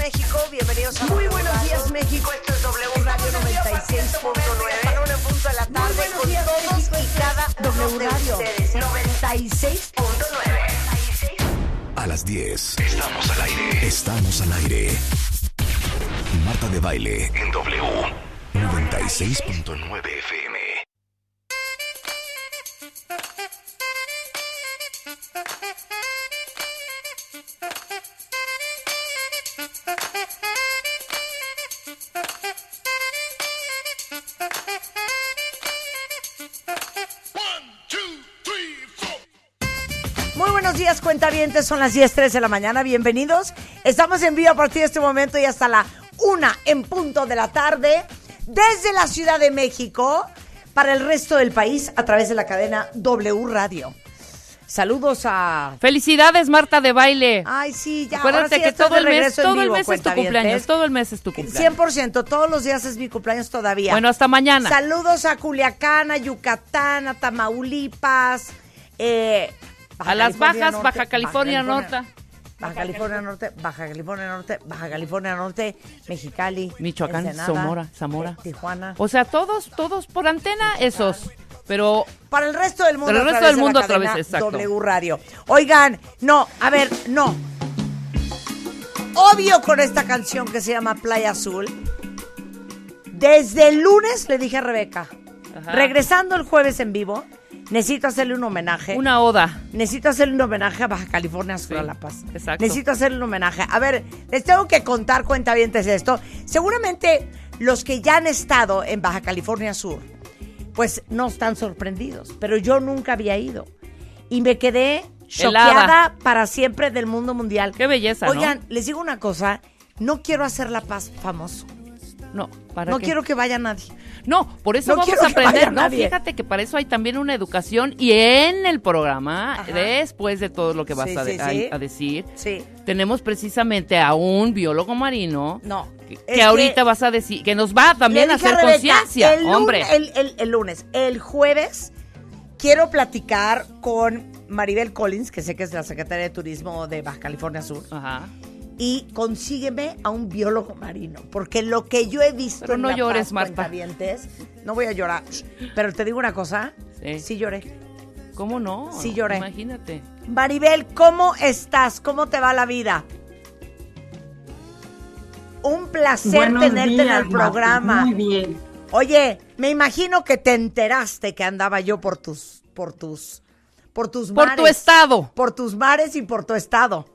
México, bienvenidos a Muy buenos días, México. Esto es W Radio 96.9. Una punto de la tarde con días, todos México. y cada W uno de Radio ustedes. 96.9. A las 10. Estamos al aire. Estamos al aire. Marta de Baile en W 96.9 FM. Muy buenos días, cuentavientes. Son las 10:03 de la mañana. Bienvenidos. Estamos en vivo a partir de este momento y hasta la 1 en punto de la tarde desde la Ciudad de México para el resto del país a través de la cadena W Radio. Saludos a... ¡Felicidades, Marta de Baile! Ay, sí, ya. Acuérdate ahora sí que estás todo de el mes, regreso en todo el vivo, mes es tu cuentavientes. cumpleaños, todo el mes es tu cumpleaños. 100%, todos los días es mi cumpleaños todavía. Bueno, hasta mañana. Saludos a Culiacán, a Yucatán, a Tamaulipas, A las Bajas, Baja California Norte. Baja California Norte, Baja California Norte, Baja California Norte, Mexicali, Michoacán, Ensenada, Zamora. Tijuana. O sea, todos por antena, esos. Pero Para el resto del mundo, Para el resto del mundo a través, exacto. W Radio. Oigan, no, a ver, no. Obvio con esta canción que se llama Playa Azul. Desde el lunes le dije a Rebeca, Ajá. regresando el jueves en vivo, necesito hacerle un homenaje. una oda. Necesito hacerle un homenaje a Baja California Sur, Sí, a La Paz. exacto. Necesito hacerle un homenaje. A ver, les tengo que contar, cuentavientes, esto. Seguramente los que ya han estado en Baja California Sur, pues no están sorprendidos, pero yo nunca había ido. Y me quedé choqueada Helada. para siempre del mundo mundial. Qué belleza, Oigan, les digo una cosa, no quiero hacer La Paz famoso. ¿no? ¿Para No qué? quiero que vaya nadie. No, por eso No vamos quiero a que vaya aprender. No, nadie. fíjate que para eso hay también una educación y en el programa, Ajá. después de todo lo que vas Sí, a, sí, sí. a decir, Sí. tenemos precisamente a un biólogo marino No. que Es ahorita vas a decir, que nos va también Le a dije hacer Rebeca, conciencia, el hombre. el lunes, el jueves, quiero platicar con Maribel Collins, que sé que es la secretaria de Turismo de Baja California Sur, Ajá. y consígueme a un biólogo marino, porque lo que yo he visto Pero en no La llores, Paz, Marta. cuentavientes, no voy a llorar, pero te digo una cosa, Sí. sí lloré. ¿Cómo no? Sí lloré. Imagínate. Maribel, ¿cómo estás? ¿Cómo te va la vida? Un placer Buenos tenerte en días, el programa. Marta. Muy bien. Oye, me imagino que te enteraste que andaba yo por tus Por mares. tu estado. Por tus mares y por tu estado.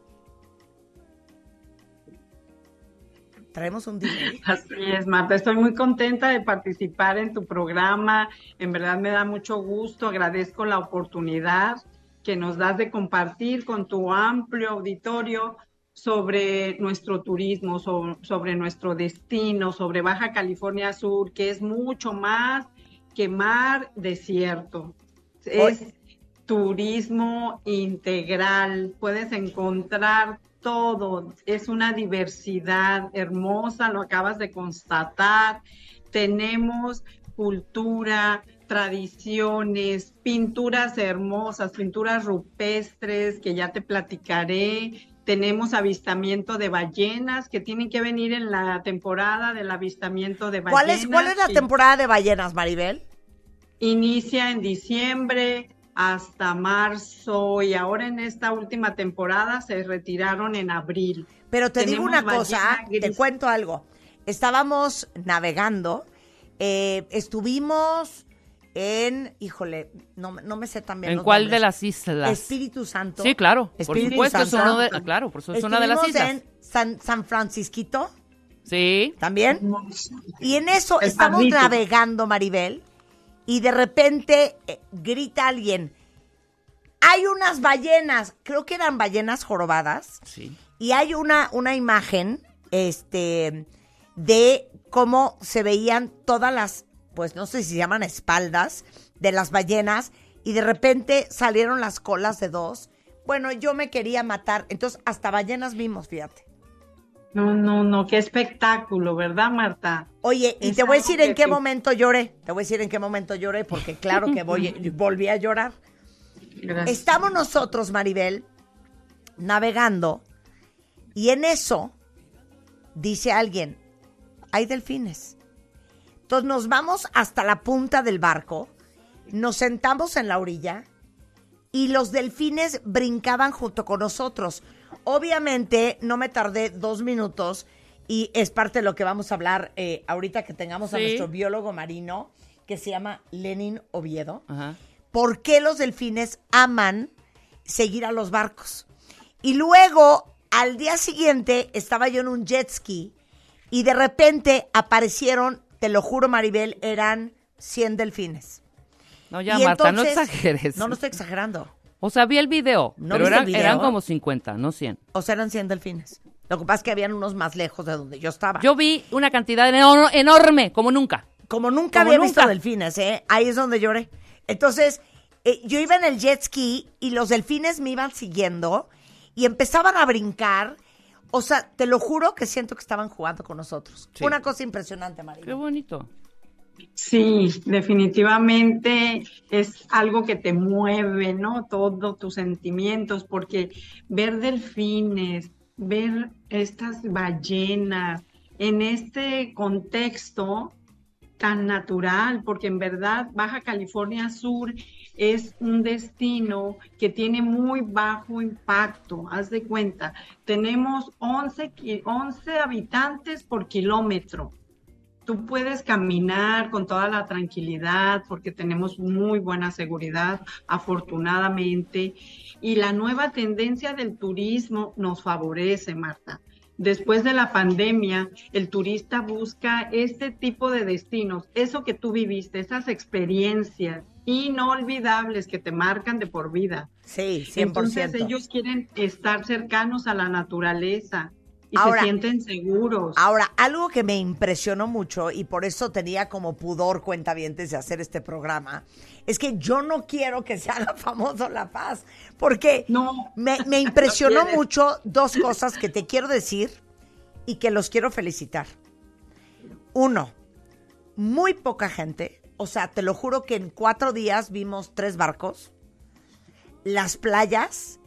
Traemos un delay. Así es, Marta. Estoy muy contenta de participar en tu programa. En verdad me da mucho gusto. Agradezco la oportunidad que nos das de compartir con tu amplio auditorio sobre nuestro turismo, sobre nuestro destino, sobre Baja California Sur, que es mucho más que mar, desierto. Es turismo integral. Puedes encontrar todo, es una diversidad hermosa, lo acabas de constatar. Tenemos cultura, tradiciones, pinturas hermosas, pinturas rupestres que ya te platicaré. Tenemos avistamiento de ballenas que tienen que venir en la temporada del avistamiento de ballenas. ¿Cuál es la temporada de ballenas, Maribel? Inicia en diciembre hasta marzo y ahora en esta última temporada se retiraron en abril. Pero te digo Tenemos una cosa, ballena te gris. cuento algo. Estábamos navegando, estuvimos en, híjole, no me sé también ¿En los cuál nombres. de las islas? Espíritu Santo. Sí, claro. Por Espíritu supuesto, es Santo. uno de, claro, por eso es una de las Estuvimos islas. en San Francisquito, Sí. también. Y en eso El estamos Padrito. navegando, Maribel, y de repente grita alguien, hay unas ballenas, creo que eran ballenas jorobadas, Sí. y hay una imagen de cómo se veían todas las, pues no sé si se llaman espaldas, de las ballenas, y de repente salieron las colas de dos. Bueno, yo me quería matar, entonces hasta ballenas vimos, fíjate. No, qué espectáculo, ¿verdad, Marta? Oye, y Es te voy a algo decir que en qué te- momento lloré. Te voy a decir en qué momento lloré, porque claro que volví a llorar. Gracias. Estamos nosotros, Maribel, navegando, y en eso dice alguien, hay delfines. Entonces nos vamos hasta la punta del barco, nos sentamos en la orilla y los delfines brincaban junto con nosotros. Obviamente no me tardé 2 minutos y es parte de lo que vamos a hablar ahorita que tengamos a nuestro biólogo marino que se llama Lenin Oviedo. Ajá. ¿Por qué los delfines aman seguir a los barcos? Y luego, al día siguiente, estaba yo en un jet ski y de repente aparecieron, te lo juro, Maribel, eran 100 delfines. No, ya, Y Marta, entonces, no exageres. No estoy exagerando. O sea, vi el video, ¿No pero viste el video? eran como 50, no 100. O sea, eran 100 delfines. Lo que pasa es que habían unos más lejos de donde yo estaba. Yo vi una cantidad enorme, como nunca. Como nunca Como había nunca. visto delfines, ¿eh? Ahí es donde lloré. Entonces, yo iba en el jet ski y los delfines me iban siguiendo y empezaban a brincar. O sea, te lo juro que siento que estaban jugando con nosotros. Sí. Una cosa impresionante, María. Qué bonito. Sí, definitivamente es algo que te mueve, ¿no? Todos tus sentimientos, porque ver delfines, ver estas ballenas en este contexto tan natural, porque en verdad Baja California Sur es un destino que tiene muy bajo impacto. Haz de cuenta, tenemos 11 habitantes por kilómetro. Tú puedes caminar con toda la tranquilidad porque tenemos muy buena seguridad, afortunadamente. Y la nueva tendencia del turismo nos favorece, Marta. Después de la pandemia, el turista busca este tipo de destinos, eso que tú viviste, esas experiencias inolvidables que te marcan de por vida. Sí, 100%. Entonces ellos quieren estar cercanos a la naturaleza. Y Ahora, se sienten seguros. Ahora, algo que me impresionó mucho y por eso tenía como pudor cuentavientes de hacer este programa, es que yo no quiero que se haga famoso La Paz, porque No. me impresionó quieres. mucho 2 cosas que te quiero decir y que los quiero felicitar. 1, muy poca gente, o sea, te lo juro que en 4 días vimos 3 barcos, las playas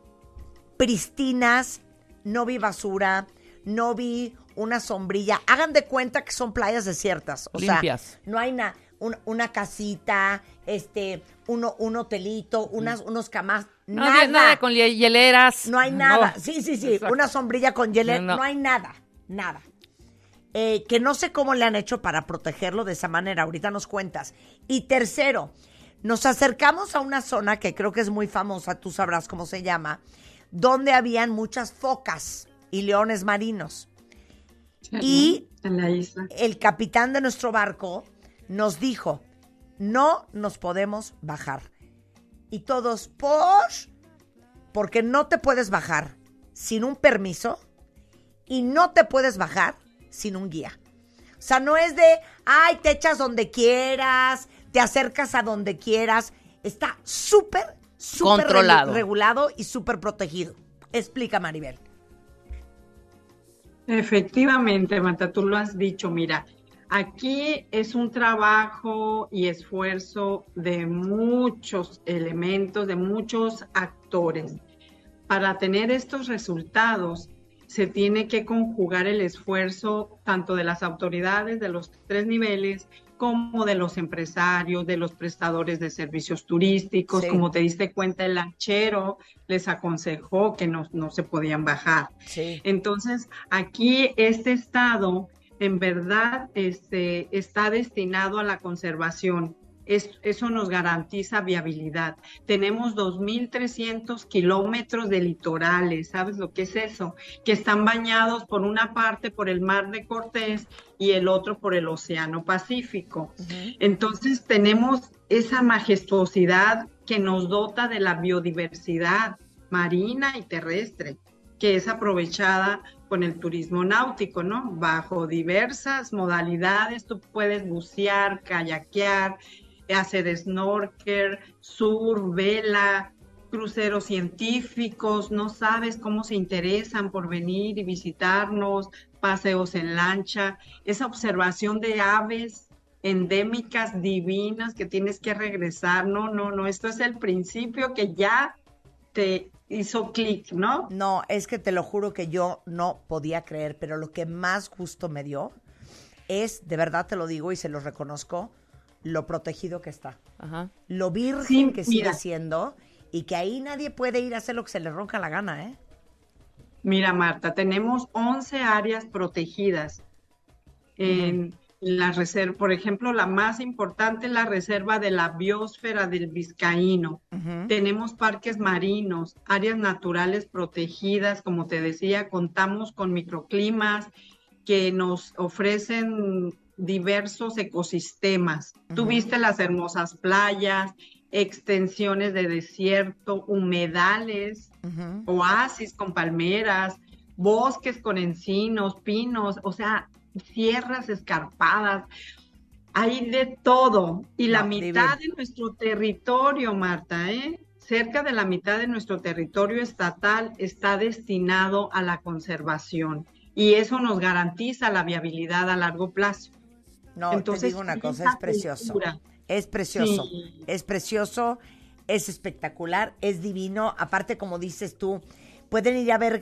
pristinas, no vi basura, no vi una sombrilla. Hagan de cuenta que son playas desiertas. O Limpias. sea, no hay una casita, un hotelito, unos camas, No, nada. nada con hieleras. No hay nada. No. Sí. Exacto. Una sombrilla con hielo. No. No hay nada. Que no sé cómo le han hecho para protegerlo de esa manera. Ahorita nos cuentas. Y tercero, nos acercamos a una zona que creo que es muy famosa, tú sabrás cómo se llama, donde habían muchas focas y leones marinos. Y en la isla. el capitán de nuestro barco nos dijo, no nos podemos bajar. Y todos, porque no te puedes bajar sin un permiso y no te puedes bajar sin un guía. O sea, no es de, ay, te echas donde quieras, te acercas a donde quieras. Está súper Controlado. regulado y súper protegido. Explica, Maribel. Efectivamente, Marta, tú lo has dicho. Mira, aquí es un trabajo y esfuerzo de muchos elementos, de muchos actores. Para tener estos resultados, se tiene que conjugar el esfuerzo tanto de las autoridades de los 3 niveles, como de los empresarios, de los prestadores de servicios turísticos. Sí. Como te diste cuenta, el lanchero les aconsejó que no se podían bajar. Sí. Entonces, aquí este estado en verdad está destinado a la conservación. Eso nos garantiza viabilidad. Tenemos 2.300 kilómetros de litorales, ¿sabes lo que es eso? Que están bañados por una parte por el Mar de Cortés y el otro por el Océano Pacífico. Entonces tenemos esa majestuosidad que nos dota de la biodiversidad marina y terrestre, que es aprovechada con el turismo náutico, ¿no? Bajo diversas modalidades, tú puedes bucear, kayakear, hacer snorkel, surf, vela, cruceros científicos. No sabes cómo se interesan por venir y visitarnos, paseos en lancha, esa observación de aves endémicas divinas que tienes que regresar. No, esto es el principio que ya te hizo clic, ¿no? No, es que te lo juro que yo no podía creer, pero lo que más gusto me dio es, de verdad te lo digo y se lo reconozco, lo protegido que está. Ajá. Lo virgen Sí, que sigue mira. siendo y que ahí nadie puede ir a hacer lo que se le ronca la gana, ¿eh? Mira, Marta, tenemos 11 áreas protegidas en la reserva. Por ejemplo, la más importante es la reserva de la biosfera del Vizcaíno. Tenemos parques marinos, áreas naturales protegidas, como te decía, contamos con microclimas que nos ofrecen diversos ecosistemas. Tuviste las hermosas playas, extensiones de desierto, humedales, oasis con palmeras, bosques con encinos, pinos, o sea, sierras escarpadas. Hay de todo. Y la mitad de nuestro territorio, Marta, cerca de la mitad de nuestro territorio estatal está destinado a la conservación. Y eso nos garantiza la viabilidad a largo plazo. No, entonces, te digo una cosa, es precioso. Es precioso, Sí. es precioso, es espectacular, es divino. Aparte, como dices tú, pueden ir a ver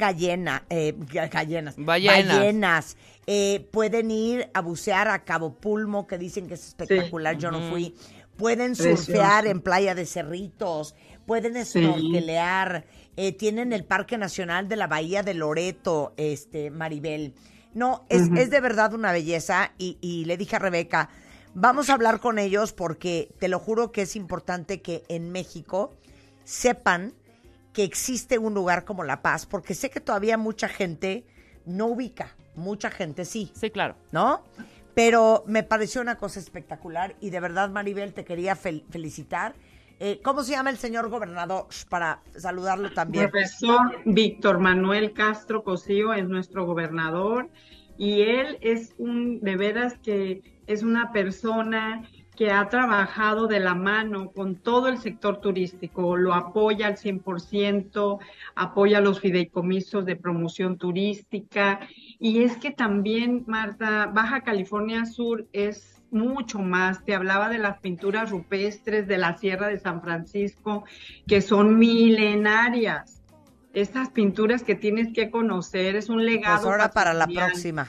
ballenas. Pueden ir a bucear a Cabo Pulmo, que dicen que es espectacular, yo no fui. Pueden surfear en Playa de Cerritos, pueden snorkelear, tienen el Parque Nacional de la Bahía de Loreto, Maribel. No, es de verdad una belleza y le dije a Rebeca, vamos a hablar con ellos porque te lo juro que es importante que en México sepan que existe un lugar como La Paz, porque sé que todavía mucha gente no ubica, mucha gente sí. Sí, claro. ¿No? Pero me pareció una cosa espectacular y de verdad, Maribel, te quería felicitar. ¿Cómo se llama el señor gobernador? Para saludarlo también. Profesor Víctor Manuel Castro Cosío es nuestro gobernador y él es de veras que es una persona que ha trabajado de la mano con todo el sector turístico, lo apoya al 100%, apoya los fideicomisos de promoción turística y es que también, Marta, Baja California Sur es mucho más. Te hablaba de las pinturas rupestres de la Sierra de San Francisco, que son milenarias. Estas pinturas que tienes que conocer, es un legado. Pues ahora para la próxima,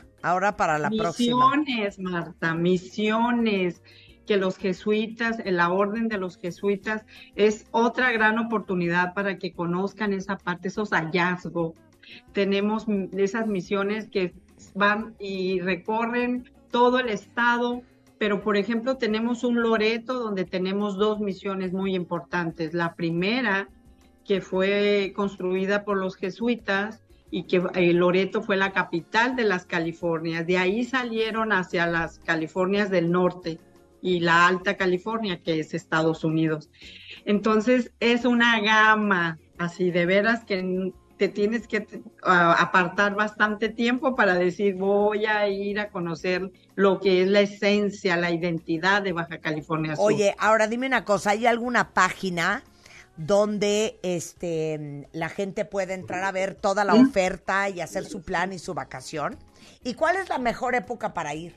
Misiones, Marta, misiones, que los jesuitas, la orden de los jesuitas es otra gran oportunidad para que conozcan esa parte, esos hallazgos. Tenemos esas misiones que van y recorren todo el estado, pero por ejemplo tenemos un Loreto donde tenemos 2 misiones muy importantes. La primera, que fue construida por los jesuitas y que Loreto fue la capital de las Californias. De ahí salieron hacia las Californias del Norte y la Alta California, que es Estados Unidos. Entonces es una gama, así de veras que te tienes que apartar bastante tiempo para decir voy a ir a conocer lo que es la esencia, la identidad de Baja California Sur. Oye, ahora dime una cosa, ¿hay alguna página donde la gente puede entrar a ver toda la oferta y hacer su plan y su vacación? ¿Y cuál es la mejor época para ir?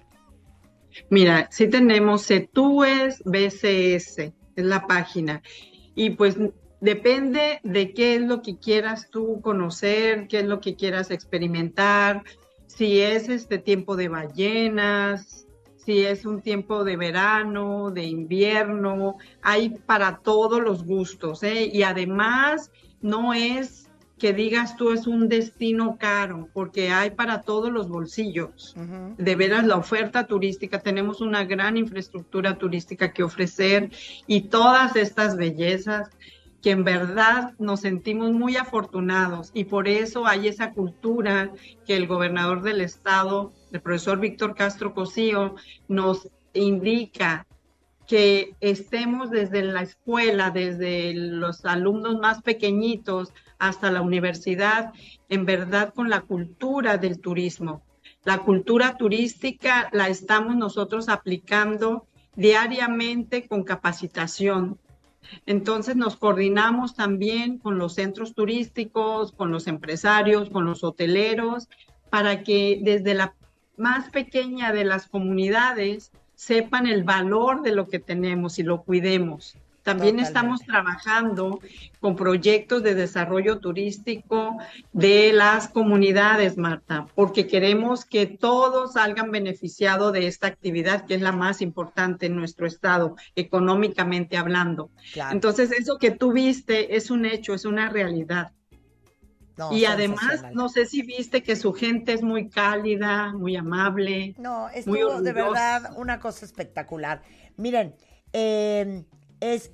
Mira, sí tenemos CETUES BCS, es la página, y pues depende de qué es lo que quieras tú conocer, qué es lo que quieras experimentar, si es tiempo de ballenas, si es un tiempo de verano, de invierno, hay para todos los gustos, y además no es que digas tú es un destino caro, porque hay para todos los bolsillos. De veras, la oferta turística, tenemos una gran infraestructura turística que ofrecer y todas estas bellezas que en verdad nos sentimos muy afortunados y por eso hay esa cultura que el gobernador del estado, el profesor Víctor Castro Cosío, nos indica que estemos desde la escuela, desde los alumnos más pequeñitos hasta la universidad, en verdad con la cultura del turismo. La cultura turística la estamos nosotros aplicando diariamente con capacitación. Entonces nos coordinamos también con los centros turísticos, con los empresarios, con los hoteleros, para que desde la más pequeña de las comunidades sepan el valor de lo que tenemos y lo cuidemos. También Totalmente. estamos trabajando con proyectos de desarrollo turístico de las comunidades, Marta, porque queremos que todos salgan beneficiados de esta actividad, que es la más importante en nuestro estado, económicamente hablando. Claro. Entonces, eso que tú viste es un hecho, es una realidad. No, Y además, sensacional. no sé si viste que su gente es muy cálida, muy amable. No, muy estuvo de orgullosa. verdad una cosa espectacular. Miren, es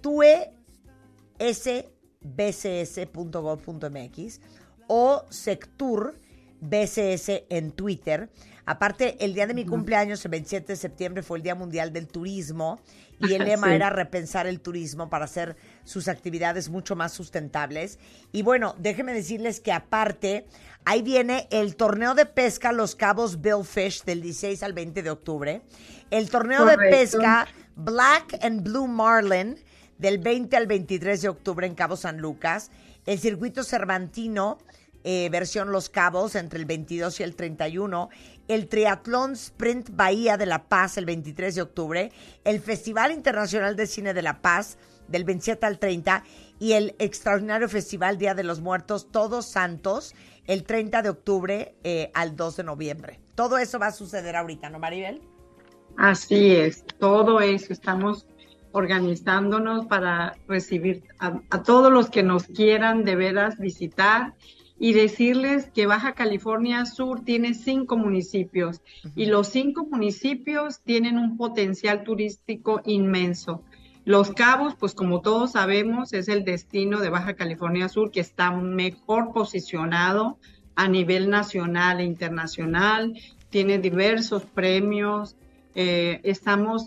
setuesbcs.gov.mx o Sectur BCS en Twitter. Aparte, el día de mi cumpleaños, el 27 de septiembre, fue el Día Mundial del Turismo y el lema Sí. era repensar el turismo para hacer sus actividades mucho más sustentables. Y bueno, déjenme decirles que aparte, ahí viene el torneo de pesca Los Cabos Billfish del 16 al 20 de octubre. El torneo de Correcto. pesca Black and Blue Marlin del 20 al 23 de octubre en Cabo San Lucas. El circuito Cervantino, versión Los Cabos, entre el 22 y el 31. El Triatlón Sprint Bahía de La Paz, el 23 de octubre. El Festival Internacional de Cine de La Paz, del 27 al 30. Y el extraordinario Festival Día de los Muertos, Todos Santos, el 30 de octubre al 2 de noviembre. Todo eso va a suceder ahorita, ¿no, Maribel? Así es, todo eso. Estamos organizándonos para recibir a todos los que nos quieran de veras visitar y decirles que Baja California Sur tiene 5 municipios y los 5 municipios tienen un potencial turístico inmenso. Los Cabos, pues como todos sabemos, es el destino de Baja California Sur que está mejor posicionado a nivel nacional e internacional, tiene diversos premios. Estamos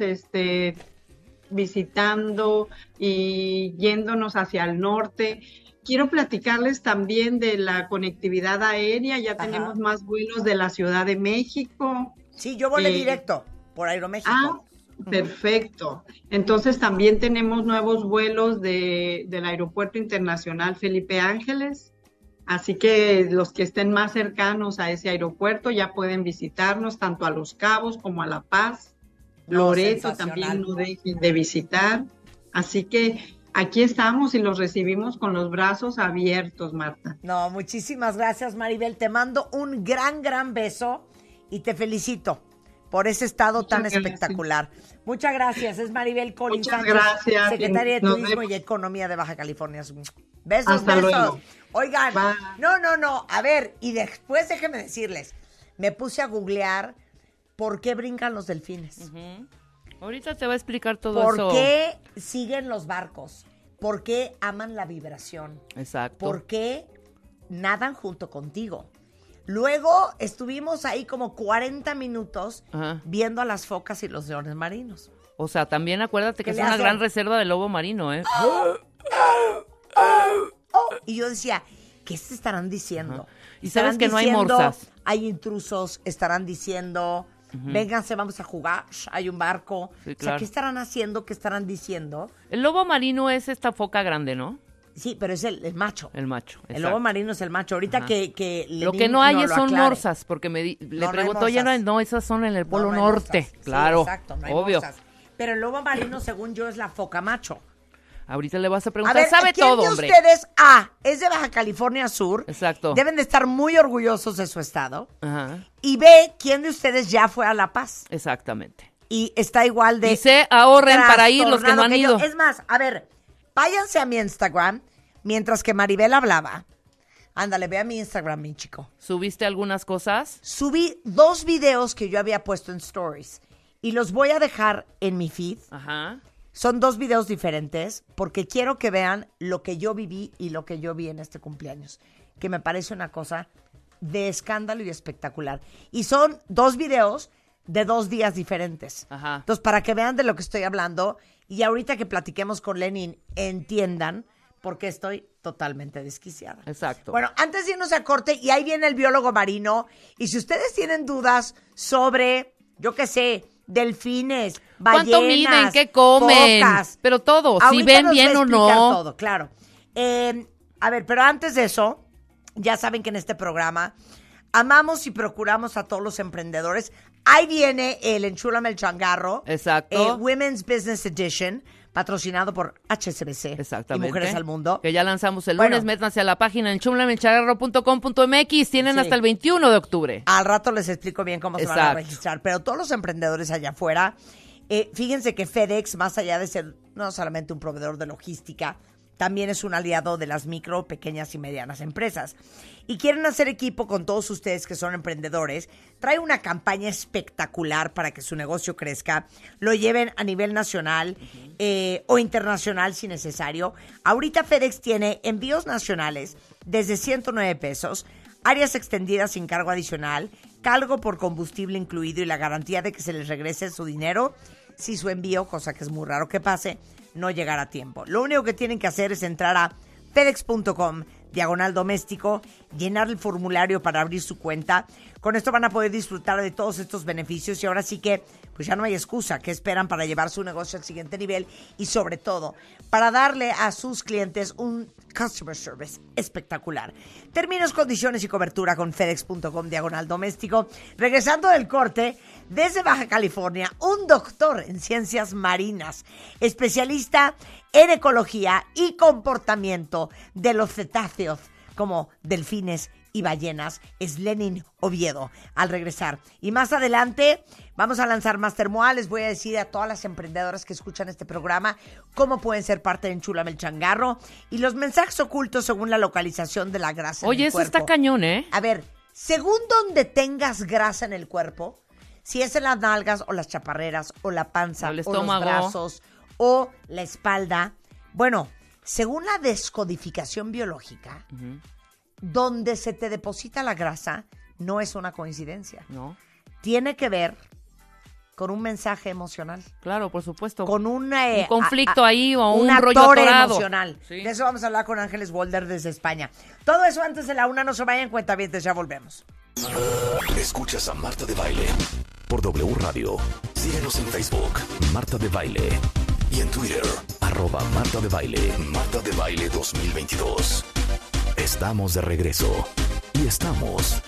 visitando y yéndonos hacia el norte. Quiero platicarles también de la conectividad aérea. Ya tenemos más vuelos de la Ciudad de México. Sí, yo volé directo por Aeroméxico. Ah, perfecto. Entonces también tenemos nuevos vuelos del Aeropuerto Internacional Felipe Ángeles. Así que los que estén más cercanos a ese aeropuerto ya pueden visitarnos tanto a Los Cabos como a La Paz. Loreto también no dejen de visitar. Así que aquí estamos y los recibimos con los brazos abiertos, Marta. No, muchísimas gracias, Maribel. Te mando un gran, gran beso y te felicito por ese estado tan espectacular. Muchas gracias. Es Maribel Collins Muchas Sánchez, gracias. secretaria de Nos Turismo vemos. y Economía de Baja California. Besos, Hasta besos. luego. Oigan, Bye. no. A ver, y después déjenme decirles, me puse a googlear por qué brincan los delfines. Ahorita te va a explicar todo ¿Por eso. qué siguen los barcos? ¿Por qué aman la vibración? Exacto. ¿Por qué nadan junto contigo? Luego estuvimos ahí como 40 minutos Ajá. viendo a las focas y los leones marinos. O sea, también acuérdate que ¿Qué es le una hacen? gran reserva de lobo marino, ¿eh? Y yo decía, ¿qué se estarán diciendo? Ajá. Y sabes Estarán que no hay diciendo, morsas. Hay intrusos, estarán diciendo, vénganse, vamos a jugar, hay un barco. Sí, O sea, claro. ¿qué estarán haciendo? ¿Qué estarán diciendo? El lobo marino es esta foca grande, ¿no? Sí, pero es el macho. El macho. El exacto. lobo marino es el macho. Ahorita Ajá. que Lo Lenín que no hay nos lo son aclare. morsas, porque le No hay preguntó ya morsas. no, esas son en el Polo No hay Norte. morsas. Sí, Claro, exacto, no hay obvio. morsas. Pero el lobo marino, según yo, es la foca macho. Ahorita le vas a A preguntar, ver, sabe ¿quién todo, de hombre. ustedes, es de Baja California Sur? Exacto. Deben de estar muy orgullosos de su estado. Ajá, Y B, ¿quién de ustedes ya fue a La Paz? exactamente. Y está igual de Y se ahorren para ir los que no trastornado han que ido. yo. Es más, a ver, váyanse a mi Instagram, mientras que Maribel hablaba. Ándale, ve a mi Instagram, mi chico. ¿Subiste algunas cosas? Subí 2 videos que yo había puesto en Stories. Y los voy a dejar en mi feed. Ajá. Son 2 videos diferentes porque quiero que vean lo que yo viví y lo que yo vi en este cumpleaños, que me parece una cosa de escándalo y espectacular. Y son 2 videos de 2 días diferentes. Ajá. Entonces, para que vean de lo que estoy hablando y ahorita que platiquemos con Lenin, entiendan por qué estoy totalmente desquiciada. Exacto. Bueno, antes de irnos a corte, y ahí viene el biólogo marino, y si ustedes tienen dudas sobre, yo qué sé, delfines, ballenas, ¿Cuánto miden? ¿Qué comen? focas. Pero todo, si Ahorita ven nos bien va a o explicar no. todo, claro. A ver, pero antes de eso, ya saben que en este programa amamos y procuramos a todos los emprendedores. Ahí viene el Enchúlame el Changarro. Exacto. Women's Business Edition, patrocinado por HSBC y Exactamente. Mujeres al Mundo. Que ya lanzamos el Bueno. lunes, métanse a la página en chulamelcharro.com.mx, tienen Sí. hasta el 21 de octubre. Al rato les explico bien cómo se van a Exacto. registrar, pero todos los emprendedores allá afuera, fíjense que FedEx, más allá de ser no solamente un proveedor de logística, también es un aliado de las micro, pequeñas y medianas empresas. Y quieren hacer equipo con todos ustedes que son emprendedores. Trae una campaña espectacular para que su negocio crezca. Lo lleven a nivel nacional o internacional si necesario. Ahorita FedEx tiene envíos nacionales desde 109 pesos, áreas extendidas sin cargo adicional, cargo por combustible incluido y la garantía de que se les regrese su dinero si su envío, cosa que es muy raro que pase, no llegará a tiempo. Lo único que tienen que hacer es entrar a fedex.com/doméstico, llenar el formulario para abrir su cuenta. Con esto van a poder disfrutar de todos estos beneficios y ahora sí que pues ya no hay excusa. ¿Qué esperan para llevar su negocio al siguiente nivel? Y sobre todo, para darle a sus clientes un customer service espectacular. Términos, condiciones y cobertura con fedex.com/doméstico. Regresando del corte, desde Baja California, un doctor en ciencias marinas, especialista en ecología y comportamiento de los cetáceos como delfines y ballenas, es Lenin Oviedo, al regresar. Y más adelante vamos a lanzar Master MOA. Les voy a decir a todas las emprendedoras que escuchan este programa cómo pueden ser parte de Enchúlame el Changarro y los mensajes ocultos según la localización de la grasa en Oye, el eso cuerpo. está cañón, ¿eh? A ver, según donde tengas grasa en el cuerpo, si es en las nalgas o las chaparreras o la panza O el o los estómago. brazos o la espalda, bueno, según la descodificación biológica, donde se te deposita la grasa no es una coincidencia. No, Tiene que ver con un mensaje emocional, claro, por supuesto. con un conflicto ahí o un rollo atore atorado. emocional. Sí. De eso vamos a hablar con Ángeles Walder desde España. Todo eso antes de la 1, no se vayan, cuentavientes, ya volvemos. Escuchas a Marta de Baile por W Radio. Síguenos en Facebook, Marta de Baile. Y en Twitter, @Marta de Baile. Marta de Baile 2022. Estamos de regreso. Y estamos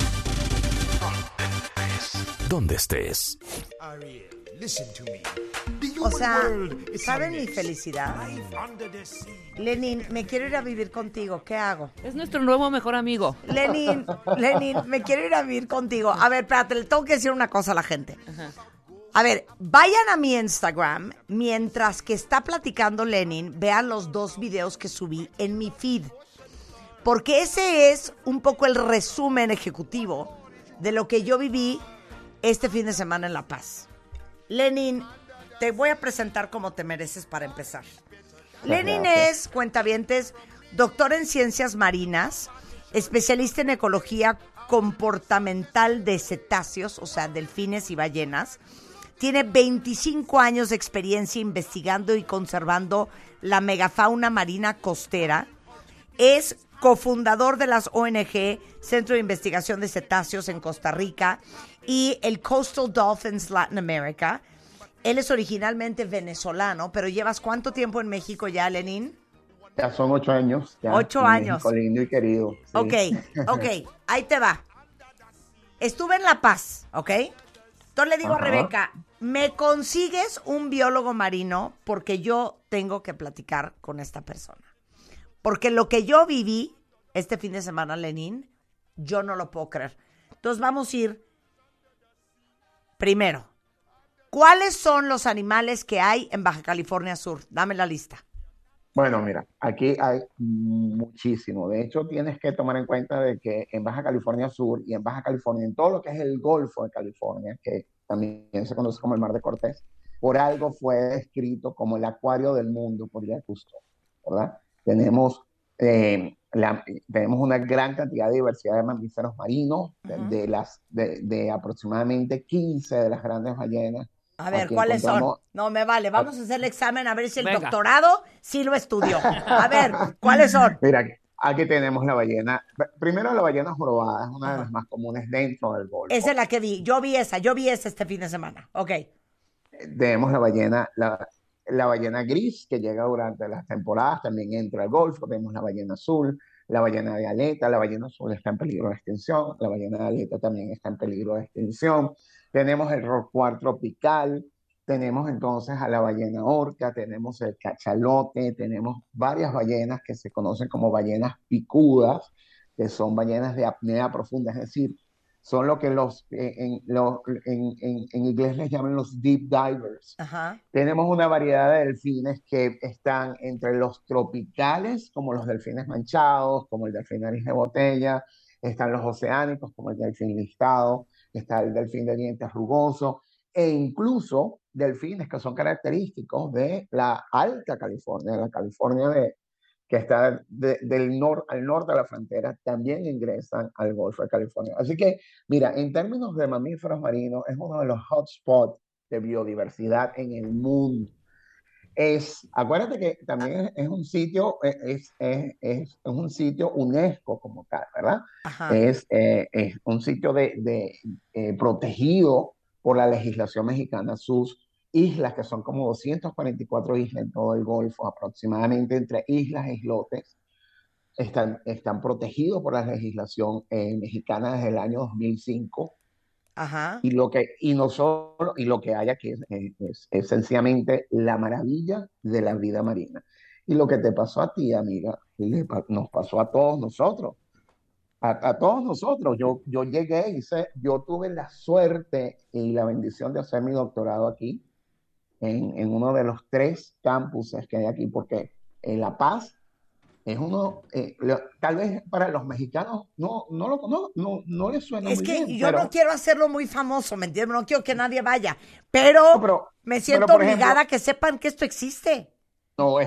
donde estés. Ariel, listen to me. The O human sea, world is ¿saben a mi mess. felicidad? Life under the sea. Lenin, me quiero ir a vivir contigo, ¿qué hago? Es nuestro nuevo mejor amigo. Lenin, me quiero ir a vivir contigo. A ver, espérate, le tengo que decir una cosa a la gente. A ver, vayan a mi Instagram, mientras que está platicando Lenin, vean los 2 videos que subí en mi feed. Porque ese es un poco el resumen ejecutivo de lo que yo viví este fin de semana en La Paz. Lenin, te voy a presentar como te mereces para empezar. Lenin es, cuentavientes, doctor en ciencias marinas, especialista en ecología comportamental de cetáceos, o sea, delfines y ballenas. Tiene 25 años de experiencia investigando y conservando la megafauna marina costera. Es cofundador de las ONG Centro de Investigación de Cetáceos en Costa Rica y el Coastal Dolphins Latin America. Él es originalmente venezolano, pero ¿llevas cuánto tiempo en México ya, Lenin? Ya son 8 años. Ya, 8 en años. México, lindo y querido. Sí. Ok, ahí te va. Estuve en La Paz, ¿ok? Entonces le digo a Ajá. Rebeca, ¿me consigues un biólogo marino? Porque yo tengo que platicar con esta persona. Porque lo que yo viví este fin de semana, Lenin, yo no lo puedo creer. Entonces vamos a ir primero. ¿Cuáles son los animales que hay en Baja California Sur? Dame la lista. Bueno, mira, aquí hay muchísimo. De hecho, tienes que tomar en cuenta de que en Baja California Sur y en Baja California, en todo lo que es el Golfo de California, que también se conoce como el Mar de Cortés, por algo fue descrito como el acuario del mundo por Jacques Cousteau, ¿verdad? Tenemos una gran cantidad de diversidad de mamíferos marinos, de aproximadamente 15 de las grandes ballenas. A ver, Aquí ¿cuáles son? encontramos- No me vale, vamos a hacer el examen a ver si el Venga. doctorado sí lo estudió. A ver, ¿cuáles son? Mira, aquí tenemos la ballena. Primero, la ballena jorobada es una de las más comunes dentro del Golfo. Esa es la que vi. Yo vi esa este fin de semana. Ok. Tenemos la ballena gris, que llega durante las temporadas, también entra al Golfo. Tenemos la ballena azul, la ballena de aleta. La ballena azul está en peligro de extinción. La ballena de aleta también está en peligro de extinción. Tenemos el rorcual tropical, tenemos entonces a la ballena orca, tenemos el cachalote, tenemos varias ballenas que se conocen como ballenas picudas, que son ballenas de apnea profunda, es decir, son lo que en inglés les llaman los deep divers. Ajá. Tenemos una variedad de delfines que están entre los tropicales, como los delfines manchados, como el delfín nariz de botella, están los oceánicos, como el delfín listado, está el delfín de dientes rugosos, e incluso delfines que son característicos de la Alta California, de la California que está al norte de la frontera, también ingresan al Golfo de California. Así que, mira, en términos de mamíferos marinos, es uno de los hotspots de biodiversidad en el mundo. Acuérdate que también es un sitio, es un sitio UNESCO como tal, ¿verdad? Ajá. Es un sitio protegido por la legislación mexicana. Sus islas, que son como 244 islas en todo el Golfo, aproximadamente entre islas e islotes, están protegidos por la legislación mexicana desde el año 2005. Ajá. Y lo que hay aquí es sencillamente la maravilla de la vida marina. Y lo que te pasó a ti, amiga, nos pasó a todos nosotros. A todos nosotros. Yo llegué, yo tuve la suerte y la bendición de hacer mi doctorado aquí, en uno de los 3 campuses que hay aquí, porque en La Paz es uno, tal vez para los mexicanos no les suena Es muy que bien, yo no pero... quiero hacerlo muy famoso, ¿me entiendes? No quiero que nadie vaya, pero No, me siento por ejemplo, obligada a que sepan que esto existe. no,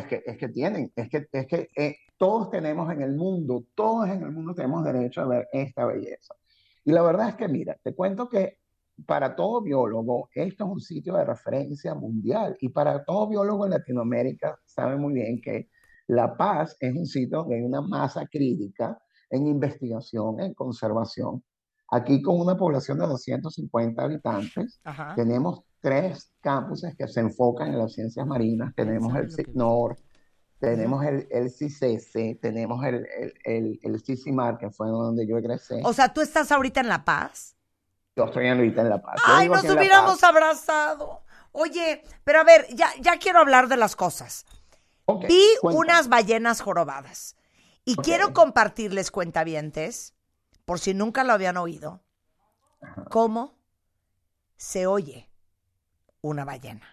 es que todos tenemos en el mundo, todos en el mundo tenemos derecho a ver esta belleza. Y la verdad es que, mira, te cuento que para todo biólogo, esto es un sitio de referencia mundial. Y para todo biólogo en Latinoamérica, sabe muy bien que La Paz es un sitio donde hay una masa crítica en investigación, en conservación. Aquí con una población de 250 habitantes, Ajá. tenemos 3 campuses que se enfocan en las ciencias marinas. Tenemos el ¿Sabes lo que CICNOR, tenemos el CICESE, tenemos el CICIMAR, que fue donde yo egresé. O sea, ¿tú estás ahorita en La Paz? Yo estoy ahorita en La Paz. Yo ¡Ay, vivo nos aquí en La hubiéramos Paz. abrazado! Oye, pero a ver, ya quiero hablar de las cosas. Ok, Vi cuéntame. unas ballenas jorobadas y Ok. quiero compartirles, cuentavientes, por si nunca lo habían oído, cómo se oye una ballena.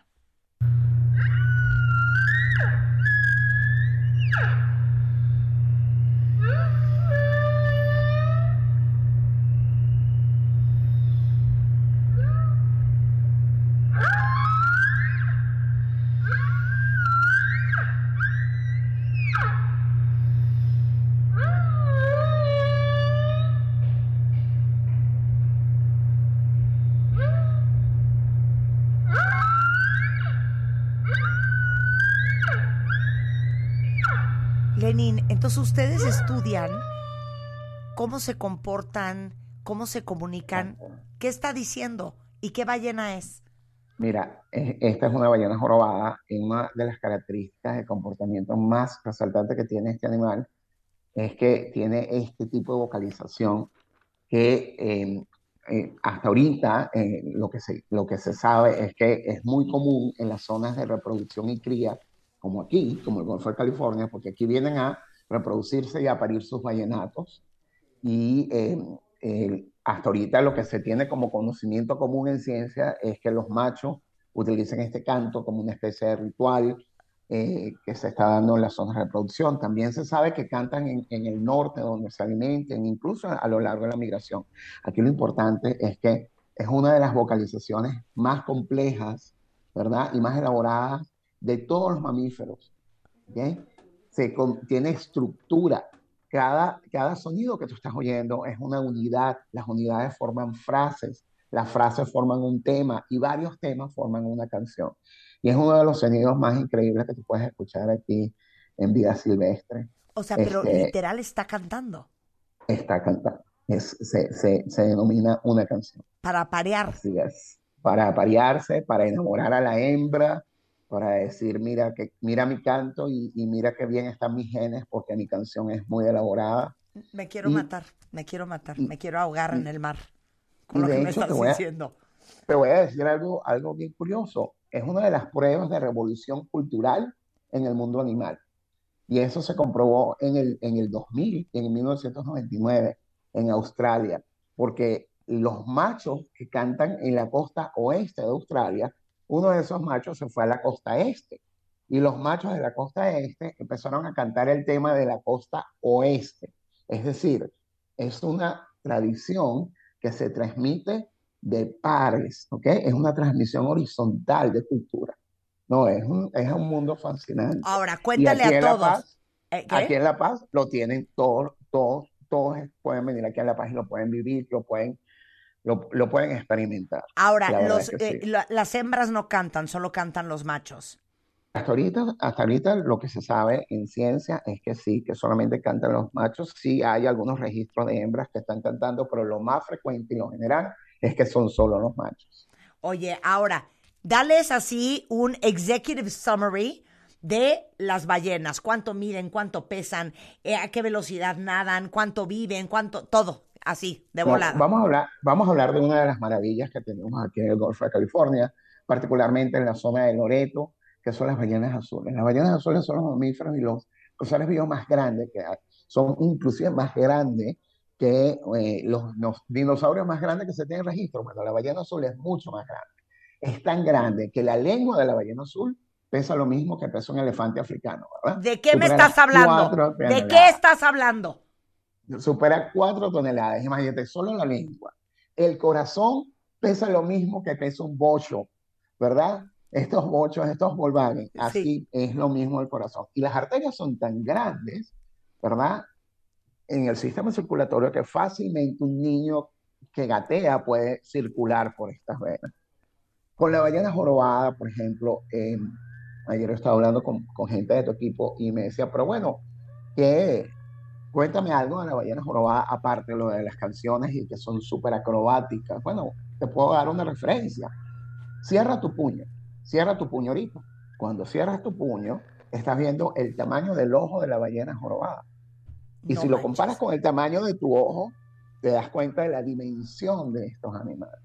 Lenin, entonces ustedes estudian cómo se comportan, cómo se comunican, qué está diciendo y qué ballena es. Mira, esta es una ballena jorobada y una de las características de comportamiento más resaltantes que tiene este animal es que tiene este tipo de vocalización que hasta ahorita lo que se sabe es que es muy común en las zonas de reproducción y cría, como aquí, como el Golfo de California, porque aquí vienen a reproducirse y a parir sus ballenatos. Y hasta ahorita lo que se tiene como conocimiento común en ciencia es que los machos utilizan este canto como una especie de ritual que se está dando en las zonas de reproducción. También se sabe que cantan en el norte, donde se alimentan, incluso a lo largo de la migración. Aquí lo importante es que es una de las vocalizaciones más complejas, ¿verdad? Y más elaboradas de todos los mamíferos. ¿Okay? Tiene estructura. Cada sonido que tú estás oyendo es una unidad. Las unidades forman frases. Las frases forman un tema y varios temas forman una canción. Y es uno de los sonidos más increíbles que tú puedes escuchar aquí en vida silvestre. O sea, pero literal está cantando. Está cantando. Se denomina una canción. Para parear. Así es. Para aparearse, para enamorar a la hembra, para decir, mira mi canto y mira qué bien están mis genes porque mi canción es muy elaborada. Me quiero matar, me quiero ahogar en el mar. Y Con lo que de me hecho estás diciendo. te voy a decir algo bien curioso. es una de las pruebas de revolución cultural en el mundo animal. Y eso se comprobó en el 2000 y en 1999 en Australia, porque los machos que cantan en la costa oeste de Australia, uno de esos machos se fue a la costa este. Y los machos de la costa este empezaron a cantar el tema de la costa oeste. Es decir, es una tradición que se transmite de pares, ¿ok? Es una transmisión horizontal de cultura. No, es un mundo fascinante. Ahora, Y cuéntale a todos. aquí ¿Qué? en La Paz lo tienen todos pueden venir aquí a La Paz y lo pueden vivir, lo pueden experimentar. Ahora, La verdad es que sí. las hembras no cantan, solo cantan los machos. Hasta ahorita lo que se sabe en ciencia es que sí, que solamente cantan los machos. Sí hay algunos registros de hembras que están cantando, pero lo más frecuente y lo general es que son solo los machos. Oye, ahora, dales así un executive summary de las ballenas. ¿Cuánto miden? ¿Cuánto pesan? ¿A qué velocidad nadan? ¿Cuánto viven? ¿Cuánto? Todo, así, de No, volada. vamos a hablar de una de las maravillas que tenemos aquí en el Golfo de California, particularmente en la zona de Loreto, que son las ballenas azules. Las ballenas azules son los mamíferos y los seres vivos más grandes que hay. Son inclusive más grandes que los dinosaurios más grandes que se tienen registro. Bueno, la ballena azul es mucho más grande. Es tan grande que la lengua de la ballena azul pesa lo mismo que pesa un elefante africano, ¿verdad? ¿De qué me Supera estás las hablando? 4 ¿De qué toneladas. estás hablando? Supera 4 toneladas. Imagínate, solo la lengua. El corazón pesa lo mismo que pesa un bocho, ¿verdad? Estos bochos, estos Volkswagen, Sí. así es lo mismo el corazón. Y las arterias son tan grandes, ¿verdad? En el sistema circulatorio que fácilmente un niño que gatea puede circular por estas venas. Con la ballena jorobada, por ejemplo, ayer estaba hablando con gente de tu equipo y me decía, pero bueno, ¿qué? Cuéntame algo de la ballena jorobada, aparte de lo de las canciones y que son súper acrobáticas. Bueno, te puedo dar una referencia. Cierra tu puño ahorita. Cuando cierras tu puño, estás viendo el tamaño del ojo de la ballena jorobada. Y No si lo manches. comparas con el tamaño de tu ojo, te das cuenta de la dimensión de estos animales.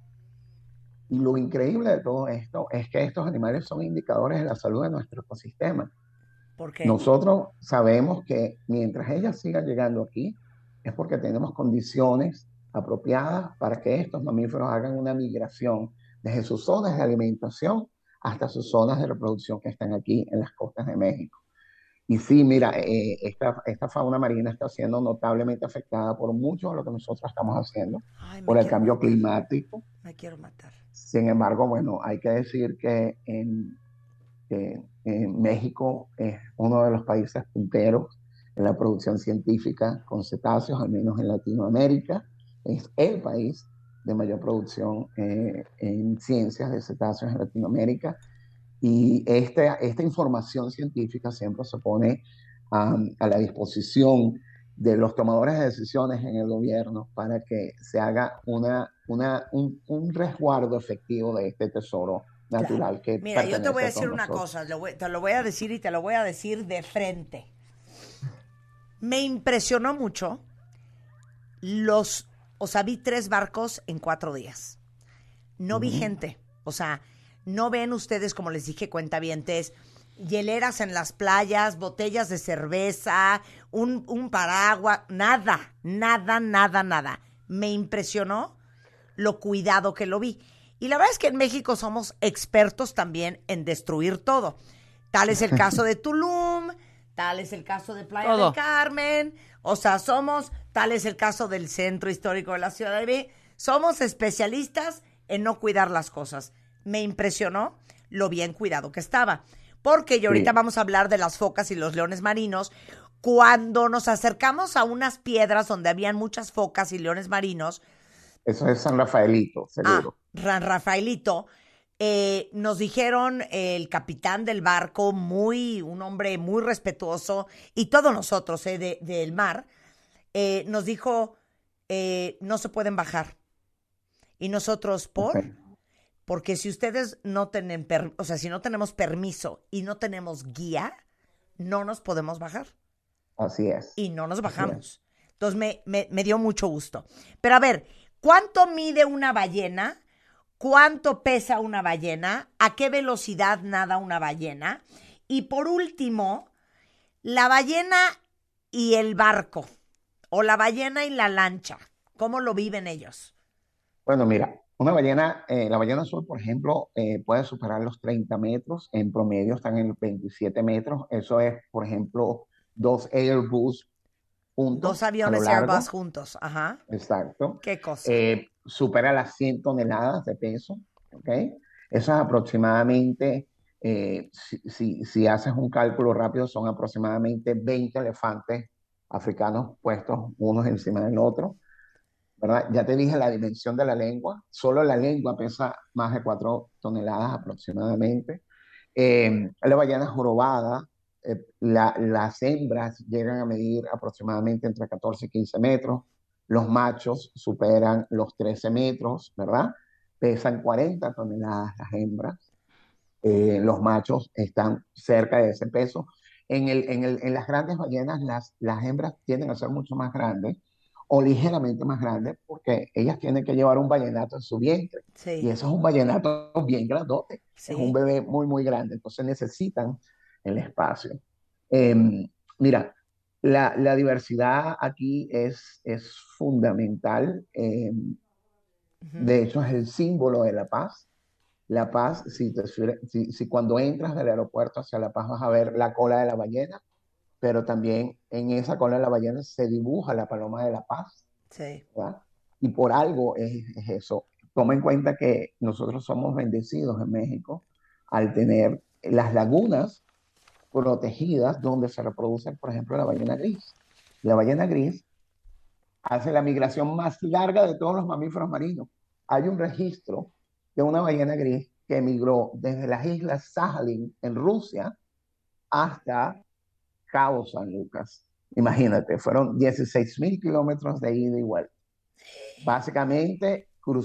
Y lo increíble de todo esto es que estos animales son indicadores de la salud de nuestro ecosistema. ¿Por qué? Nosotros sabemos que mientras ellas sigan llegando aquí, es porque tenemos condiciones apropiadas para que estos mamíferos hagan una migración desde sus zonas de alimentación hasta sus zonas de reproducción que están aquí en las costas de México. Y sí, mira, esta fauna marina está siendo notablemente afectada por mucho de lo que nosotros estamos haciendo, Ay, por el cambio climático. Me quiero matar. Sin embargo, bueno, hay que decir que México es uno de los países punteros en la producción científica con cetáceos, al menos en Latinoamérica. Es el país de mayor producción en ciencias de cetáceos en Latinoamérica. Y esta información científica siempre se pone a la disposición de los tomadores de decisiones en el gobierno para que se haga un resguardo efectivo de este tesoro natural que Mira, yo te voy a pertenece decir todos una nosotros. cosa, te lo voy a decir y te lo voy a decir de frente. Me impresionó mucho o sea, vi 3 barcos en 4 días. No vi gente, o sea, no ven ustedes, como les dije, cuentavientes, hieleras en las playas, botellas de cerveza, un paraguas, nada. Me impresionó lo cuidado que lo vi. Y la verdad es que en México somos expertos también en destruir todo. Tal es el caso de Tulum, tal es el caso de Playa Todo. del Carmen, o sea, tal es el caso del centro histórico de la Ciudad de México. Somos especialistas en no cuidar las cosas. Me impresionó lo bien cuidado que estaba. Porque yo ahorita vamos a hablar de las focas y los leones marinos. Cuando nos acercamos a unas piedras donde habían muchas focas y leones marinos, Eso es San Rafaelito, seguro. San Rafaelito, nos dijeron el capitán del barco, un hombre muy respetuoso, y todos nosotros del mar, nos dijo, no se pueden bajar. Y nosotros, ¿por? Ok. Porque si ustedes no tienen, si no tenemos permiso y no tenemos guía, no nos podemos bajar. Así es. Y no nos Así bajamos. Entonces me dio mucho gusto. Pero a ver, ¿cuánto mide una ballena ¿Cuánto pesa una ballena? ¿A qué velocidad nada una ballena? Y por último, la ballena y el barco, o la ballena y la lancha, ¿cómo lo viven ellos? Bueno, mira, la ballena azul, por ejemplo, puede superar los 30 metros, en promedio están en los 27 metros, eso es, por ejemplo, dos Airbus Dos juntos a lo aviones Airbus largo, juntos, ajá. exacto. ¿Qué cosa? Supera las 100 toneladas de peso, ¿ok? Eso es aproximadamente, si haces un cálculo rápido, son aproximadamente 20 elefantes africanos puestos unos encima del otro, ¿verdad? Ya te dije la dimensión de la lengua, solo la lengua pesa más de 4 toneladas aproximadamente. La ballena jorobada, las hembras llegan a medir aproximadamente entre 14 y 15 metros, los machos superan los 13 metros, ¿verdad? Pesan 40 toneladas las hembras, los machos están cerca de ese peso. En las grandes ballenas, las hembras tienden a ser mucho más grandes o ligeramente más grandes porque ellas tienen que llevar un vallenato en su vientre. Y Sí, eso es un vallenato bien grandote, es un sí. bebé muy, muy grande, entonces necesitan el espacio. Eh, Mira, la diversidad aquí es fundamental, Ujú. de hecho es el símbolo de la paz. La Paz, si cuando entras del aeropuerto hacia La Paz vas a ver la cola de la ballena, pero también en esa cola de la ballena se dibuja la paloma de la paz, Sí. ¿verdad? Y por algo es eso. Toma en cuenta que nosotros somos bendecidos en México al tener las lagunas protegidas donde se reproduce, por ejemplo, la ballena gris. La ballena gris hace la migración más larga de todos los mamíferos marinos. Hay un registro de una ballena gris que emigró desde las islas Sajalín en Rusia hasta Cabo San Lucas. Imagínate, fueron 16.000 kilómetros de ida y vuelta. Básicamente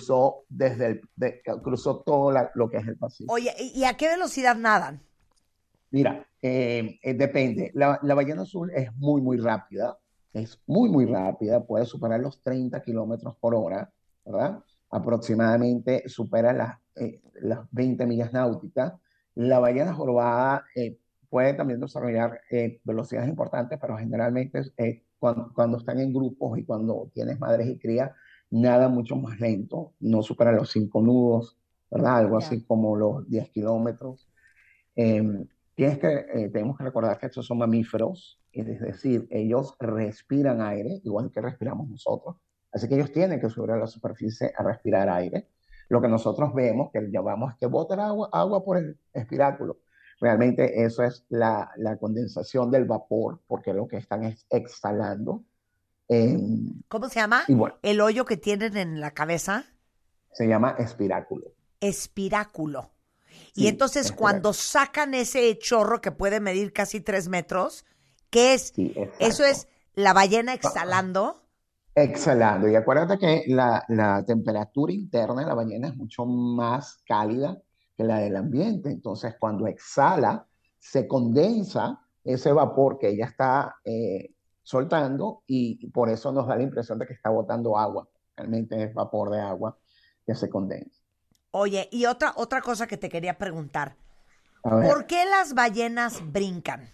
cruzó todo lo que es el Pacífico. Oye, ¿y a qué velocidad nadan? Mira, depende. La ballena azul es muy, muy rápida. Es muy, muy rápida. Puede superar los 30 kilómetros por hora, ¿verdad? Aproximadamente supera las 20 millas náuticas. La ballena jorobada puede también desarrollar velocidades importantes, pero generalmente cuando están en grupos y cuando tienes madres y crías, nada mucho más lento. No supera los 5 nudos, ¿verdad? Algo Ya. así como los 10 kilómetros. Eh, Tenemos que recordar que estos son mamíferos, es decir, ellos respiran aire, igual que respiramos nosotros. Así que ellos tienen que subir a la superficie a respirar aire. Lo que nosotros vemos, que llamamos que botan agua por el espiráculo. Realmente eso es la condensación del vapor, porque lo que están es exhalando. Eh, ¿Cómo se llama? y bueno, El hoyo que tienen en la cabeza. se llama espiráculo. Espiráculo. Y Sí, entonces cuando espiráculo. sacan ese chorro que puede medir casi 3 metros, ¿qué es? Sí, Eso es exacto. la ballena exhalando. Exhalando. Y acuérdate que la temperatura interna de la ballena es mucho más cálida que la del ambiente. Entonces, cuando exhala, se condensa ese vapor que ella está soltando y por eso nos da la impresión de que está botando agua. Realmente es vapor de agua que se condensa. Oye, y otra cosa que te quería preguntar. A ¿Por ver. qué las ballenas brincan?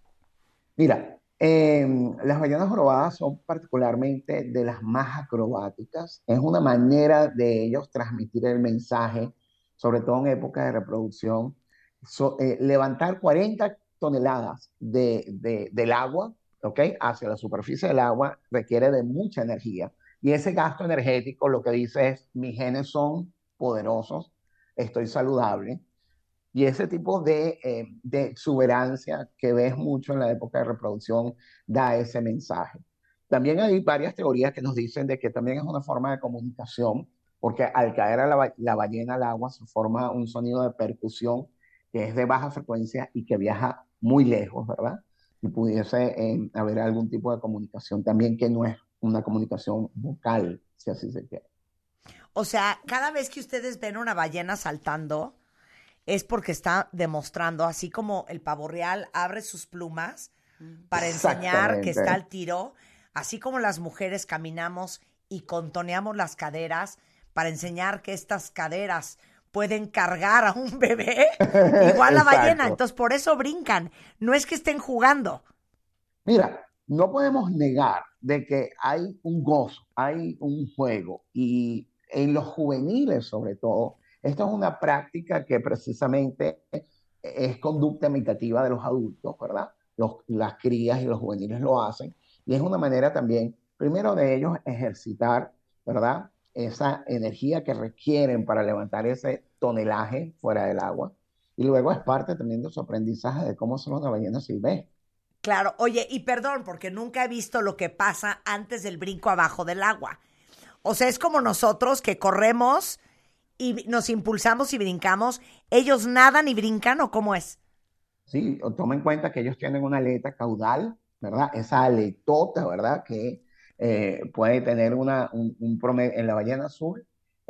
Mira, las ballenas jorobadas son particularmente de las más acrobáticas. Es una manera de ellos transmitir el mensaje, sobre todo en época de reproducción. Levantar 40 toneladas del agua, ¿ok? Hacia la superficie del agua requiere de mucha energía. Y ese gasto energético lo que dice es, mis genes son poderosos, estoy saludable. Y ese tipo de exuberancia que ves mucho en la época de reproducción da ese mensaje. También hay varias teorías que nos dicen de que también es una forma de comunicación, porque al caer a la ballena al agua se forma un sonido de percusión que es de baja frecuencia y que viaja muy lejos, ¿verdad? Y pudiese haber algún tipo de comunicación también que no es una comunicación vocal, si así se quiere. O sea, cada vez que ustedes ven una ballena saltando, es porque está demostrando, así como el pavo real abre sus plumas para enseñar que está Exactamente. al tiro, así como las mujeres caminamos y contoneamos las caderas para enseñar que estas caderas pueden cargar a un bebé, igual la ballena. Exacto. Entonces, por eso brincan. No es que estén jugando. Mira, no podemos negar de que hay un gozo, hay un juego y en los juveniles sobre todo, esto es una práctica que precisamente es conducta imitativa de los adultos, ¿verdad? Las crías y los juveniles lo hacen y es una manera también, primero de ellos, ejercitar, ¿verdad? Esa energía que requieren para levantar ese tonelaje fuera del agua y luego es parte también de su aprendizaje de cómo son una ballena silvestre. Claro, oye, y perdón, porque nunca he visto lo que pasa antes del brinco abajo del agua. O sea, es como nosotros que corremos y nos impulsamos y brincamos. ¿Ellos nadan y brincan o cómo es? Sí, toma en cuenta que ellos tienen una aleta caudal, ¿verdad? Esa aletota, ¿verdad? Que puede tener un promedio, en la ballena azul,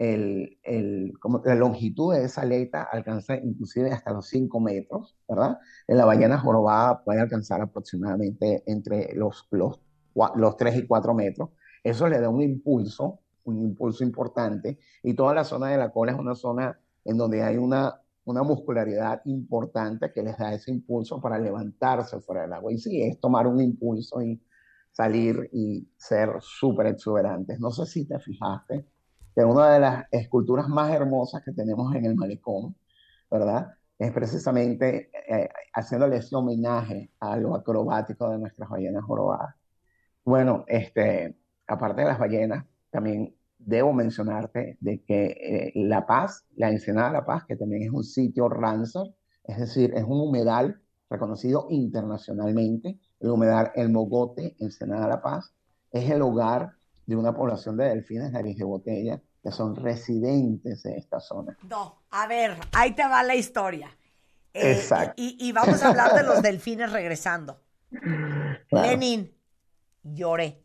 como la longitud de esa aleta alcanza inclusive hasta los 5 metros, ¿verdad? En la ballena jorobada puede alcanzar aproximadamente entre los 3 y 4 metros. Eso le da un impulso importante, y toda la zona de la cola es una zona en donde hay una muscularidad importante que les da ese impulso para levantarse fuera del agua. Y sí, es tomar un impulso y salir y ser súper exuberantes. No sé si te fijaste que una de las esculturas más hermosas que tenemos en el malecón, ¿verdad? Es precisamente haciéndole ese homenaje a lo acrobático de nuestras ballenas jorobadas. Bueno, aparte de las ballenas, también debo mencionarte de que La Paz, la Ensenada La Paz, que también es un sitio Ramsar, es decir, es un humedal reconocido internacionalmente, el humedal El Mogote, Ensenada La Paz, es el hogar de una población de delfines nariz de botella que son residentes de esta zona. No, a ver, ahí te va la historia. Exacto. Y vamos a hablar de los delfines regresando. Claro. Lenin, lloré.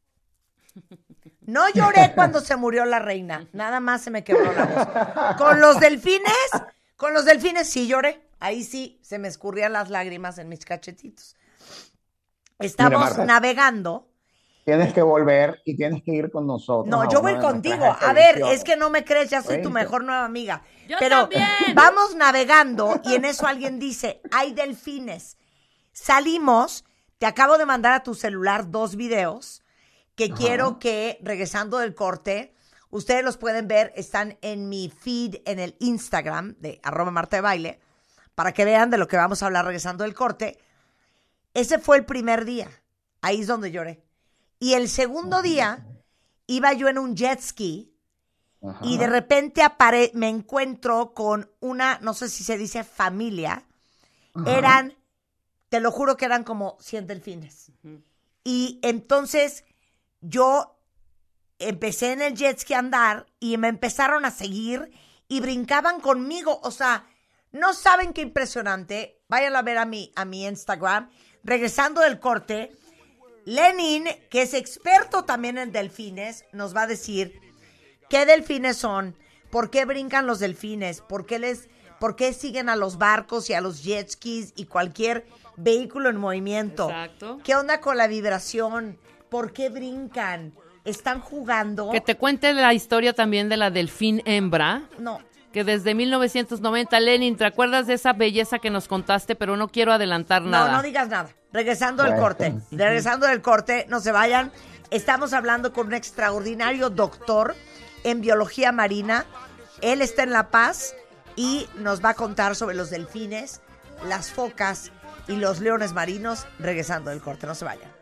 No lloré cuando se murió la reina, nada más se me quebró la voz. Con los delfines sí lloré. Ahí sí se me escurrían las lágrimas en mis cachetitos. Estamos Mira, Marta, navegando. tienes que volver y tienes que ir con nosotros. No, a yo una voy de contigo. nuestras A ver, expediciones. es que no me crees, ya soy tu ¿Oíste? mejor nueva amiga. Yo Pero también. vamos navegando y en eso alguien dice, hay delfines. Salimos, te acabo de mandar a tu celular 2 videos que quiero que, regresando del corte, ustedes los pueden ver, están en mi feed en el Instagram de @MartaDeBaile, para que vean de lo que vamos a hablar regresando del corte. Ese fue el primer día, ahí es donde lloré. Y el segundo día iba yo en un jet ski y de repente me encuentro con una, no sé si se dice familia, eran, te lo juro que eran como 100 delfines. Y entonces yo empecé en el jet ski a andar y me empezaron a seguir y brincaban conmigo. O sea, no saben qué impresionante. Vayan a ver a mi Instagram. Regresando del corte, Lenin, que es experto también en delfines, nos va a decir qué delfines son, por qué brincan los delfines, por qué siguen a los barcos y a los jet skis y cualquier vehículo en movimiento. Exacto. ¿Qué onda con la vibración? ¿Por qué brincan? ¿Están jugando? Que te cuente la historia también de la delfín hembra, No. que desde 1990, Lenin, ¿te acuerdas de esa belleza que nos contaste? Pero no quiero adelantar nada. No digas nada. Regresando del Bueno. corte. Regresando del corte, no se vayan. Estamos hablando con un extraordinario doctor en biología marina. Él está en La Paz y nos va a contar sobre los delfines, las focas y los leones marinos. Regresando del corte, no se vayan.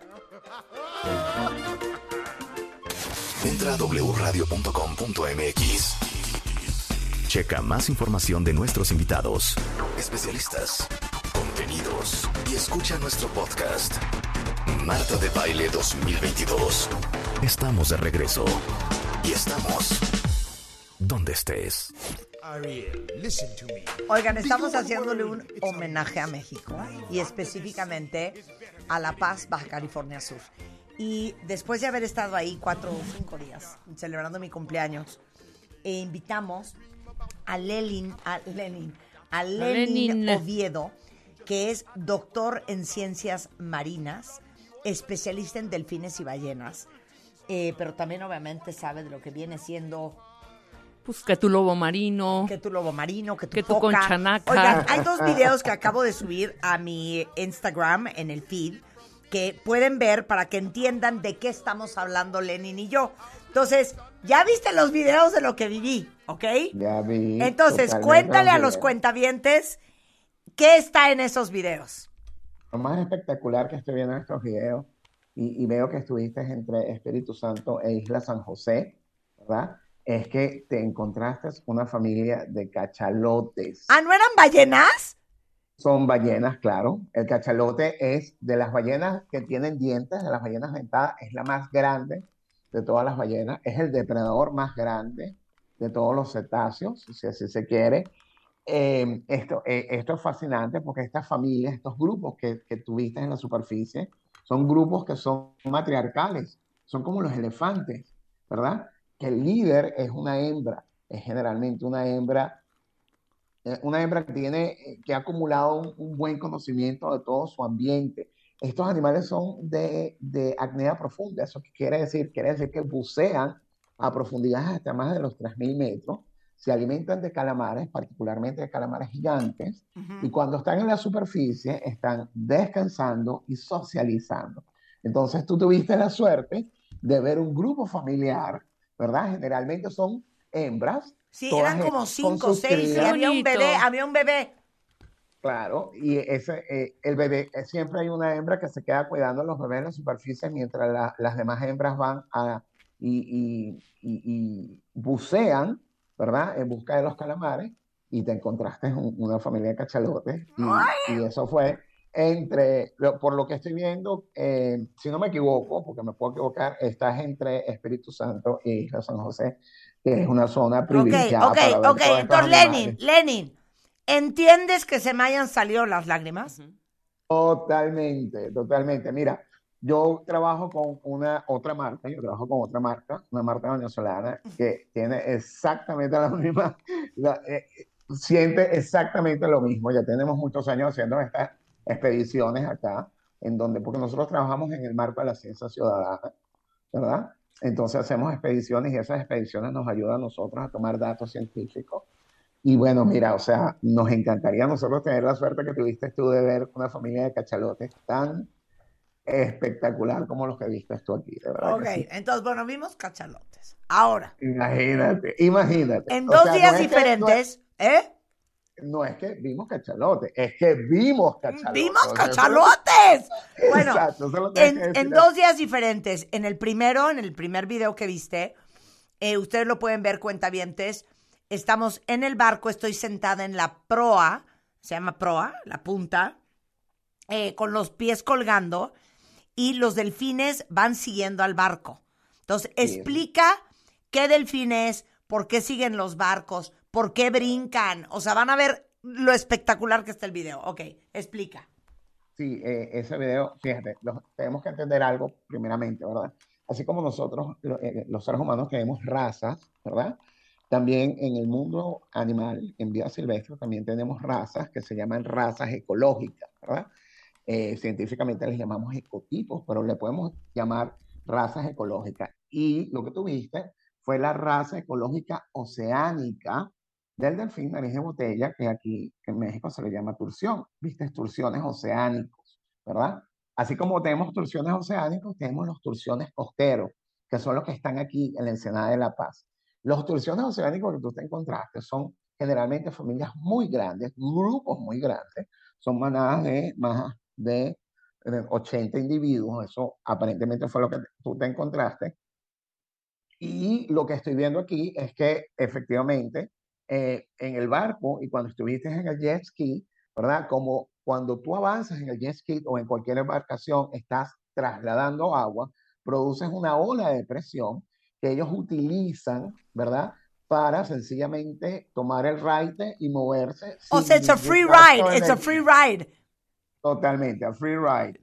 Entra a wradio.com.mx. Checa más información de nuestros invitados, especialistas, contenidos y escucha nuestro podcast. Marta de Baile 2022. Estamos de regreso y estamos donde estés. Ariel, listen to me. Oigan, estamos haciéndole un homenaje a México y específicamente a La Paz, Baja California Sur. Y después de haber estado ahí 4 o 5 días celebrando mi cumpleaños, invitamos a Lenin Oviedo, que es doctor en ciencias marinas, especialista en delfines y ballenas, pero también obviamente sabe de lo que viene siendo Pues que tu lobo marino. Que tu lobo marino, que tu Que tu foca. conchanaca. Oigan, hay 2 videos que acabo de subir a mi Instagram, en el feed, que pueden ver para que entiendan de qué estamos hablando Lenin y yo. Entonces, ya viste los videos de lo que viví, ¿ok? Ya vi. Entonces, totalmente cuéntale a los los videos. cuentavientes qué está en esos videos. Lo más espectacular que estoy viendo en estos videos, y veo que estuviste entre Espíritu Santo e Isla San José, ¿verdad? Es que te encontraste una familia de cachalotes. ¿Ah, no eran ballenas? Son ballenas, claro. El cachalote es de las ballenas que tienen dientes, de las ballenas dentadas, es la más grande de todas las ballenas. Es el depredador más grande de todos los cetáceos, si así se quiere. Esto es fascinante porque estas familias, estos grupos que tuviste en la superficie, son grupos que son matriarcales, son como los elefantes, ¿verdad? Que el líder es una hembra, es generalmente una hembra que que ha acumulado un buen conocimiento de todo su ambiente. Estos animales son de apnea profunda. ¿Eso qué quiere decir? Quiere decir que bucean a profundidades hasta más de los 3.000 metros, se alimentan de calamares, particularmente de calamares gigantes, y cuando están en la superficie están descansando y socializando. Entonces tú tuviste la suerte de ver un grupo familiar, ¿verdad? Generalmente son hembras, Sí, todas eran como ellas con 5, sus 6, y crías, había un bebé, Bonito. había un bebé. claro, y el bebé, siempre hay una hembra que se queda cuidando a los bebés en la superficie mientras las demás hembras van y bucean, ¿verdad? En busca de los calamares, y te encontraste una familia de cachalotes, y eso fue por lo que estoy viendo, si no me equivoco, porque me puedo equivocar, estás entre Espíritu Santo y Isla San José, que es una zona Ok, privilegiada ok, para ver ok. todos estos Entonces, animales. Lenin, ¿entiendes que se me hayan salido las lágrimas? Totalmente, totalmente. Mira, yo trabajo con una marca venezolana que tiene exactamente la misma, siente exactamente lo mismo. Ya tenemos muchos años haciendo estas expediciones acá, porque nosotros trabajamos en el marco de la ciencia ciudadana, ¿verdad? Entonces hacemos expediciones y esas expediciones nos ayudan a nosotros a tomar datos científicos. Y bueno, mira, o sea, nos encantaría a nosotros tener la suerte que tuviste tú de ver una familia de cachalotes tan espectacular como los que viste tú aquí, de verdad Ok, que sí. entonces, bueno, vimos cachalotes. Ahora, Imagínate, imagínate. en O 2 sea, días diferentes, ¿eh? no es que vimos cachalotes, es que vimos cachalotes. ¡Vimos O sea, cachalotes! Bueno, exacto, eso lo tienes que en decir. 2 días diferentes. En el primer video que viste, ustedes lo pueden ver, cuentavientes. Estamos en el barco, estoy sentada en la proa, se llama proa, la punta, con los pies colgando, y los delfines van siguiendo al barco. Entonces, Sí, explica qué delfines, por qué siguen los barcos, por qué brincan. O sea, van a ver lo espectacular que está el video. Ok, explica. sí, ese video, fíjate, tenemos que entender algo primeramente, ¿verdad? Así como nosotros, los seres humanos, tenemos razas, ¿verdad? También en el mundo animal, en vida silvestre, también tenemos razas que se llaman razas ecológicas, ¿verdad? Científicamente les llamamos ecotipos, pero le podemos llamar razas ecológicas. Y lo que tuviste fue la raza ecológica oceánica del delfín nariz de botella, que aquí en México se le llama tursión, ¿viste? Tursiones oceánicos, ¿verdad? Así como tenemos tursiones oceánicos, tenemos los tursiones costeros, que son los que están aquí en la Ensenada de La Paz. Los tursiones oceánicos que tú te encontraste son generalmente familias muy grandes, grupos muy grandes, son manadas de más de 80 individuos, eso aparentemente fue lo que tú te encontraste. Y lo que estoy viendo aquí es que efectivamente en el barco y cuando estuviste en el jet ski, ¿verdad? Como cuando tú avanzas en el jet ski o en cualquier embarcación, estás trasladando agua, produces una ola de presión que ellos utilizan, ¿verdad? Para sencillamente tomar el raite y moverse O sea, sin it's a ningún free ride, gasto de it's a free energía. ride. Totalmente, a free ride,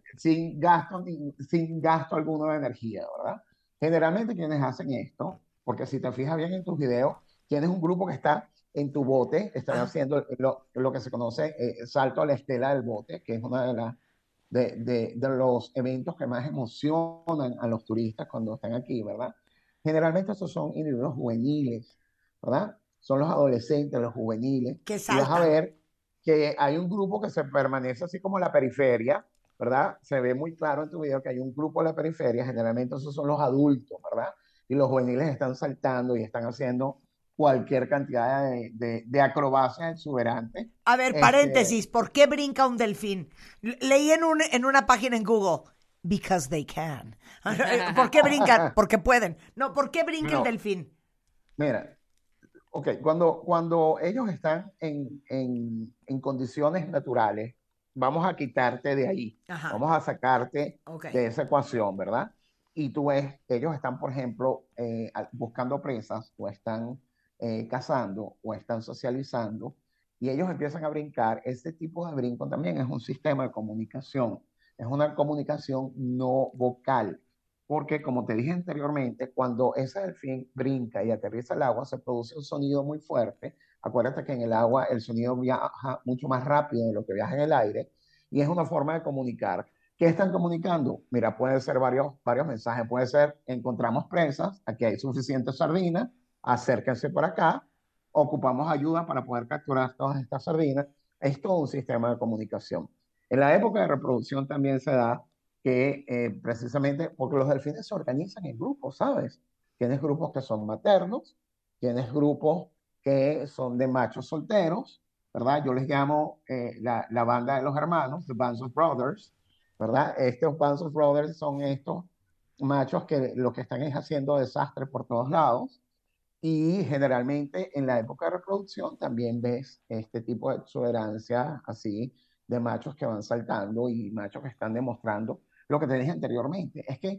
sin gasto alguno de energía, ¿verdad? Generalmente quienes hacen esto, porque si te fijas bien en tus videos, tienes un grupo que está en tu bote, están Ajá. haciendo lo que se conoce salto a la estela del bote, que es una de los eventos que más emocionan a los turistas cuando están aquí, ¿verdad? Generalmente estos son individuos juveniles, ¿verdad? Son los adolescentes, los juveniles. Que Y vas a saltan. ver que hay un grupo que se permanece así como en la periferia, ¿verdad? Se ve muy claro en tu video que hay un grupo en la periferia, generalmente esos son los adultos, ¿verdad? Y los juveniles están saltando y están haciendo cualquier cantidad de acrobacias exuberantes. A ver, Este, paréntesis, ¿por qué brinca un delfín? Leí en una página en Google. Because they can. ¿Por qué brincan? Porque pueden. No, ¿por qué brinca el no, delfín? mira, ok, cuando ellos están en condiciones naturales, vamos a quitarte de ahí, Ajá, vamos a sacarte ok. de esa ecuación, ¿verdad? Y tú ves, ellos están, por ejemplo, buscando presas, o están cazando, o están socializando, y ellos empiezan a brincar. Este tipo de brinco también es un sistema de comunicación, es una comunicación no vocal. Porque, como te dije anteriormente, cuando ese delfín brinca y aterriza al agua, se produce un sonido muy fuerte. Acuérdate que en el agua el sonido viaja mucho más rápido de lo que viaja en el aire y es una forma de comunicar. ¿Qué están comunicando? Mira, puede ser varios mensajes. Puede ser, encontramos presas, aquí hay suficientes sardinas, acérquense por acá, ocupamos ayuda para poder capturar todas estas sardinas. Es todo un sistema de comunicación. En la época de reproducción también se da que precisamente porque los delfines se organizan en grupos, ¿sabes? Tienes grupos que son maternos, tienes grupos que son de machos solteros, ¿verdad? Yo les llamo la banda de los hermanos, the Bands of Brothers, ¿verdad? Estos Bands of Brothers son estos machos que lo que están es haciendo desastre por todos lados y generalmente en la época de reproducción también ves este tipo de exuberancia así de machos que van saltando y machos que están demostrando lo que te dije anteriormente. Es que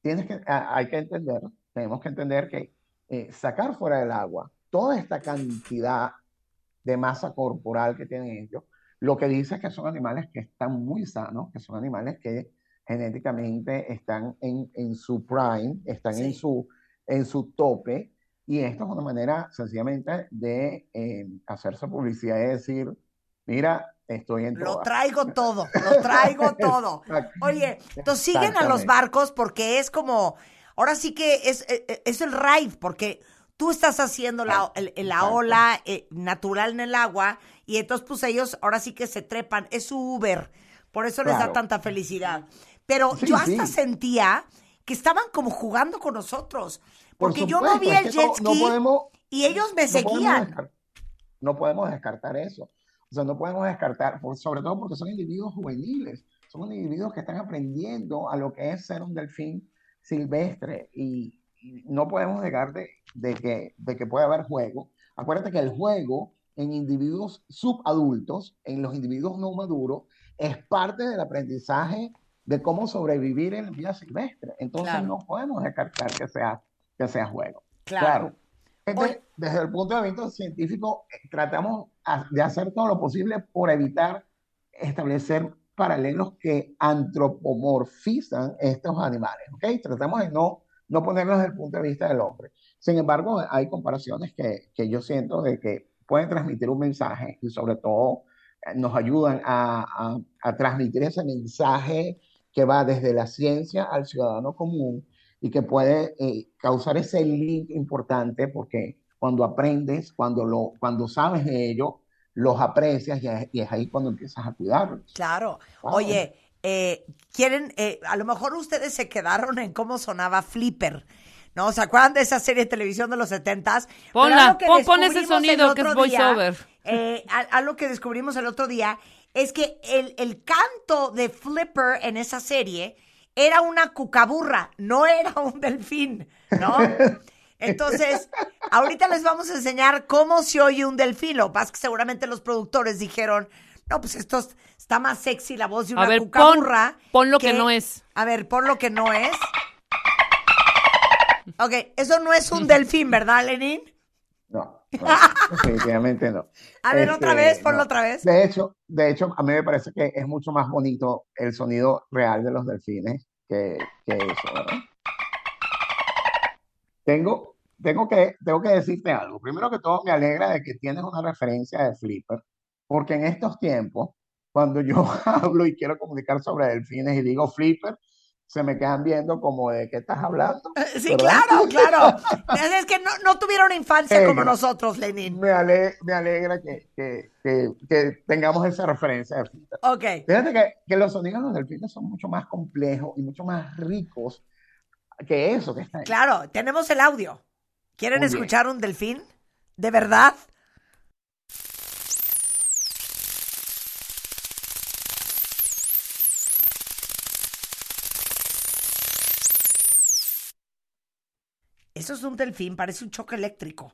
hay que entender, tenemos que entender que sacar fuera del agua toda esta cantidad de masa corporal que tienen ellos, lo que dice es que son animales que están muy sanos, que son animales que genéticamente están en su prime, están Sí. en su tope, y esto es una manera sencillamente de hacerse publicidad y decir, mira, estoy en Lo todas. traigo todo, lo traigo todo. Oye, entonces siguen a los Exactamente. barcos porque es como, ahora sí que es el ride, porque tú estás haciendo la Exacto. ola natural en el agua y entonces pues ellos ahora sí que se trepan, es su Uber, por eso les da Claro. tanta felicidad. Pero yo Sí, hasta sí, sentía que estaban como jugando con nosotros, por porque yo supuesto, movía es el que jet no ski podemos, y ellos me no podemos seguían. descartar. No podemos descartar eso. O sea, no podemos descartar, sobre todo porque son individuos juveniles, son individuos que están aprendiendo a lo que es ser un delfín silvestre y no podemos negar de que puede haber juego. Acuérdate que el juego en individuos subadultos, en los individuos no maduros, es parte del aprendizaje de cómo sobrevivir en la vida silvestre. Entonces Claro, no podemos descartar que sea juego. claro. Claro, Oye, desde el punto de vista científico, tratamos de hacer todo lo posible por evitar establecer paralelos que antropomorfizan estos animales, ¿ok? Tratamos de no ponerlos desde el punto de vista del hombre. Sin embargo, hay comparaciones que yo siento de que pueden transmitir un mensaje y sobre todo nos ayudan a transmitir ese mensaje que va desde la ciencia al ciudadano común y que puede causar ese link importante porque cuando aprendes, cuando sabes de ello, los aprecias y es ahí cuando empiezas a cuidarlos. claro. ¿Sabes? Oye, quieren, a lo mejor ustedes se quedaron en cómo sonaba Flipper, ¿no? ¿Se acuerdan de esa serie de televisión de los 70s? Pero Ponla, algo que pon ese descubrimos el sonido que es otro día, voiceover. algo que descubrimos el otro día es que el canto de Flipper en esa serie era una cucaburra, no era un delfín, ¿no? Entonces, ahorita les vamos a enseñar cómo se oye un delfín. Lo que pasa es que seguramente los productores dijeron, no, pues esto está más sexy la voz de A una ver, cucaburra. pon lo que no es. A ver, pon lo que no es. Ok, eso no es un delfín, ¿verdad, Lenin? No, definitivamente no. A ver, otra vez, ponlo No. otra vez. De hecho, a mí me parece que es mucho más bonito el sonido real de los delfines que eso, ¿verdad? Tengo que decirte algo. Primero que todo, me alegra de que tienes una referencia de Flipper, porque en estos tiempos, cuando yo hablo y quiero comunicar sobre delfines y digo Flipper, se me quedan viendo como de qué estás hablando, Sí, ¿verdad? claro. Es que no tuvieron infancia como Venga. nosotros, Lenin. Me alegra que tengamos esa referencia de Fita. Ok. Fíjate que los sonidos de los delfines son mucho más complejos y mucho más ricos que eso que está ahí. Claro, tenemos el audio. ¿Quieren Muy bien. escuchar un delfín? ¿De verdad? Eso es un delfín, parece un choque eléctrico.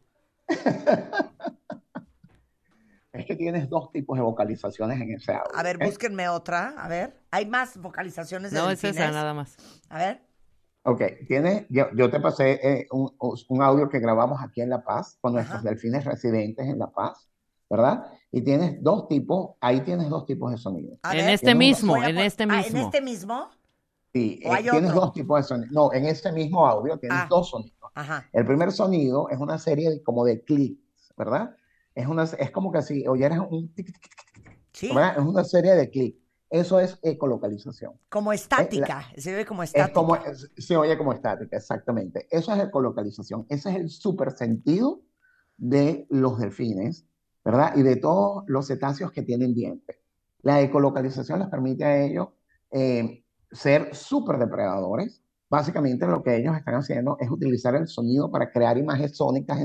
Es que tienes dos tipos de vocalizaciones en ese audio. A ver, ¿ok? búsquenme otra. A ver, hay más vocalizaciones de No, es delfines. esa nada más. A ver. Ok, yo te pasé un audio que grabamos aquí en La Paz con nuestros Ajá. delfines residentes en La Paz, ¿verdad? Y tienes dos tipos, ahí tienes dos tipos de sonido. A En ver. este Tienes mismo, Voy a en pon- este ¿En mismo. este mismo? Sí, ¿O hay tienes otro? dos tipos de sonido. No, en ese mismo audio tienes Ah. dos sonidos. Ajá. El primer sonido es una serie como de clics, ¿verdad? Es como que si oyeras un tic, tic, tic, Sí, ¿verdad? Es una serie de clics. Eso es ecolocalización. como estática. Se ve como Es estática. como, se oye como estática, exactamente. Eso es ecolocalización. Ese es el super sentido de los delfines, ¿verdad? Y de todos los cetáceos que tienen dientes. La ecolocalización les permite a ellos ser súper depredadores. Básicamente lo que ellos están haciendo es utilizar el sonido para crear imágenes sónicas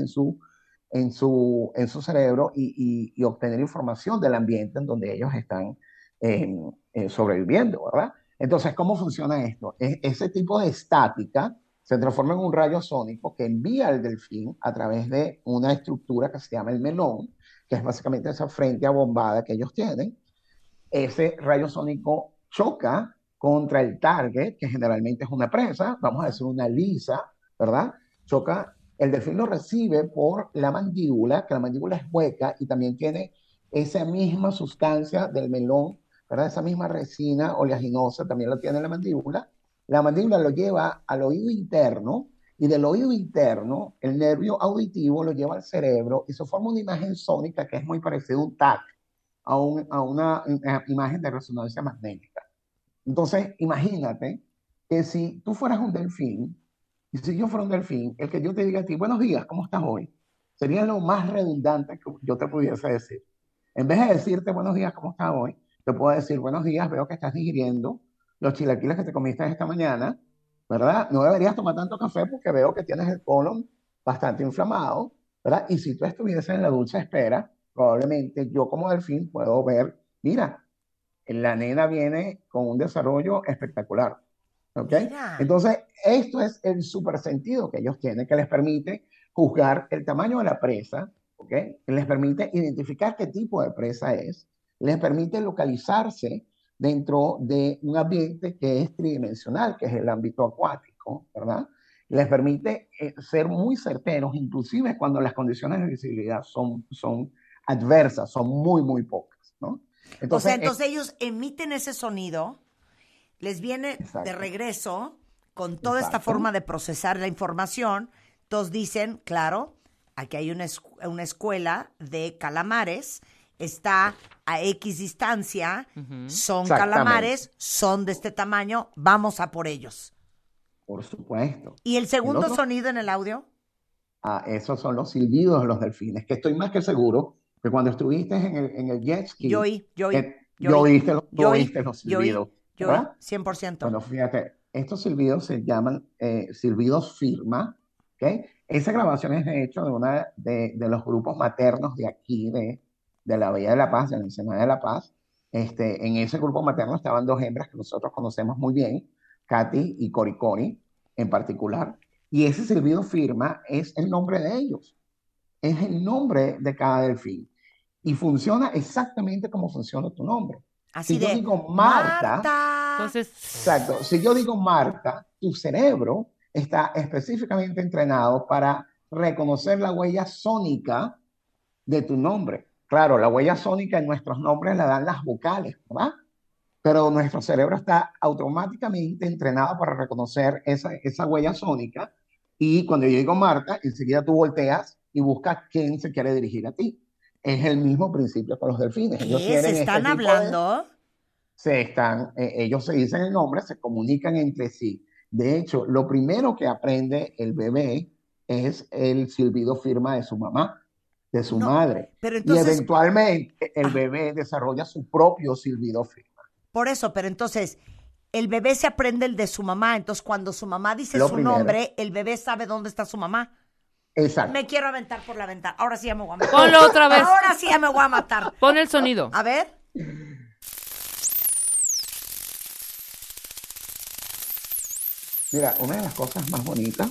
en su cerebro y obtener información del ambiente en donde ellos están eh, sobreviviendo, ¿verdad? Entonces, ¿cómo funciona esto? Ese tipo de estática se transforma en un rayo sónico que envía al delfín a través de una estructura que se llama el melón, que es básicamente esa frente abombada que ellos tienen. Ese rayo sónico choca contra el target, que generalmente es una presa, vamos a decir una lisa, ¿verdad? Choca, el delfín lo recibe por la mandíbula, que la mandíbula es hueca y también tiene esa misma sustancia del melón, ¿verdad? Esa misma resina oleaginosa también lo tiene la mandíbula. La mandíbula lo lleva al oído interno y del oído interno el nervio auditivo lo lleva al cerebro y se forma una imagen sónica que es muy parecida a un TAC, a una imagen de resonancia magnética. Entonces, imagínate que si tú fueras un delfín, y si yo fuera un delfín, el que yo te diga a ti, buenos días, ¿cómo estás hoy? Sería lo más redundante que yo te pudiese decir. En vez de decirte buenos días, ¿cómo estás hoy? Te puedo decir buenos días, veo que estás digiriendo los chilaquiles que te comiste esta mañana, ¿verdad? No deberías tomar tanto café porque veo que tienes el colon bastante inflamado, ¿verdad? Y si tú estuvieses en la dulce espera, probablemente yo como delfín puedo ver, mira, la nena viene con un desarrollo espectacular. ¿Ok? Mira. Entonces, esto es el super sentido que ellos tienen, que les permite juzgar el tamaño de la presa, ¿ok? Les permite identificar qué tipo de presa es, les permite localizarse dentro de un ambiente que es tridimensional, que es el ámbito acuático, ¿verdad? Les permite ser muy certeros, inclusive cuando las condiciones de visibilidad son adversas, son muy, muy pocas, ¿no? Entonces ellos emiten ese sonido, les viene de Exacto. regreso con toda esta Exacto. forma de procesar la información. Entonces dicen, claro, aquí hay una escuela de calamares, está a X distancia, son Exactamente. calamares, son de este tamaño, vamos a por ellos. Por supuesto. ¿Y el segundo otro? sonido en el audio? Esos son los silbidos de los delfines, que estoy más que seguro que cuando estuviste en el jet ski, Yo oí. tú oíste los silbidos, Yo oí, ¿verdad? 100%. Bueno, fíjate, estos silbidos se llaman silbidos firma, ¿ok? Esa grabación es de hecho de uno de los grupos maternos de aquí, de la Bahía de La Paz, de la Ensenada de La Paz. En ese grupo materno estaban dos hembras que nosotros conocemos muy bien, Katy y Cori en particular, y ese silbido firma es el nombre de ellos, es el nombre de cada delfín, y funciona exactamente como funciona tu nombre. Así Si yo de, digo Marta, Entonces, exacto, si yo digo Marta, tu cerebro está específicamente entrenado para reconocer la huella sónica de tu nombre. Claro, la huella sónica en nuestros nombres la dan las vocales, ¿verdad? Pero nuestro cerebro está automáticamente entrenado para reconocer esa huella sónica y cuando yo digo Marta, enseguida tú volteas y buscas quién se quiere dirigir a ti. Es el mismo principio con los delfines. Ellos ¿qué? tienen ¿Se este están tipo hablando? ellos se dicen el nombre, se comunican entre sí. De hecho, lo primero que aprende el bebé es el silbido firma de su mamá, de su No, madre. pero Y entonces, eventualmente el ajá, bebé desarrolla su propio silbido firma. por eso, pero entonces, el bebé se aprende el de su mamá, entonces cuando su mamá dice Lo su primero, nombre, el bebé sabe dónde está su mamá. Me exacto. quiero aventar por la ventana. Ahora sí ya me voy a matar. Ponlo otra vez. Ahora sí ya me voy a matar. Pon el sonido. A ver. Mira, una de las cosas más bonitas,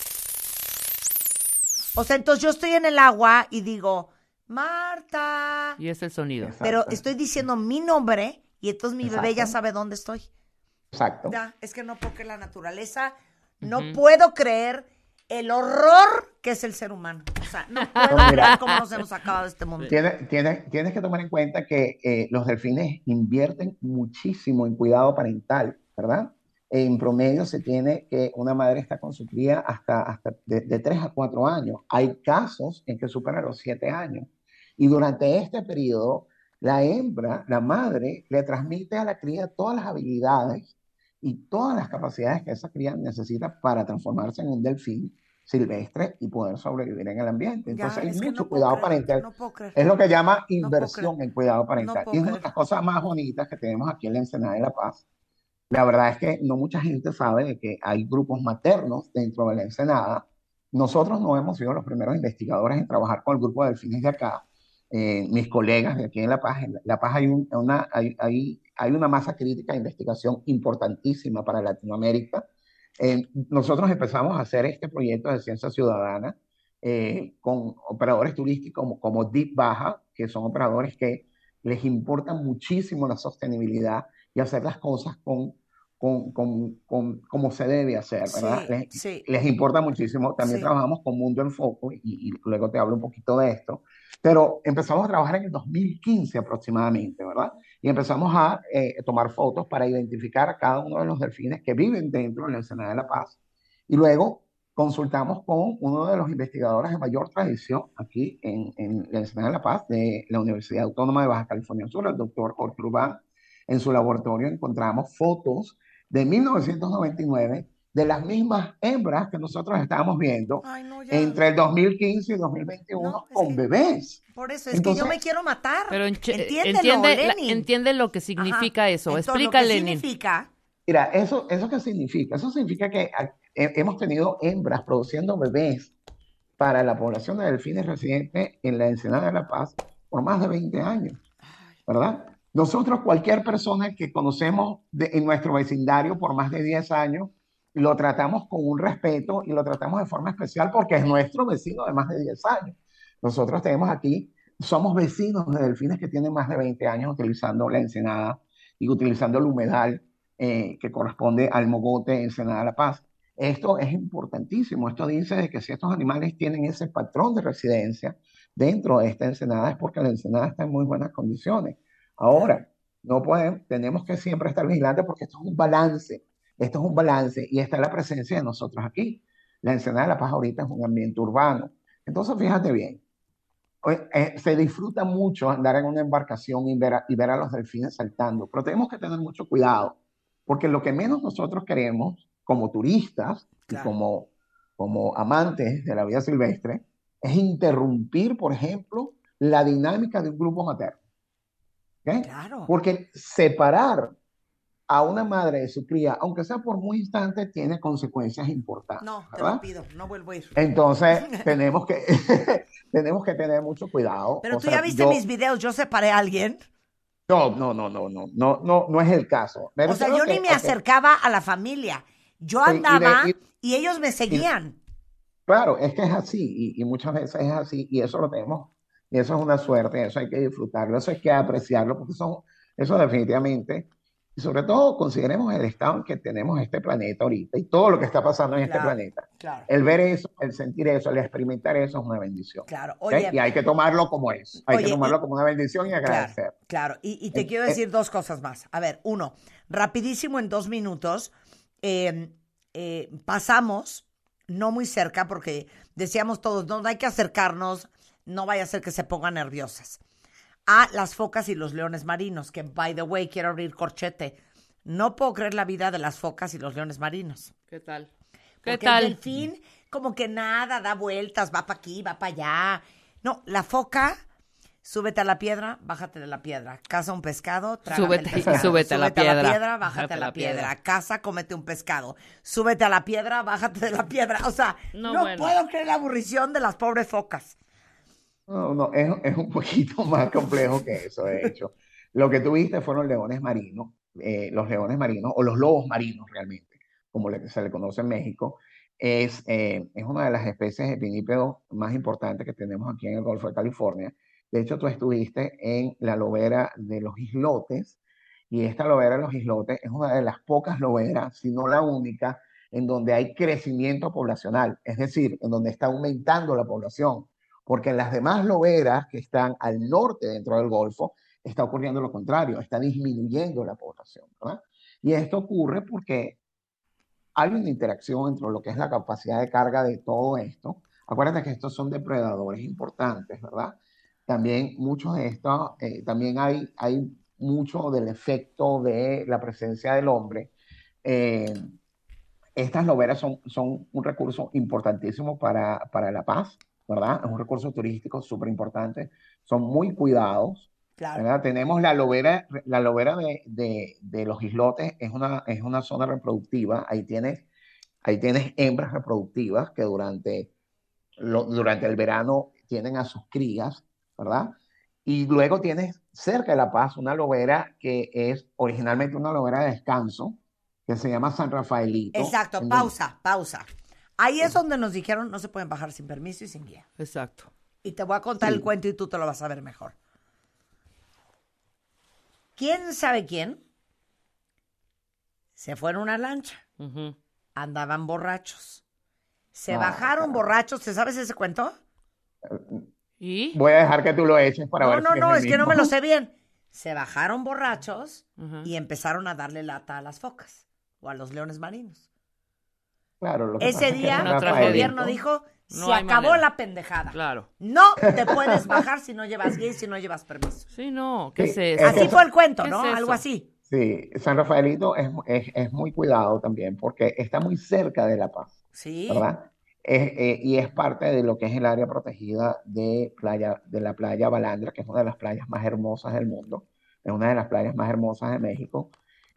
O sea, entonces yo estoy en el agua y digo, Marta. Y es el sonido. Pero exacto, estoy diciendo mi nombre y entonces mi bebé ya exacto, sabe dónde estoy. exacto. Ya, es que no puedo creer la naturaleza. No puedo creer el horror que es el ser humano. O sea, no puedo No, mira, creer cómo nos hemos acabado de este mundo. tienes que tomar en cuenta que los delfines invierten muchísimo en cuidado parental, ¿verdad? En promedio se tiene que una madre está con su cría hasta de 3 a 4 años. Hay casos en que superan los 7 años. Y durante este periodo, la hembra, la madre, le transmite a la cría todas las habilidades y todas las capacidades que esa cría necesita para transformarse en un delfín silvestre y poder sobrevivir en el ambiente. Ya, Entonces hay es que mucho no puedo cuidado creer. parental. No puedo creer. Es lo que llama No puedo creer. inversión en cuidado No parental. Y puedo es una de creer. las cosas más bonitas que tenemos aquí en la Ensenada de La Paz. La verdad es que no mucha gente sabe de que hay grupos maternos dentro de la Ensenada. Nosotros no hemos sido los primeros investigadores en trabajar con el grupo de delfines de acá. Mis colegas de aquí en La Paz, hay una masa crítica de investigación importantísima para Latinoamérica. Nosotros empezamos a hacer este proyecto de ciencia ciudadana con operadores turísticos como Deep Baja, que son operadores que les importa muchísimo la sostenibilidad y hacer las cosas como se debe hacer, ¿verdad? Sí, sí, Les importa muchísimo. También sí. trabajamos con Mundo en Foco y luego te hablo un poquito de esto. Pero empezamos a trabajar en el 2015 aproximadamente, ¿verdad? Y empezamos a tomar fotos para identificar a cada uno de los delfines que viven dentro de la Ensenada de La Paz. Y luego consultamos con uno de los investigadores de mayor tradición aquí en la Ensenada de La Paz, de la Universidad Autónoma de Baja California Sur, el doctor Jorge Urbán. En su laboratorio encontramos fotos de 1999 de las mismas hembras que nosotros estábamos viendo Ay, no, ya. entre el 2015 y 2021 No, es con que bebés. por eso es que Entonces, yo me quiero matar. Pero Entiéndelo, Lenin. entiende lo que significa Ajá. eso. Entonces, Explica, lo que Lenin. significa, mira, ¿eso qué significa? Eso significa que hemos tenido hembras produciendo bebés para la población de delfines residentes en la Ensenada de La Paz por más de 20 años, ¿verdad? Nosotros, cualquier persona que conocemos en nuestro vecindario por más de 10 años, lo tratamos con un respeto y lo tratamos de forma especial porque es nuestro vecino de más de 10 años. Nosotros tenemos aquí, somos vecinos de delfines que tienen más de 20 años utilizando la Ensenada y utilizando el humedal que corresponde al mogote Ensenada La Paz. Esto es importantísimo. Esto dice de que si estos animales tienen ese patrón de residencia dentro de esta ensenada es porque la ensenada está en muy buenas condiciones. Ahora, no podemos, tenemos que siempre estar vigilantes porque esto es un balance. Esto es un balance y está la presencia de nosotros aquí. La Ensenada de La Paz ahorita es un ambiente urbano. Entonces, fíjate bien, se disfruta mucho andar en una embarcación y ver a los delfines saltando, pero tenemos que tener mucho cuidado, porque lo que menos nosotros queremos como turistas y claro, como amantes de la vida silvestre es interrumpir, por ejemplo, la dinámica de un grupo materno. ¿Ok? claro. Porque separar a una madre de su cría, aunque sea por muy instante, tiene consecuencias importantes, No, te lo ¿verdad? pido, no vuelvo a ir. Entonces, tenemos que, tenemos que tener mucho cuidado. Pero O tú sea, ya viste mis videos, yo separé a alguien. no es el caso. Me O sea, refiero yo que, ni me ok, acercaba a la familia. Yo sí, andaba y ellos me seguían. claro, es que es así, y muchas veces es así, y eso lo tenemos, y eso es una suerte, eso hay que disfrutarlo, eso hay que apreciarlo, porque eso definitivamente, y sobre todo consideremos el estado en que tenemos este planeta ahorita, y todo lo que está pasando en este Claro, planeta. claro, El ver eso, el sentir eso, el experimentar eso es una bendición. claro. ¿Ok? Oye, Y hay que tomarlo como es, hay que oye, tomarlo como una bendición y claro, agradecer. claro. Y te quiero decir dos cosas más. A ver, uno, rapidísimo en 2 minutos, pasamos, no muy cerca, porque decíamos todos, no hay que acercarnos, no vaya a ser que se pongan nerviosas. a las focas y los leones marinos, que, by the way, quiero abrir corchete. No puedo creer la vida de las focas y los leones marinos. ¿Qué tal? Porque ¿Qué tal? el delfín, como que nada, da vueltas, va para aquí, va para allá. No, la foca, súbete a la piedra, bájate de la piedra. Caza un pescado, trágate el pescado. Súbete a la piedra. Bájate a la piedra. Caza, cómete un pescado. Súbete a la piedra, bájate de la piedra. O sea, no puedo creer la aburrición de las pobres focas. No, es un poquito más complejo que eso, de hecho. Lo que tú viste fueron leones marinos, los leones marinos, o los lobos marinos realmente, como se le conoce en México, es una de las especies de pinípedos más importantes que tenemos aquí en el Golfo de California. De hecho, tú estuviste en la lobera de los islotes, y esta lobera de los islotes es una de las pocas loberas, si no la única, en donde hay crecimiento poblacional, es decir, en donde está aumentando la población, porque en las demás loberas que están al norte dentro del Golfo, está ocurriendo lo contrario, está disminuyendo la población, ¿verdad? Y esto ocurre porque hay una interacción entre lo que es la capacidad de carga de todo esto. Acuérdate que estos son depredadores importantes, ¿verdad? También muchos de estos, también hay mucho del efecto de la presencia del hombre. Eh, Estas loberas son un recurso importantísimo para la paz, ¿verdad? Es un recurso turístico súper importante. Son muy cuidados, Claro. ¿verdad? Tenemos la lobera de los islotes, es una zona reproductiva. Ahí tienes hembras reproductivas que durante el verano tienen a sus crías, ¿verdad? Y luego tienes cerca de La Paz una lobera que es originalmente una lobera de descanso, que se llama San Rafaelito. Exacto, pausa. Ahí es donde nos dijeron no se pueden bajar sin permiso y sin guía. Exacto. Y te voy a contar el cuento y tú te lo vas a ver mejor. ¿Quién sabe quién? Se fue en una lancha. Ujú. Andaban borrachos. Se bajaron borrachos. ¿Te sabes ese cuento? ¿Y? Voy a dejar que tú lo eches para ver si No, es es el que no me mismo. lo sé bien. Se bajaron borrachos Ujú. y empezaron a darle lata a las focas o a los leones marinos. Claro, lo que pasa Ese es que día San Una el tragedia. gobierno Rafaelito- dijo, No se hay acabó manera. la pendejada. Claro. No te puedes bajar si no llevas guía y si no llevas permiso. Sí, no. ¿Qué Sí, es eso? Así fue el cuento, ¿Qué ¿no? es eso? Algo así. Sí, San Rafaelito es muy cuidado también porque está muy cerca de La Paz, Sí. ¿verdad? Y es parte de lo que es el área protegida de la playa Balandra, que es una de las playas más hermosas del mundo, es una de las playas más hermosas de México,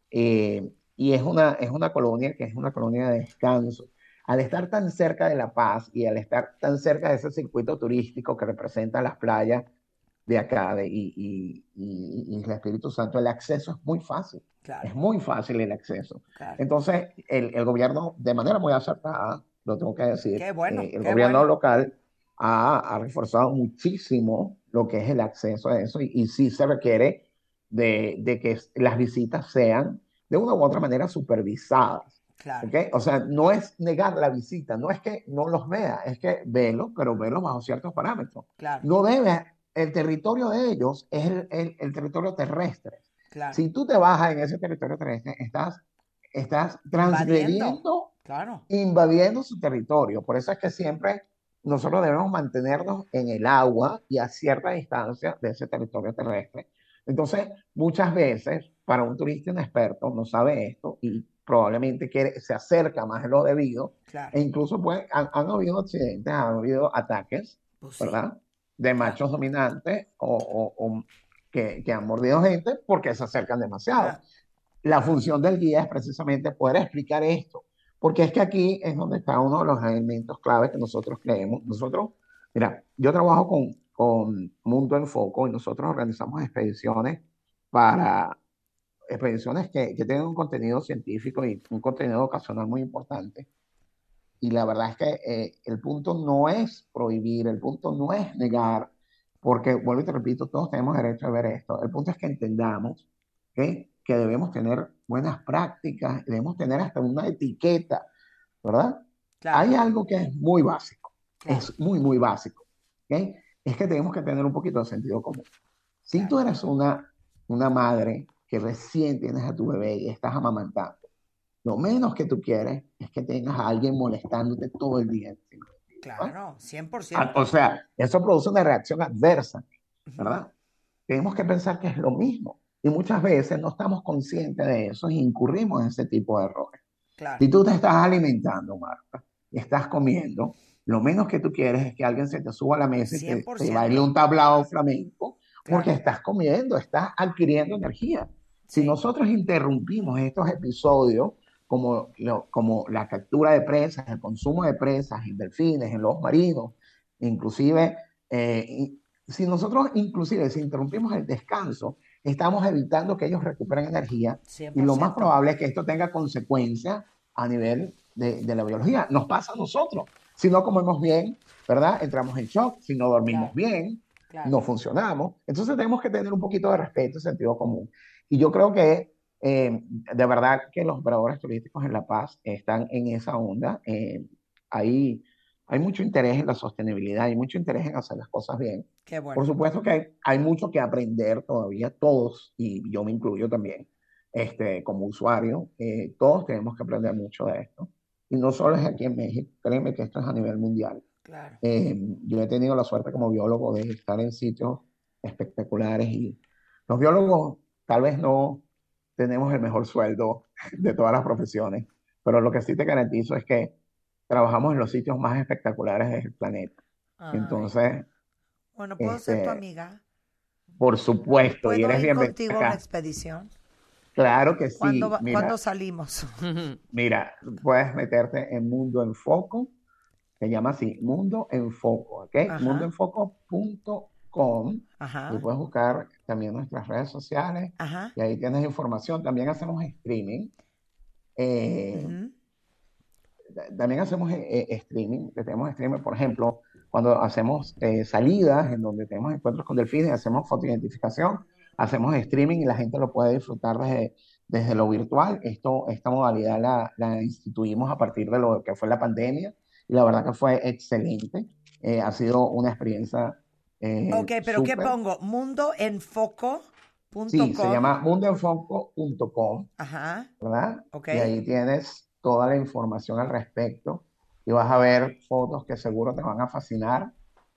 y es una colonia que es una colonia de descanso. Al estar tan cerca de La Paz y al estar tan cerca de ese circuito turístico que representa las playas de acá y el Espíritu Santo, el acceso es muy fácil. Claro. Es muy fácil el acceso. Claro. Entonces, el gobierno, de manera muy acertada, lo tengo que decir, Qué bueno, el qué gobierno bueno. local ha reforzado muchísimo lo que es el acceso a eso y sí se requiere de que las visitas sean de una u otra manera supervisadas. Claro. ¿Ok? O sea, no es negar la visita, no es que no los vea, es que velo, pero velo bajo ciertos parámetros. Claro. No debe, el territorio de ellos es el territorio terrestre. Claro. Si tú te bajas en ese territorio terrestre, estás transgrediendo, Claro. invadiendo su territorio. Por eso es que siempre nosotros debemos mantenernos en el agua y a cierta distancia de ese territorio terrestre. Entonces, muchas veces, para un turista inexperto, no sabe esto y probablemente se acerca más de lo debido, Claro. e incluso han habido accidentes, han habido ataques, Pues sí. ¿verdad? De machos dominantes o que han mordido gente porque se acercan demasiado. Claro. La función del guía es precisamente poder explicar esto, porque es que aquí es donde está uno de los elementos claves que nosotros creemos. Mira, yo trabajo con Mundo en Foco y nosotros organizamos expediciones que tienen un contenido científico y un contenido educacional muy importante. Y la verdad es que el punto no es prohibir, el punto no es negar, porque, vuelvo y te repito, todos tenemos derecho a ver esto. El punto es que entendamos que debemos tener buenas prácticas, debemos tener hasta una etiqueta, ¿verdad? Claro. Hay algo que es muy básico, Claro. es muy, muy básico, ¿ok? Es que tenemos que tener un poquito de sentido común. Si Claro. tú eres una madre que recién tienes a tu bebé y estás amamantando, lo menos que tú quieres es que tengas a alguien molestándote todo el día encima de ti, ¿verdad? Claro, 100%. O sea, eso produce una reacción adversa, ¿verdad? tenemos que pensar que es lo mismo. Y muchas veces no estamos conscientes de eso y incurrimos en ese tipo de errores. Claro. Si tú te estás alimentando, Marta, y estás comiendo, lo menos que tú quieres es que alguien se te suba a la mesa y te 100%. baile un tablao flamenco, porque Claro. estás comiendo, estás adquiriendo energía. Si Sí. nosotros interrumpimos estos episodios, como la captura de presas, el consumo de presas en delfines, en lobos marinos, inclusive, si nosotros inclusive si interrumpimos el descanso, estamos evitando que ellos recuperen energía 100%. y lo más probable es que esto tenga consecuencias a nivel de la biología. Nos pasa a nosotros. Si no comemos bien, ¿verdad? Entramos en shock. Si no dormimos bien, Claro. no funcionamos. Entonces tenemos que tener un poquito de respeto y sentido común. Y yo creo que de verdad que los operadores turísticos en La Paz están en esa onda. Hay mucho interés en la sostenibilidad, hay mucho interés en hacer las cosas bien. Qué bueno. Por supuesto que hay mucho que aprender todavía, todos, y yo me incluyo también, como usuario, todos tenemos que aprender mucho de esto. Y no solo es aquí en México, créeme que esto es a nivel mundial. Claro. Yo he tenido la suerte como biólogo de estar en sitios espectaculares y los biólogos tal vez no tenemos el mejor sueldo de todas las profesiones, pero lo que sí te garantizo es que trabajamos en los sitios más espectaculares del planeta. Ay. Entonces, Bueno, ¿puedo ser tu amiga? por supuesto, y ¿Puedo eres ir bienvenida contigo a una acá. expedición? Claro que sí. ¿Cuándo Mira, salimos? mira, puedes meterte en Mundo en Foco, se llama así, Mundo en Foco, ¿ok? Ajá. mundoenfoco.com, y Ajá. puedes buscar también nuestras redes sociales, Ajá. y ahí tienes información. También hacemos streaming. Ujú. También hacemos streaming, que tenemos streaming, por ejemplo, cuando hacemos salidas en donde tenemos encuentros con delfines, hacemos fotoidentificación, hacemos streaming y la gente lo puede disfrutar desde lo virtual. Esta modalidad la instituimos a partir de lo que fue la pandemia y la verdad que fue excelente. Ha sido una experiencia Ok, pero ¿qué súper. pongo? mundoenfoco.com. Sí, se llama mundoenfoco.com, Ajá. ¿verdad? Ok. Y ahí tienes toda la información al respecto y vas a ver fotos que seguro te van a fascinar.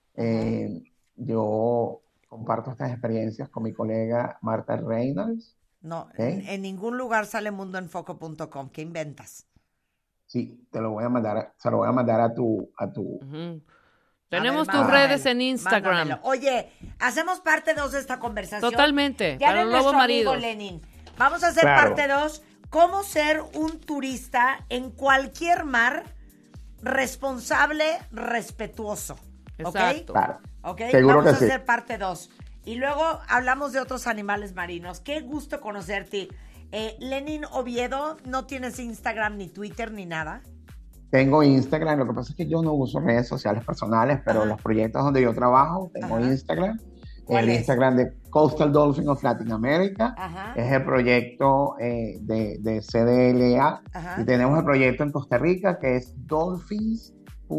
Yo comparto estas experiencias con mi colega Marta Reynolds. No, ¿Ok? en ningún lugar sale mundoenfoco.com. ¿Qué inventas? Sí, te lo voy a mandar, se lo voy a mandar a tu. Ujú. A Tenemos ver, tus mándamelo, redes en Instagram. mándamelo. Oye, hacemos parte 2 de esta conversación. Totalmente, Ya para de los nuestro nuevos amigo maridos. Lenin. Vamos a hacer Claro. parte 2. ¿Cómo ser un turista en cualquier mar responsable, respetuoso? ¿Ok? Exacto. Claro, ¿Ok? seguro Vamos que a sí. hacer parte 2. Y luego hablamos de otros animales marinos. Qué gusto conocerte. Lenin Oviedo, ¿no tienes Instagram, ni Twitter, ni nada? Tengo Instagram, lo que pasa es que yo no uso redes sociales personales, pero Ajá. los proyectos donde yo trabajo, tengo Ajá. Instagram. ¿Cuál El es? Instagram de Coastal Dolphin of Latin America. Ajá. Es el proyecto de CDLA. Ajá. Y tenemos el proyecto en Costa Rica que es Dolphins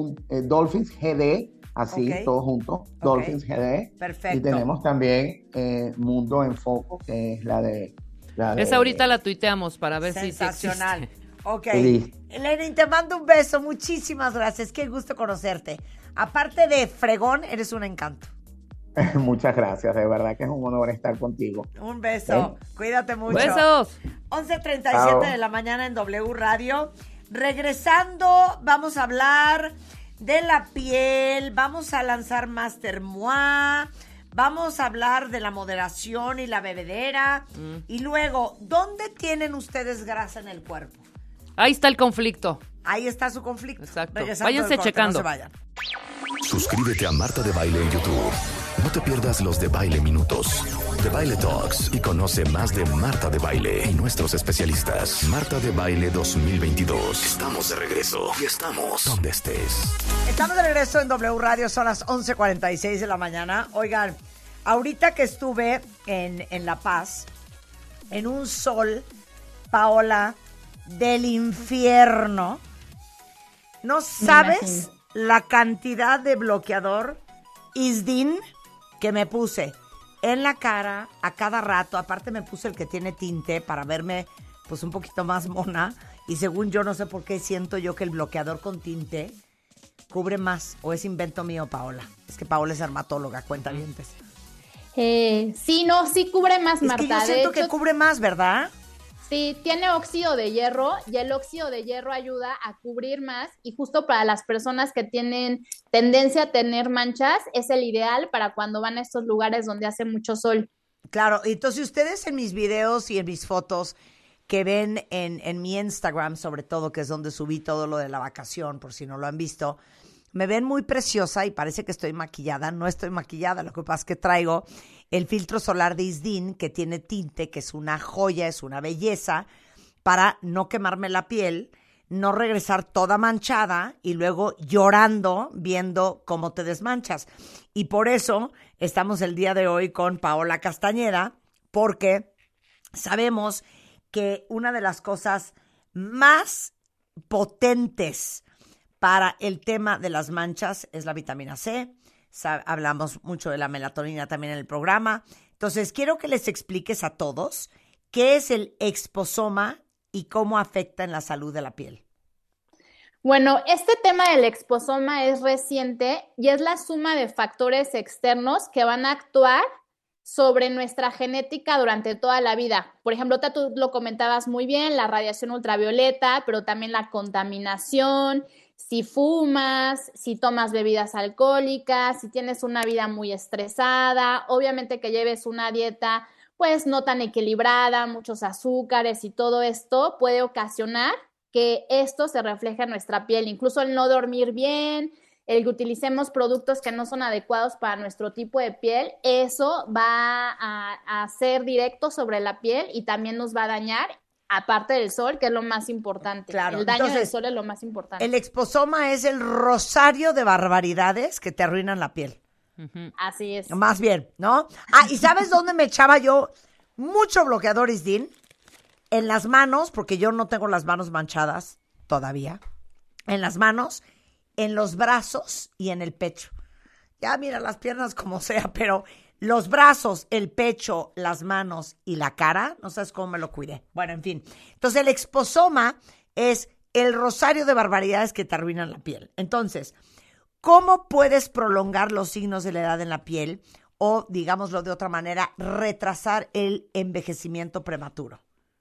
GD, así, Ok. todo junto, Dolphins GD. Perfecto. Y tenemos también Mundo en Foco, que es la de... Esa ahorita la tuiteamos para ver si Sensacional. existe. Ok. Sí. Lenin, te mando un beso. Muchísimas gracias. Qué gusto conocerte. Aparte de fregón, eres un encanto. Muchas gracias, de verdad que es un honor estar contigo. Un beso. Cuídate mucho. Besos. 11:37 Chao. de la mañana en W Radio. Regresando, vamos a hablar de la piel, vamos a lanzar Master Moi, vamos a hablar de la moderación y la bebedera. Y luego, ¿dónde tienen ustedes grasa en el cuerpo? Ahí está el conflicto. Ahí está su conflicto. Exacto. Regresando Váyanse del corte, checando. No se vayan. Suscríbete a Marta de Baile en YouTube. No te pierdas los de Baile Minutos, de Baile Talks y conoce más de Marta de Baile y nuestros especialistas. Marta de Baile 2022. Estamos de regreso y estamos donde estés. Estamos de regreso en W Radio, son las 11:46 de la mañana. Oigan, ahorita que estuve en La Paz, en un sol, Paola, del infierno, no sabes la cantidad de bloqueador Isdin que me puse en la cara a cada rato. Aparte me puse el que tiene tinte para verme pues un poquito más mona. Y según yo, no sé por qué siento yo que el bloqueador con tinte cubre más. ¿O es invento mío, Paola? Es que Paola es dermatóloga, cuentavientes. Sí, no, sí cubre más, Es Marta. que yo De siento hecho, que cubre más, ¿verdad? sí, tiene óxido de hierro y el óxido de hierro ayuda a cubrir más y justo para las personas que tienen tendencia a tener manchas es el ideal para cuando van a estos lugares donde hace mucho sol. Claro, entonces ustedes en mis videos y en mis fotos que ven en mi Instagram, sobre todo, que es donde subí todo lo de la vacación, por si no lo han visto, me ven muy preciosa y parece que estoy maquillada. No estoy maquillada, lo que pasa es que traigo el filtro solar de Isdin, que tiene tinte, que es una joya, es una belleza, para no quemarme la piel, no regresar toda manchada y luego llorando viendo cómo te desmanchas. Y por eso estamos el día de hoy con Paola Castañeda, porque sabemos que una de las cosas más potentes para el tema de las manchas es la vitamina C. Hablamos mucho de la melatonina también en el programa. Entonces, quiero que les expliques a todos qué es el exposoma y cómo afecta en la salud de la piel. Bueno, este tema del exposoma es reciente y es la suma de factores externos que van a actuar sobre nuestra genética durante toda la vida. Por ejemplo, tú lo comentabas muy bien, la radiación ultravioleta, pero también la contaminación, si fumas, si tomas bebidas alcohólicas, si tienes una vida muy estresada, obviamente que lleves una dieta pues no tan equilibrada, muchos azúcares y todo esto puede ocasionar que esto se refleje en nuestra piel, incluso el no dormir bien, el que utilicemos productos que no son adecuados para nuestro tipo de piel, eso va a ser directo sobre la piel y también nos va a dañar, aparte del sol, que es lo más importante. Claro, el daño entonces, del sol es lo más importante. El exposoma es el rosario de barbaridades que te arruinan la piel. Así es. Más bien, ¿no? Ah, ¿y sabes dónde me echaba yo mucho bloqueador Isdin? En las manos, porque yo no tengo las manos manchadas todavía. En las manos, en los brazos y en el pecho. Ya mira, las piernas como sea, pero los brazos, el pecho, las manos y la cara, no sabes cómo me lo cuidé. Bueno, en fin. Entonces, el exposoma es el rosario de barbaridades que te arruinan la piel. Entonces, ¿cómo puedes prolongar los signos de la edad en la piel o, digámoslo de otra manera, retrasar el envejecimiento prematuro?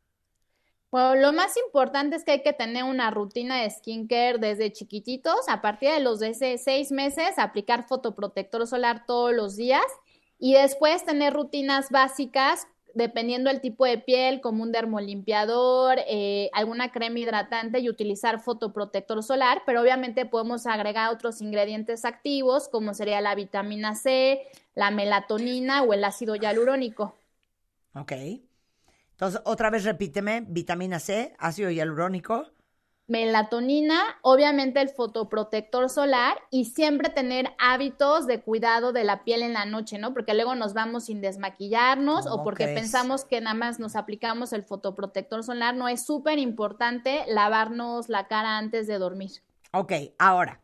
Bueno, lo más importante es que hay que tener una rutina de skincare desde chiquititos. A partir de los 6 meses, aplicar fotoprotector solar todos los días y después tener rutinas básicas dependiendo del tipo de piel, como un dermolimpiador, alguna crema hidratante y utilizar fotoprotector solar, pero obviamente podemos agregar otros ingredientes activos como sería la vitamina C, la melatonina o el ácido hialurónico. Ok. Entonces, otra vez repíteme, vitamina C, ácido hialurónico. Melatonina, obviamente el fotoprotector solar y siempre tener hábitos de cuidado de la piel en la noche, ¿no? Porque luego nos vamos sin desmaquillarnos o porque pensamos que nada más nos aplicamos el fotoprotector solar. No, es súper importante lavarnos la cara antes de dormir. Ok, ahora,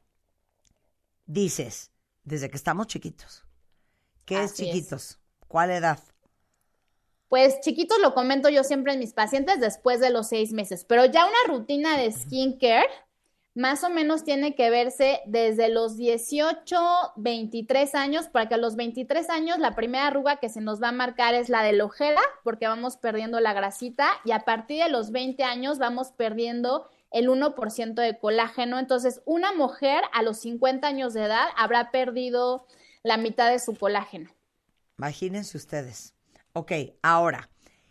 dices, desde que estamos chiquitos. ¿Qué es chiquitos? ¿Cuál edad? Pues chiquitos lo comento yo siempre en mis pacientes después de los 6 meses, pero ya una rutina de skincare más o menos tiene que verse desde los 18, 23 años, porque a los 23 años la primera arruga que se nos va a marcar es la de la ojera, porque vamos perdiendo la grasita, y a partir de los 20 años vamos perdiendo el 1% de colágeno. Entonces, una mujer a los 50 años de edad habrá perdido la mitad de su colágeno. Imagínense ustedes. Ok, ahora,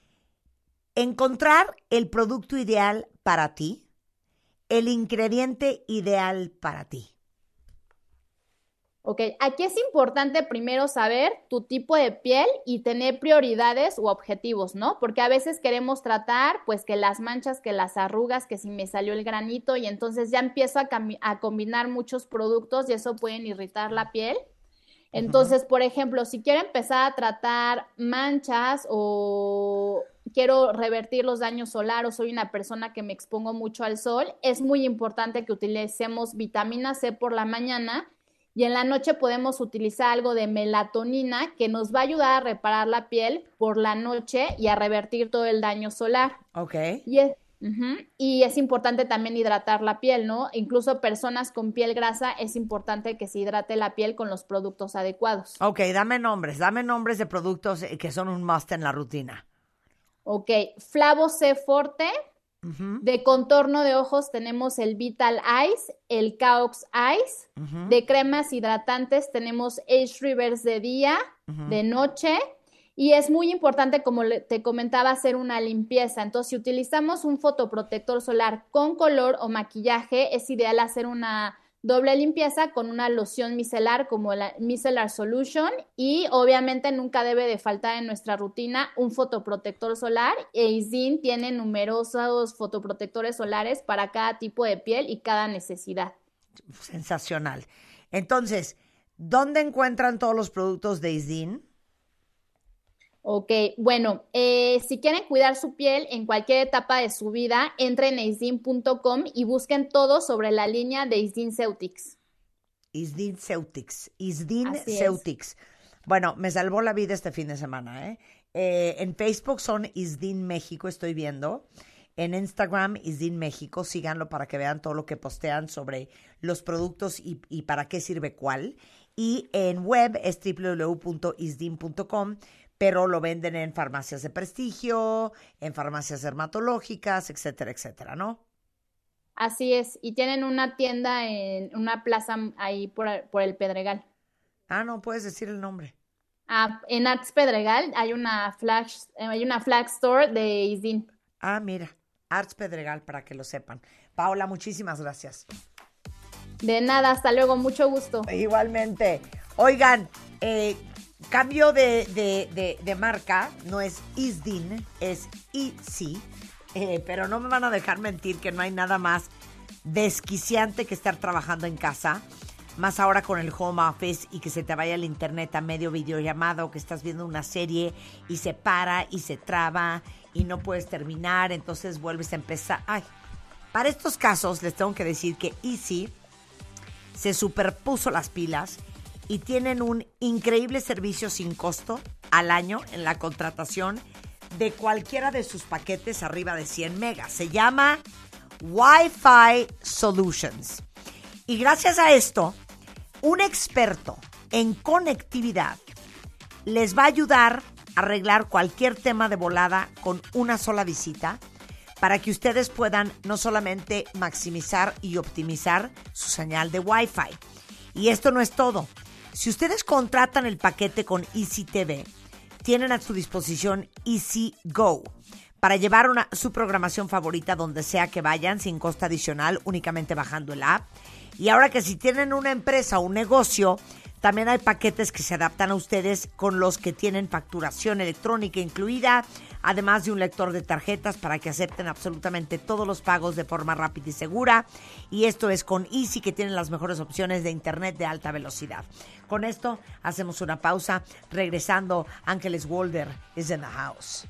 encontrar el producto ideal para ti, el ingrediente ideal para ti. Ok, aquí es importante primero saber tu tipo de piel y tener prioridades u objetivos, ¿no? Porque a veces queremos tratar, pues, que las manchas, que las arrugas, que si me salió el granito y entonces ya empiezo a combinar muchos productos y eso puede irritar la piel. Entonces, por ejemplo, si quiero empezar a tratar manchas o quiero revertir los daños solares o soy una persona que me expongo mucho al sol, es muy importante que utilicemos vitamina C por la mañana y en la noche podemos utilizar algo de melatonina que nos va a ayudar a reparar la piel por la noche y a revertir todo el daño solar. Ok. Y es importante también hidratar la piel, ¿no? Incluso personas con piel grasa, es importante que se hidrate la piel con los productos adecuados. Ok, dame nombres de productos que son un must en la rutina. Ok, Flavo C Forte. De contorno de ojos tenemos el Vital Ice, el Caux Ice. De cremas hidratantes tenemos Age Reverse de día, de noche. Y es muy importante, como te comentaba, hacer una limpieza. Entonces, si utilizamos un fotoprotector solar con color o maquillaje, es ideal hacer una doble limpieza con una loción micelar como la Micellar Solution, y obviamente nunca debe de faltar en nuestra rutina un fotoprotector solar. Isdin tiene numerosos fotoprotectores solares para cada tipo de piel y cada necesidad. Sensacional. Entonces, ¿dónde encuentran todos los productos de Isdin? Ok, bueno, si quieren cuidar su piel en cualquier etapa de su vida, entren a isdin.com y busquen todo sobre la línea de Isdin Ceutics. Isdin Ceutics. Bueno, me salvó la vida este fin de semana, ¿eh? En Facebook son Isdin México, estoy viendo. En Instagram, Isdin México, síganlo para que vean todo lo que postean sobre los productos y para qué sirve cuál. Y en web es www.isdin.com, pero lo venden en farmacias de prestigio, en farmacias dermatológicas, etcétera, etcétera, ¿no? Así es, y tienen una tienda en una plaza ahí por el Pedregal. Ah, no, puedes decir el nombre. En Arts Pedregal hay una flag store de Isdin. Ah, mira, Arts Pedregal, para que lo sepan. Paola, muchísimas gracias. De nada, hasta luego, mucho gusto. Igualmente. Oigan, cambio de marca, no es Isdin, es Easy, pero no me van a dejar mentir que no hay nada más desquiciante que estar trabajando en casa, más ahora con el home office y que se te vaya el internet a medio videollamada, o que estás viendo una serie y se para y se traba y no puedes terminar, entonces vuelves a empezar. Ay, para estos casos les tengo que decir que Easy se superpuso las pilas y tienen un increíble servicio sin costo al año en la contratación de cualquiera de sus paquetes arriba de 100 megas. Se llama Wi-Fi Solutions. Y gracias a esto, un experto en conectividad les va a ayudar a arreglar cualquier tema de volada con una sola visita, para que ustedes puedan no solamente maximizar y optimizar su señal de Wi-Fi. Y esto no es todo. Si ustedes contratan el paquete con Easy TV, tienen a su disposición Easy Go para llevar su programación favorita donde sea que vayan, sin costo adicional, únicamente bajando el app. Y ahora que si tienen una empresa o un negocio, también hay paquetes que se adaptan a ustedes con los que tienen facturación electrónica incluida, además de un lector de tarjetas para que acepten absolutamente todos los pagos de forma rápida y segura. Y esto es con Easy, que tienen las mejores opciones de internet de alta velocidad. Con esto hacemos una pausa. Regresando, Ángeles Walder is in the house.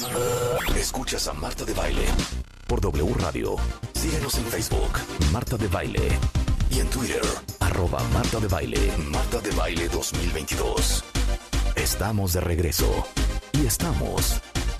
Escuchas a Marta de Baile por W Radio. Síguenos en Facebook, Marta de Baile. Y en Twitter, @Marta de Baile. Marta de Baile 2022. Estamos de regreso. Y estamos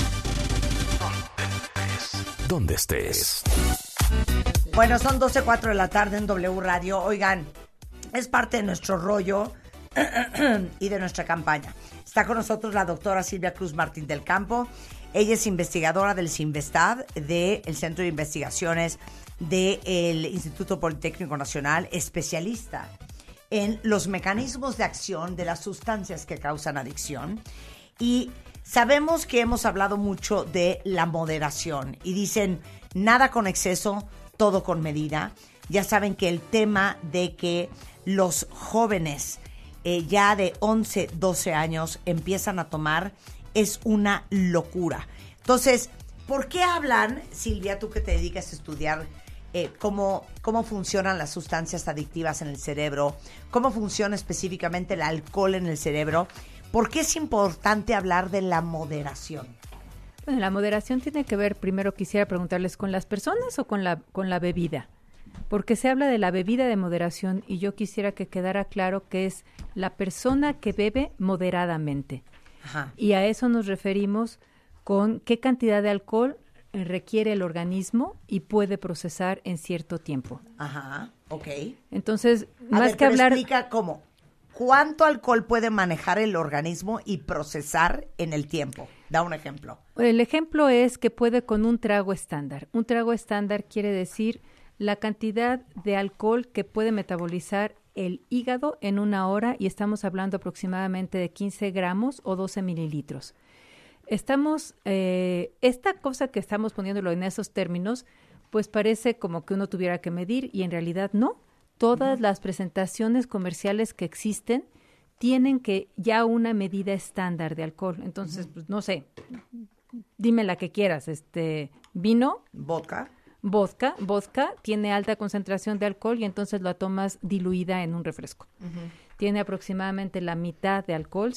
donde estés. Bueno, son 12:04 de la tarde en W Radio. Oigan, es parte de nuestro rollo y de nuestra campaña. Está con nosotros la doctora Silvia Cruz Martín del Campo. Ella es investigadora del CINVESTAD, del Centro de Investigaciones del Instituto Politécnico Nacional, especialista en los mecanismos de acción de las sustancias que causan adicción. Y sabemos que hemos hablado mucho de la moderación y dicen nada con exceso, todo con medida. Ya saben que el tema de que los jóvenes ya de 11, 12 años empiezan a tomar es una locura. Entonces, ¿por qué hablan, Silvia, tú que te dedicas a estudiar cómo funcionan las sustancias adictivas en el cerebro, cómo funciona específicamente el alcohol en el cerebro? ¿Por qué es importante hablar de la moderación? Bueno, la moderación tiene que ver, primero quisiera preguntarles, ¿con las personas o con la bebida? Porque se habla de la bebida de moderación y yo quisiera que quedara claro que es la persona que bebe moderadamente. Ajá. Y a eso nos referimos con qué cantidad de alcohol requiere el organismo y puede procesar en cierto tiempo. Ajá, ok. Entonces, A más ver, que pero hablar... explica cómo. ¿Cuánto alcohol puede manejar el organismo y procesar en el tiempo? Da un ejemplo. El ejemplo es que puede con un trago estándar. Un trago estándar quiere decir la cantidad de alcohol que puede metabolizar el hígado en 1 hora, y estamos hablando aproximadamente de 15 gramos o 12 mililitros. Esta cosa que estamos poniéndolo en esos términos, pues parece como que uno tuviera que medir, y en realidad no. Todas las presentaciones comerciales que existen tienen que ya una medida estándar de alcohol. Entonces, pues, no sé, dime la que quieras. Vino, ¿Vodka? vodka tiene alta concentración de alcohol y entonces la tomas diluida en un refresco. Tiene aproximadamente la mitad de alcohol,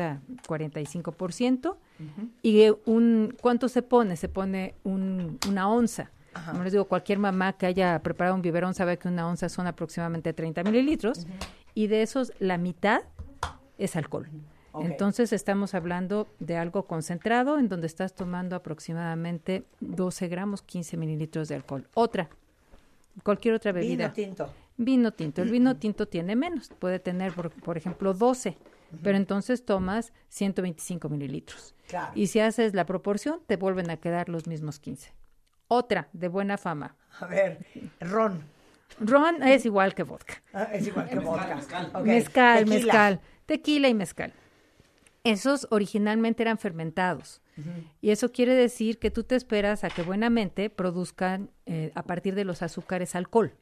50-45%. Y ¿cuánto se pone? Se pone una onza. Como les digo, cualquier mamá que haya preparado un biberón sabe que 1 onza son aproximadamente 30 mililitros, y de esos la mitad es alcohol. Okay. Entonces estamos hablando de algo concentrado en donde estás tomando aproximadamente 12 gramos, 15 mililitros de alcohol. Cualquier otra bebida. Vino tinto. El vino tinto tiene menos, puede tener, por ejemplo, 12, pero entonces tomas 125 mililitros. Claro. Y si haces la proporción, te vuelven a quedar los mismos 15. Otra de buena fama. A ver, ron. Ron es igual que vodka. Es igual que vodka. Okay. Mezcal. Tequila y mezcal. Esos originalmente eran fermentados. Y eso quiere decir que tú te esperas a que buenamente produzcan a partir de los azúcares alcohol.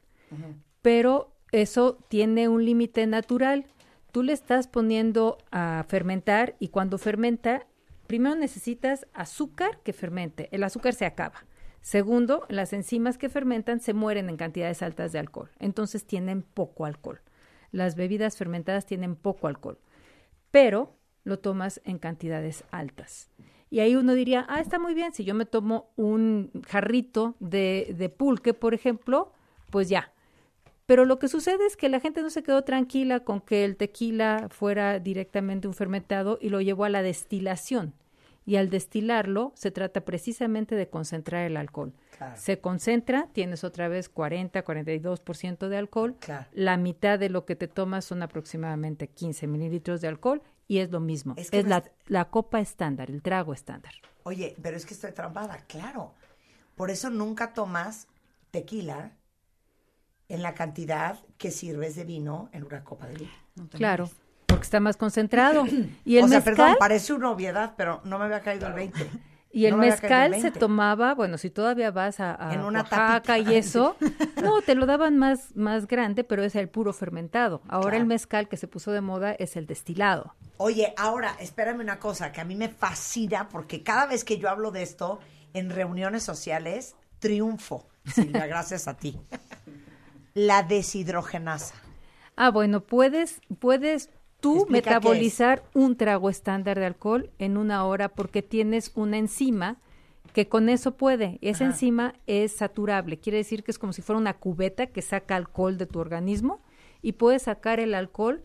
Pero eso tiene un límite natural. Tú le estás poniendo a fermentar, y cuando fermenta, primero necesitas azúcar que fermente. El azúcar se acaba. Segundo, las enzimas que fermentan se mueren en cantidades altas de alcohol. Entonces tienen poco alcohol. Las bebidas fermentadas tienen poco alcohol. Pero lo tomas en cantidades altas. Y ahí uno diría, está muy bien, si yo me tomo un jarrito de pulque, por ejemplo, pues ya. Pero lo que sucede es que la gente no se quedó tranquila con que el tequila fuera directamente un fermentado y lo llevó a la destilación. Y al destilarlo, se trata precisamente de concentrar el alcohol. Claro. Se concentra, tienes otra vez 40-42% de alcohol. Claro. La mitad de lo que te tomas son aproximadamente 15 mililitros de alcohol, y es lo mismo. Es la copa estándar, el trago estándar. Oye, pero es que estoy trampada, claro. Por eso nunca tomas tequila en la cantidad que sirves de vino en una copa de vino. Claro. Porque está más concentrado. Y el mezcal, perdón, parece una obviedad, pero no me había caído el 20. Y el mezcal se tomaba, bueno, si todavía vas a en una Oaxaca tapita. Y eso, no, te lo daban más grande, pero es el puro fermentado. Ahora el mezcal que se puso de moda es el destilado. Oye, ahora, espérame una cosa que a mí me fascina, porque cada vez que yo hablo de esto en reuniones sociales, triunfo, Silvia, gracias a ti. La deshidrogenasa. Bueno, puedes tú metabolizar un trago estándar de alcohol en 1 hora, porque tienes una enzima que con eso puede. Esa enzima es saturable, quiere decir que es como si fuera una cubeta que saca alcohol de tu organismo, y puedes sacar el alcohol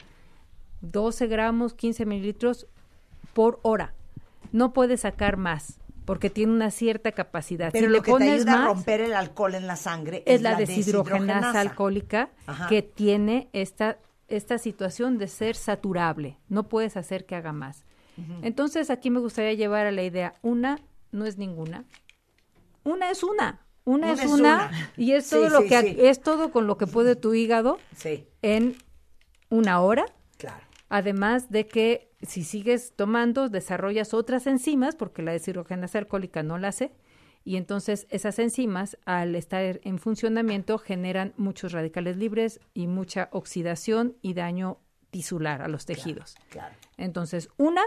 12 gramos, 15 mililitros por hora. No puedes sacar más, porque tiene una cierta capacidad. Pero si lo le que pones te ayuda más, a romper el alcohol en la sangre es la deshidrogenasa alcohólica, que tiene esta situación de ser saturable. No puedes hacer que haga más. Entonces, aquí me gustaría llevar a la idea, una no es ninguna. Una es una. Una es una. Y es todo es todo con lo que puede tu hígado en 1 hora. Claro. Además de que si sigues tomando, desarrollas otras enzimas, porque la deshidrogenasa alcohólica no la hace, y entonces esas enzimas, al estar en funcionamiento, generan muchos radicales libres y mucha oxidación y daño tisular a los tejidos. Claro. Entonces, una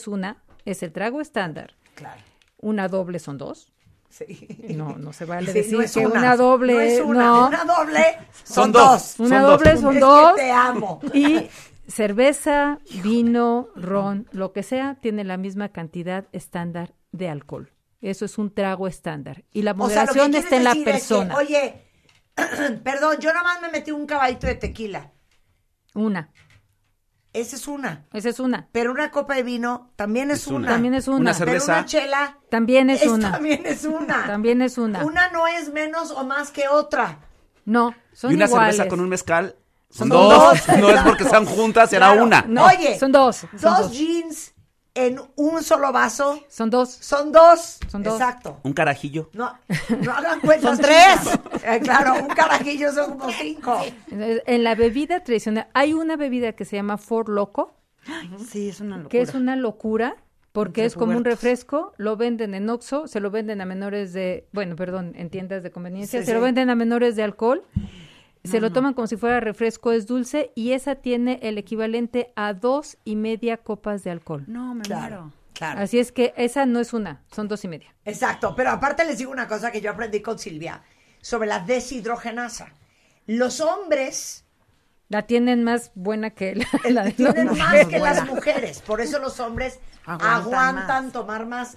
es el trago estándar. Claro. Una doble son 2. Sí. No se vale decir no que una doble. No es una. No. Una doble son 2. Una doble son 2. Es que te amo. Y cerveza, vino, ron, lo que sea, tiene la misma cantidad estándar de alcohol. Eso es un trago estándar. Y la moderación está en la persona. Es que, oye, perdón, yo nada más me metí un caballito de tequila. Una. Esa es una. Esa es una. Pero una copa de vino también es una. También es una. Una Pero cerveza. una chela También es una. también es una. También es una. Una no es menos o más que otra. No, son Y una iguales. cerveza con un mezcal. Son Son dos. dos, No es claro. porque sean juntas, será Claro. una. No, Oye, son dos. Son Dos dos. jeans en un solo vaso Son dos. son dos. Son dos. Exacto. Un carajillo. No hagan cuentas. Son tres. chicas. Claro, un carajillo son como 5. Entonces, en la bebida tradicional, hay una bebida que se llama Four Loko, Sí, es una locura. que es una locura, porque Entre es como un pubertos. refresco, lo venden en Oxxo, se lo venden a menores de, en tiendas de conveniencia, Sí, se lo sí. venden a menores de alcohol, se lo toman como si fuera refresco, es dulce, y esa tiene el equivalente a 2.5 copas de alcohol. No, me muero. Claro. Así es que esa no es una, son 2.5. Exacto, pero aparte les digo una cosa que yo aprendí con Silvia sobre la deshidrogenasa. Los hombres La tienen más buena que la de tienen las más mujeres. que las mujeres, por eso los hombres Aguantan aguantan más. tomar más.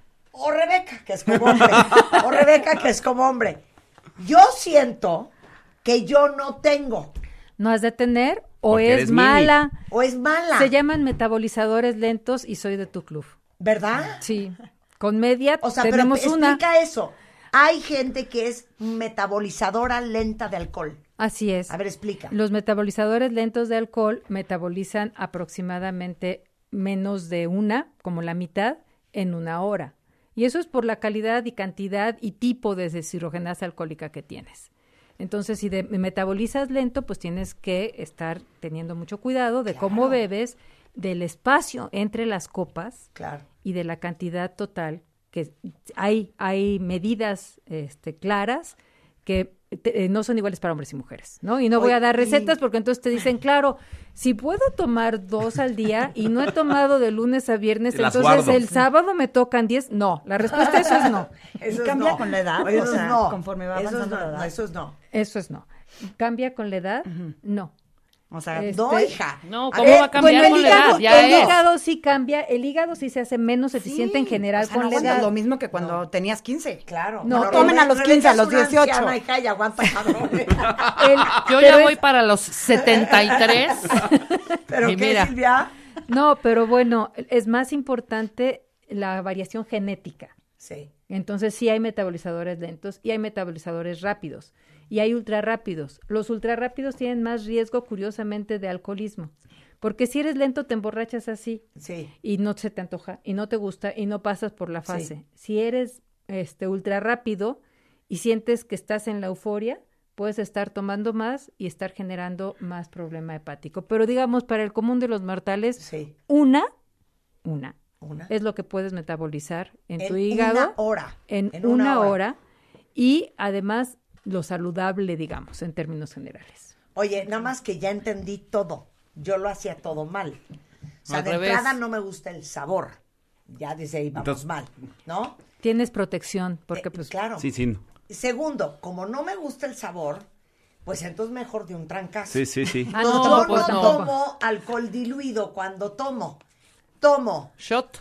O Rebeca, que es como hombre. O Rebeca, que es como hombre. Yo siento que yo no tengo, No has de tener, o Porque es eres mini. mala. o es mala, Se llaman metabolizadores lentos y soy de tu club. ¿verdad? Sí. Con media O sea, pero tenemos una. explica eso. Hay gente que es metabolizadora lenta de alcohol. Así es. A ver, explica. Los metabolizadores lentos de alcohol metabolizan aproximadamente menos de una, como la mitad, en 1 hora. Y eso es por la calidad y cantidad y tipo de deshidrogenasa alcohólica que tienes. Entonces, si metabolizas lento, pues tienes que estar teniendo mucho cuidado de cómo bebes, del espacio entre las copas Claro. y de la cantidad total, que hay medidas claras que no son iguales para hombres y mujeres, ¿no? Y no voy a dar recetas porque entonces te dicen, claro, si puedo tomar 2 al día y no he tomado de lunes a viernes, Y las entonces guardo. el sábado me tocan 10. No, la respuesta a eso es no. Eso ¿Y cambia con la edad? Eso O sea, es no. conforme va Eso es avanzando no, la edad. Eso es no. Eso es no. ¿Cambia con la edad? No. O sea, No, hija. No, A ¿cómo ver, va a cambiar con la edad? Ya el es. hígado sí cambia, el hígado sí se hace menos eficiente en general o sea, con no la aguantas edad. lo mismo que cuando tenías 15. Claro. No, Bueno, tomen a los Rebeca 15, a es los una 18. anciana, hija, y aguanta cabrón. El- Yo pero ya es- voy para los 73. Pero Y ¿qué, mira. Silvia? No, pero bueno, es más importante la variación genética. Sí. Entonces sí hay metabolizadores lentos y hay metabolizadores rápidos y hay ultra rápidos. Los ultra rápidos tienen más riesgo, curiosamente, de alcoholismo. Porque si eres lento te emborrachas así Sí. y no se te antoja y no te gusta y no pasas por la fase. Sí. Si eres ultra rápido y sientes que estás en la euforia, puedes estar tomando más y estar generando más problema hepático. Pero digamos, para el común de los mortales, Sí. una Una. es lo que puedes metabolizar en tu En hígado una hora. en En una hora y además lo saludable, digamos, en términos generales. Oye, nada más que ya entendí todo. Yo lo hacía todo mal. O sea, Al de revés. entrada no me gusta el sabor. Ya desde ahí vamos Entonces- mal, ¿no? Tienes protección, porque pues Claro. Sí, sí. Segundo, como no me gusta el sabor, pues entonces mejor de un trancazo. Sí, sí, sí. Ah, No, no, yo pues no no. tomo alcohol diluido cuando tomo. Tomo Shot.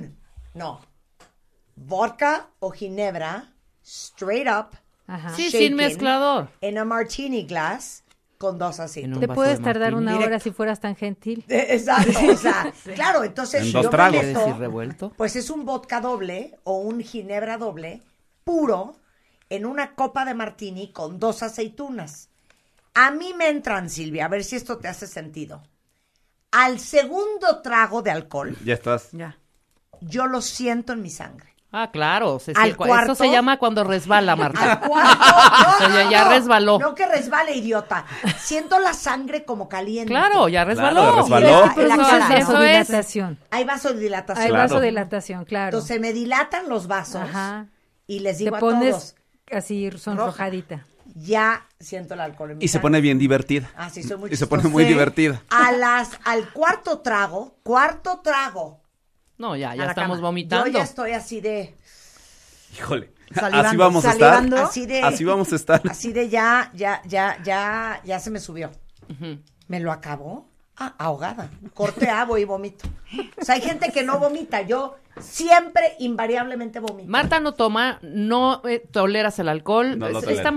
vodka o ginebra, straight up, ajá. Sí, shaken, sin mezclador. en a martini glass con 2 asitos. En un Te vaso puedes de tardar martini. 1 hora Directo. si fueras tan gentil. Exacto, o sea, claro, entonces En yo dos me tragos. meto, ¿Puedes ir revuelto? pues es un vodka doble o un ginebra doble puro en una copa de martini con 2 aceitunas. A mí me entran, Silvia, a ver si esto te hace sentido. Al segundo trago de alcohol, Ya estás. Ya. yo lo siento en mi sangre. Ah, claro. Al Eso cuarto- se llama cuando resbala, Al Marta. cuarto, O sea, ya resbaló. No que resbale, idiota. Siento la sangre como caliente. Claro, ya resbaló. Claro, resbaló. Pero la eso cara, es ¿no? vasodilatación. Hay vasodilatación. Hay Claro. vasodilatación, claro. Entonces me dilatan los vasos Ajá. y les Te digo a pones todos, así sonrojadita. ya siento el alcohol en mi Y se sangre. pone bien divertida. Ah, sí, soy muy Y se pone chistosa. muy Sí. divertida. Al cuarto trago, No, ya la estamos cama. vomitando. yo ya estoy así de, Híjole. Salivando, Así vamos a estar. salivando. Así vamos a estar. así de ya se me subió. Ujú. ¿Me lo acabó? Ahogada. Corte A, voy y vomito. O sea, hay gente que no vomita. Yo siempre, invariablemente vomito. Marta no toma, no toleras el alcohol. No lo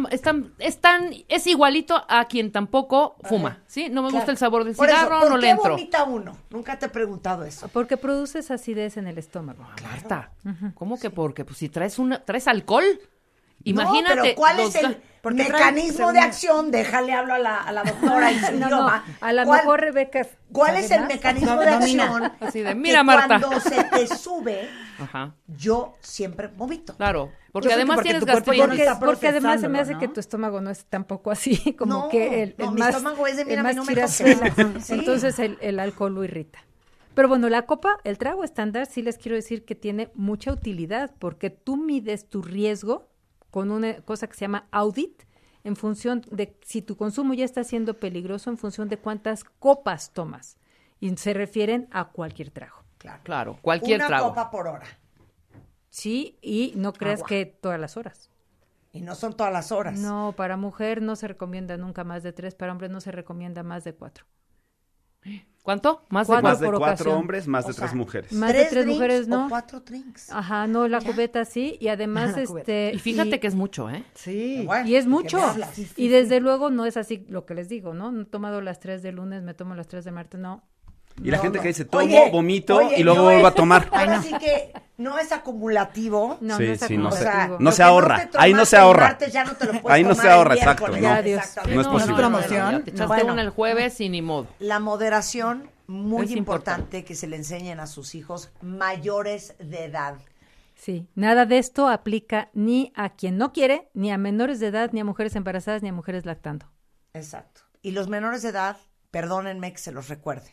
Es igualito a quien tampoco fuma, ¿sí? No me gusta el sabor del Por eso, cigarro, ¿por no qué le entro. vomita uno? Nunca te he preguntado eso. Porque produces acidez en el estómago. Marta, ¿cómo que porque? Pues si traes alcohol, imagínate. No, pero ¿cuál los es el ga- Porque mecanismo de acción? Déjale hablo a la doctora en su idioma. A lo ¿Cuál- mejor Rebeca. ¿Cuál sabe es el más. mecanismo de acción? Así de, Que mira, Marta. cuando se te sube, Ajá, yo siempre vomito. claro. Porque Yo creo que además porque tienes tu cuerpo ya gastritis. no está Porque además se me hace procesándolo, que ¿no? tu estómago no es tampoco así, como No, que el no, mi más, estómago es de, mira, el a mí más no me chirasuela. toques. Sí. Entonces el alcohol lo irrita. Pero bueno, la copa, el trago estándar, sí les quiero decir que tiene mucha utilidad, porque tú mides tu riesgo con una cosa que se llama audit, en función de si tu consumo ya está siendo peligroso, en función de cuántas copas tomas. Y se refieren a cualquier trago. Claro, cualquier Una trago. copa por hora. Sí, y no creas Agua. que todas las horas. Y no son todas las horas. No, para mujer no se recomienda nunca más de 3, para hombre no se recomienda más de 4. ¿Cuánto? Más de Cuatro Más de por 4 ocasión. hombres, más O de sea, 3 mujeres. Más de 3 3 drinks mujeres, o ¿no? 4 drinks. Ajá, no, la cubeta sí, y además, La cubeta. Y fíjate que es mucho, ¿eh? Sí. Bueno, y es ¿de qué mucho. me hablas? Y desde luego no es así lo que les digo, ¿no? No he tomado las 3 de lunes, me tomo las 3 de martes, no. Y la gente que dice, tomo, Oye, vomito oye, y luego no vuelvo a es- tomar. Ahora sí que no es acumulativo. No, Sí, no es sí, no O se- acumulativo. sea, no lo se que ahorra. te Ahí no tomaste se el ahorra. martes ya no te lo puedes Ahí no tomar se ahorra, el exacto, miércoles. no. Ya, Dios. Exactamente. No es posible. No es promoción. Ya te echaste Bueno. una el jueves y ni modo. La moderación, muy Es importante que se le enseñen a sus hijos mayores de edad. Sí, nada de esto aplica ni a quien no quiere, ni a menores de edad, ni a mujeres embarazadas, ni a mujeres lactando. Exacto. Y los menores de edad, perdónenme que se los recuerde,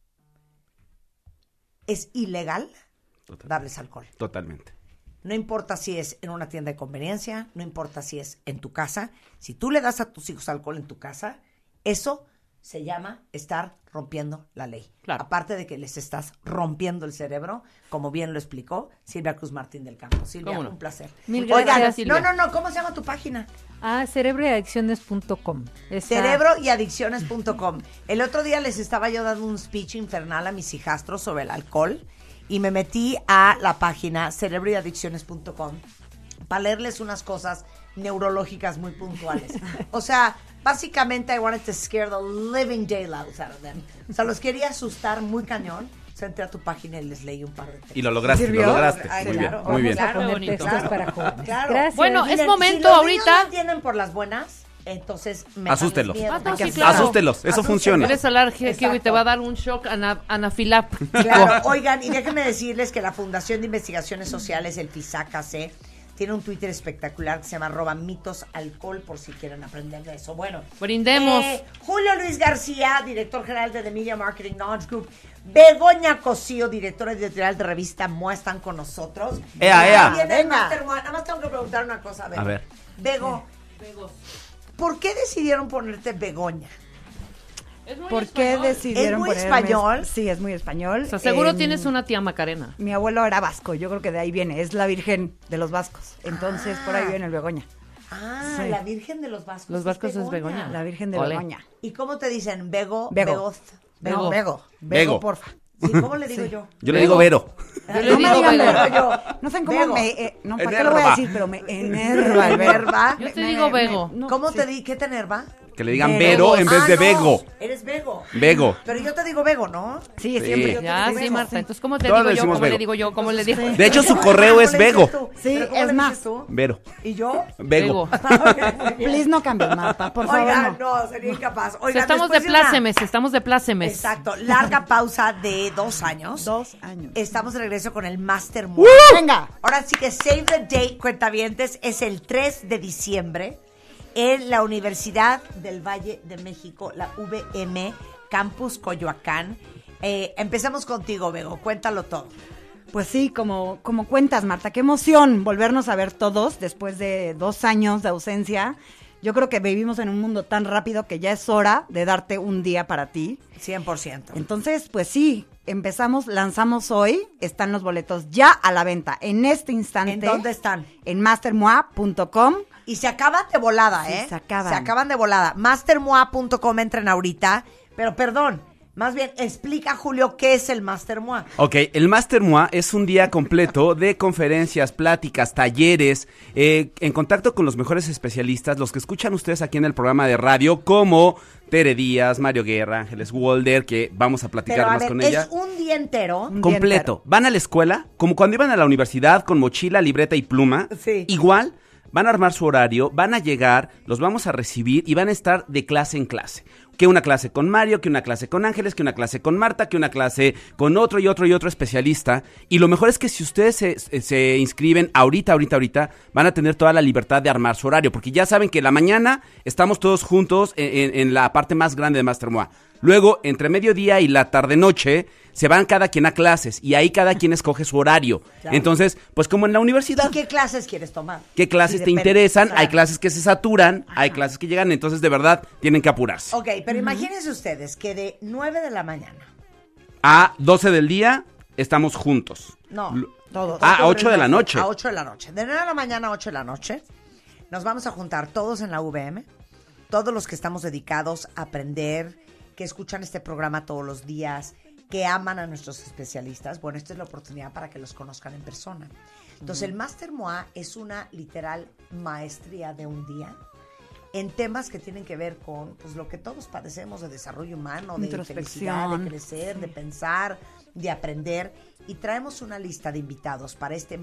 es ilegal darles alcohol. Totalmente. No importa si es en una tienda de conveniencia, no importa si es en tu casa. Si tú le das a tus hijos alcohol en tu casa, eso se llama estar rompiendo la ley. Claro. Aparte de que les estás rompiendo el cerebro, como bien lo explicó Silvia Cruz Martín del Campo. Silvia, ¿Cómo no? un placer. Mil Oigan, gracias, Silvia. no, ¿cómo se llama tu página? Cerebroyadicciones.com. Cerebroyadicciones.com. El otro día les estaba yo dando un speech infernal a mis hijastros sobre el alcohol y me metí a la página cerebroyadicciones.com para leerles unas cosas neurológicas muy puntuales. O sea, básicamente I wanted to scare the living daylights out of them. O sea, los quería asustar muy cañón. O sea, entré a tu página y les leí un par de textos. Y lo lograste, ¿Sirvió? lo lograste. Ay, Muy claro. bien, muy bien. Vamos a poner Bonito. textos Claro. para jóvenes. Claro. Gracias. Bueno, Miren, es momento si los ahorita. niños no entienden por las buenas, entonces Asústelos. miedo. Ah, no, sí, Asústelos. claro. Asústelos, eso funciona. Eres alérgico y Exacto. te va a dar un shock anafiláctico. Claro, oigan, y déjenme decirles que la Fundación de Investigaciones Sociales, el FISACAC, tiene un Twitter espectacular que se llama @mitosalcohol por si quieren aprender de eso. Bueno, Brindemos. Julio Luis García, director general de The Media Marketing Knowledge Group, Begoña Cosío, directora editorial de revista MOA, están con nosotros. Ea, ea. Viene el Venga. Master MOA. Nada más tengo que preguntar una cosa, Bego. A ver. Bego, ¿por qué decidieron ponerte Begoña? ¿Por qué decidieron ¿Es muy ponerme- español? Sí, es muy español. O sea, seguro En- tienes una tía Macarena. Mi abuelo era vasco, yo creo que de ahí viene, es la Virgen de los vascos. Entonces, por ahí viene el Begoña. Ah, Sí. la Virgen de los Vascos. Los Vascos es Begoña. La Virgen de Ole. Begoña. ¿Y cómo te dicen? Bego, Bego. Begoz. No, Bego. Bego. Porfa. Sí, ¿cómo le digo Sí. yo? Yo le digo Vero. Yo le No digo me digan Bego. Bego. Yo. No saben cómo Bego. no, ¿para qué lo voy a Enerva. decir? Pero me enerva el Enerva. Yo te digo Bego. ¿Cómo te di? ¿Qué te enerva? Que le digan Vero. Vero en vez de no, Bego. Eres Bego. Bego. Pero yo te digo Bego, ¿no? Sí, Sí. siempre. Ya, digo sí, Bego. Marta. Entonces, ¿cómo te Todos digo yo? decimos ¿Cómo le Bego. digo yo? ¿Cómo le digo? De hecho, su ¿Cómo correo le es dices Bego. tú? Sí, ¿Pero cómo es le más. dices tú? Vero. ¿Y yo? Bego. Please no cambies, Marta, por favor. Oigan, no. no, sería incapaz. O Oigan, sea, estamos de después una- plácemes, estamos de plácemes. Exacto. Larga pausa de 2 años. 2 años. Estamos de regreso con el Master MOA. Venga. Ahora sí que save the date, cuentavientes, es el 3 de diciembre en la Universidad del Valle de México, la VM, Campus Coyoacán. Empezamos contigo, Bego, cuéntalo todo. Pues sí, como cuentas, Marta, qué emoción volvernos a ver todos después de 2 años de ausencia. Yo creo que vivimos en un mundo tan rápido que ya es hora de darte un día para ti. 100%. Entonces, pues sí, lanzamos hoy, están los boletos ya a la venta en este instante. ¿En dónde están? En mastermoa.com. Y se acaban de volada, Sí, ¿eh? se acaban. Se acaban de volada. Mastermoa.com, entren ahorita. Pero perdón, Más bien, explica, Julio, ¿qué es el Master MOA? Ok, el Master MOA es un día completo de conferencias, pláticas, talleres, en contacto con los mejores especialistas, los que escuchan ustedes aquí en el programa de radio, como Tere Díaz, Mario Guerra, Ángeles Walder, que vamos a platicar más con ella. ¿Es un día entero? Completo. Van a la escuela, como cuando iban a la universidad, con mochila, libreta y pluma. Sí. Igual, van a armar su horario, van a llegar, los vamos a recibir y van a estar de clase en clase. Que una clase con Mario, que una clase con Ángeles, que una clase con Marta, que una clase con otro y otro especialista. Y lo mejor es que si ustedes se inscriben ahorita, van a tener toda la libertad de armar su horario. Porque ya saben que la mañana estamos todos juntos en la parte más grande de Master MOA. Luego, entre mediodía y la tarde-noche, se van cada quien a clases y ahí cada quien escoge su horario. Claro. Entonces, pues como en la universidad. ¿Y qué clases quieres tomar? ¿Qué clases te interesan? Claro. Hay clases que se saturan, hay clases que llegan, entonces de verdad tienen que apurarse. Ok, pero imagínense ustedes que de 9 de la mañana a 12 del día estamos juntos. No, todos. A 8 de la noche. A 8 de la noche. De 9 de la mañana a 8 de la noche nos vamos a juntar todos en la UVM, todos los que estamos dedicados a aprender, que escuchan este programa todos los días, que aman a nuestros especialistas. Bueno, esta es la oportunidad para que los conozcan en persona. Entonces, el Master MOA es una literal maestría de un día en temas que tienen que ver con pues, lo que todos padecemos de desarrollo humano, de felicidad, de crecer, de pensar, de aprender. Y traemos una lista de invitados para este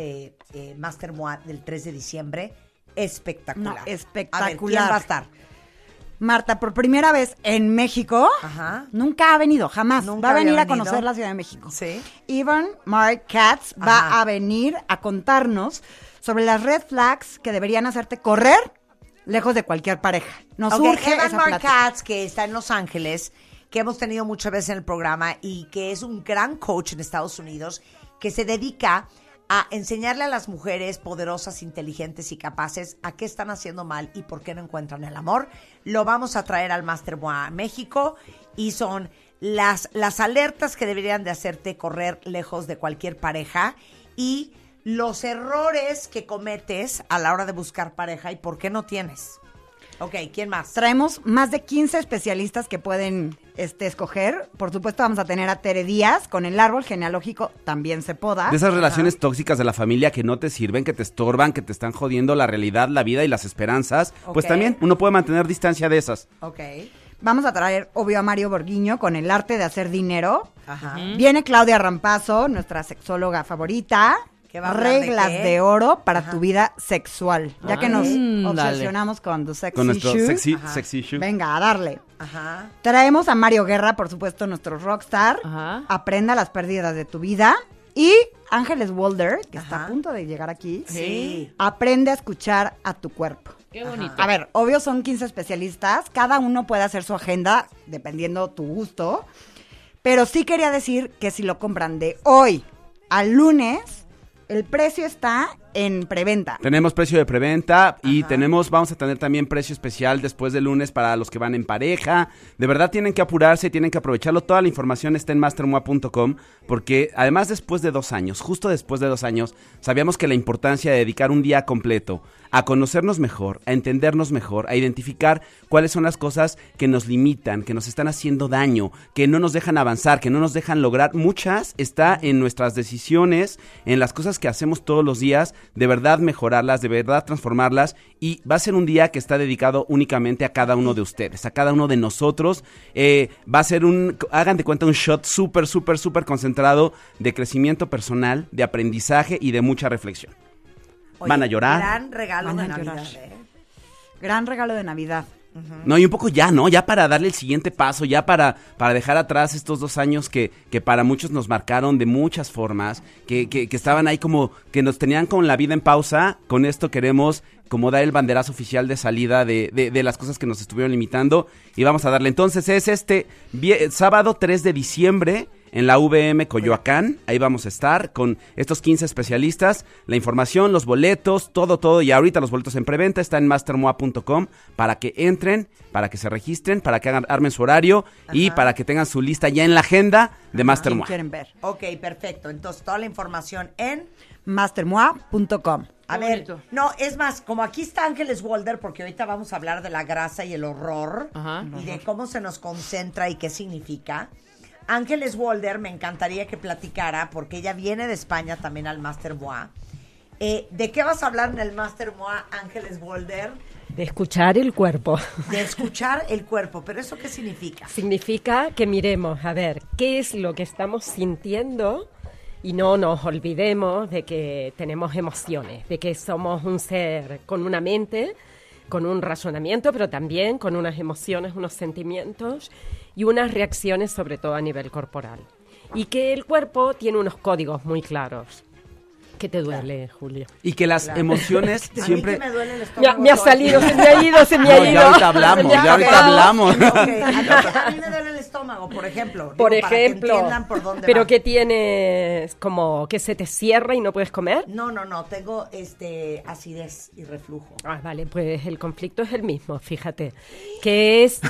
Master MOA del 3 de diciembre. Espectacular. No, espectacular. A ver, ¿quién va a estar? Marta, por primera vez en México, nunca ha venido, jamás. Nunca va a venir había a conocer venido. la Ciudad de México. Sí. Evan Mark Katz va a venir a contarnos sobre las red flags que deberían hacerte correr lejos de cualquier pareja. Nos urge Evan esa Mark plática. Katz, que está en Los Ángeles, que hemos tenido muchas veces en el programa y que es un gran coach en Estados Unidos, que se dedica a enseñarle a las mujeres poderosas, inteligentes y capaces a qué están haciendo mal y por qué no encuentran el amor. Lo vamos a traer al Master MOA México y son las alertas que deberían de hacerte correr lejos de cualquier pareja y los errores que cometes a la hora de buscar pareja y por qué no tienes. Ok, ¿quién más? Traemos más de 15 especialistas que pueden escoger. Por supuesto, vamos a tener a Tere Díaz con el árbol genealógico También se poda. De esas relaciones tóxicas de la familia que no te sirven, que te estorban, que te están jodiendo la realidad, la vida y las esperanzas. Pues también uno puede mantener distancia de esas. Ok. Vamos a traer, obvio, a Mario Borguiño con el arte de hacer dinero. Ajá. Viene Claudia Rampazo, nuestra sexóloga favorita. ¿Qué va a hablar Reglas de qué? de oro para tu vida sexual. Ya que nos Dale. obsesionamos con tu sexy Con nuestro shoe. sexy issue. Venga, a darle. Ajá. Traemos a Mario Guerra, por supuesto, nuestro rockstar. Ajá. Aprenda las pérdidas de tu vida. Y Ángeles Walder, que está Ajá. a punto de llegar aquí. Sí. Aprende a escuchar a tu cuerpo. Qué bonito. A ver, obvio son 15 especialistas. Cada uno puede hacer su agenda dependiendo tu gusto. Pero sí quería decir que si lo compran de hoy al lunes, el precio está en preventa. Tenemos precio de preventa y vamos a tener también precio especial después del lunes para los que van en pareja. De verdad tienen que apurarse, tienen que aprovecharlo. Toda la información está en mastermoa.com porque además después de 2 años, justo después de 2 años, sabíamos que la importancia de dedicar un día completo a conocernos mejor, a entendernos mejor, a identificar cuáles son las cosas que nos limitan, que nos están haciendo daño, que no nos dejan avanzar, que no nos dejan lograr. Muchas está en nuestras decisiones, en las cosas que hacemos todos los días, de verdad mejorarlas, de verdad transformarlas, y va a ser un día que está dedicado únicamente a cada uno de ustedes, a cada uno de nosotros. Va a ser hagan de cuenta un shot súper concentrado de crecimiento personal, de aprendizaje y de mucha reflexión. Oye, van a llorar. Gran regalo Van de a Navidad, llorar. Gran regalo de Navidad. No, y un poco ya, ¿no? Ya para darle el siguiente paso, ya para dejar atrás estos 2 años que para muchos nos marcaron de muchas formas, que estaban ahí como, que nos tenían con la vida en pausa. Con esto queremos como dar el banderazo oficial de salida de las cosas que nos estuvieron limitando, y vamos a darle. Entonces es sábado 3 de diciembre en la VM Coyoacán. Ahí vamos a estar con estos 15 especialistas. La información, los boletos, todo. Y ahorita los boletos en preventa están en mastermoa.com para que entren, para que se registren, para que armen su horario y para que tengan su lista ya en la agenda de Master Moa. Quieren ver. Ok, perfecto. Entonces, toda la información en mastermoa.com. A ver, no, es más, como aquí está Ángeles Walder, porque ahorita vamos a hablar de la grasa y el horror y de cómo se nos concentra y qué significa. Ángeles Walder me encantaría que platicara, porque ella viene de España también al Master Moa. ¿De qué vas a hablar en el Master Moa, Ángeles Walder? De escuchar el cuerpo. De escuchar el cuerpo, pero ¿eso qué significa? Significa que miremos, a ver, qué es lo que estamos sintiendo y no nos olvidemos de que tenemos emociones, de que somos un ser con una mente, con un razonamiento, pero también con unas emociones, unos sentimientos y unas reacciones, sobre todo a nivel corporal. Y que el cuerpo tiene unos códigos muy claros. ¿Qué te duele, Julio? Y que las emociones siempre... A mí que me duele el estómago. Me ha salido, se me ha ido. Ya ahorita hablamos, A mí me duele el estómago, por ejemplo. Por digo, ejemplo. Para que entiendan por dónde ¿Pero va. qué tienes? ¿Como que se te cierra y no puedes comer? No, tengo acidez y reflujo. Ah, vale, pues el conflicto es el mismo, fíjate. Que es...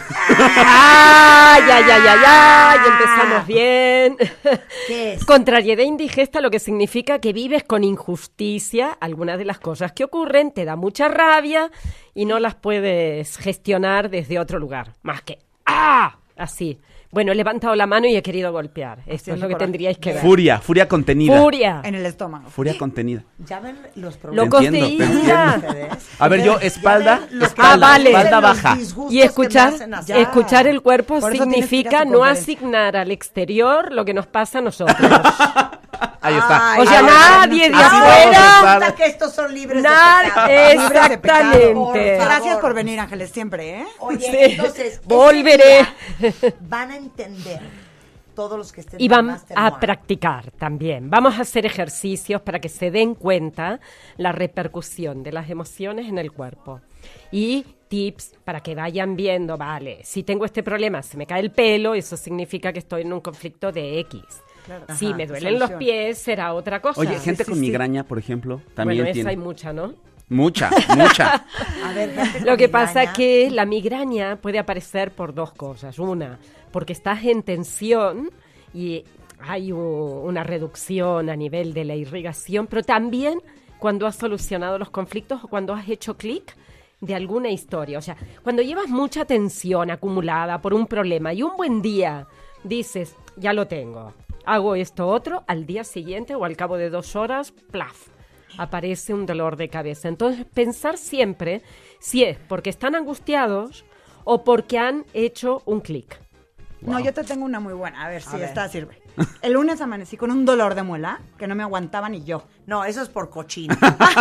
¡Ay! Y empezamos bien. ¿Qué es? Contrariedad indigesta, lo que significa que vives con injusticia algunas de las cosas que ocurren, te da mucha rabia y no las puedes gestionar desde otro lugar. Más que ¡ah! Así. Bueno, he levantado la mano y he querido golpear. Esto es lo que tendríais que ver. Furia contenida. Furia. En el estómago. Furia contenida. Ya ven los problemas. Locos Entiendo, de te ira. Ustedes. A ver, yo, espalda, vale. espalda baja. Y escuchar el cuerpo Por eso tienes que ir a significa su no conferencia. asignar al exterior lo que nos pasa a nosotros. Ahí está. O sea, Ahí nadie de Así vamos a afuera. estar. Resulta que estos son libres de Nada, pecado. exactamente. Por Gracias favor. por venir, Ángeles, siempre, ¿eh? Oye, Sí. entonces, ese Volveré. día van a entender todos los que estén Y en el van Master a Moa. practicar también. Vamos a hacer ejercicios para que se den cuenta la repercusión de las emociones en el cuerpo. Y tips para que vayan viendo, vale, si tengo este problema, se me cae el pelo, eso significa que estoy en un conflicto de X. Claro. Si Ajá, me duelen los pies, será otra cosa. Oye, gente con migraña, por ejemplo, también bueno, esa tiene. hay mucha, ¿no? Mucha. A ver, gente con Lo que migraña. pasa es que la migraña puede aparecer por dos cosas. Una, porque estás en tensión y hay una reducción a nivel de la irrigación, pero también cuando has solucionado los conflictos o cuando has hecho clic de alguna historia. O sea, cuando llevas mucha tensión acumulada por un problema y un buen día dices, ya lo tengo, hago esto otro, al día siguiente o al cabo de 2 horas, plaf, aparece un dolor de cabeza. Entonces, pensar siempre si es porque están angustiados o porque han hecho un clic. No, yo te tengo una muy buena. A ver si ver. esta sirve. El lunes amanecí con un dolor de muela que no me aguantaba ni yo. No, eso es por cochino.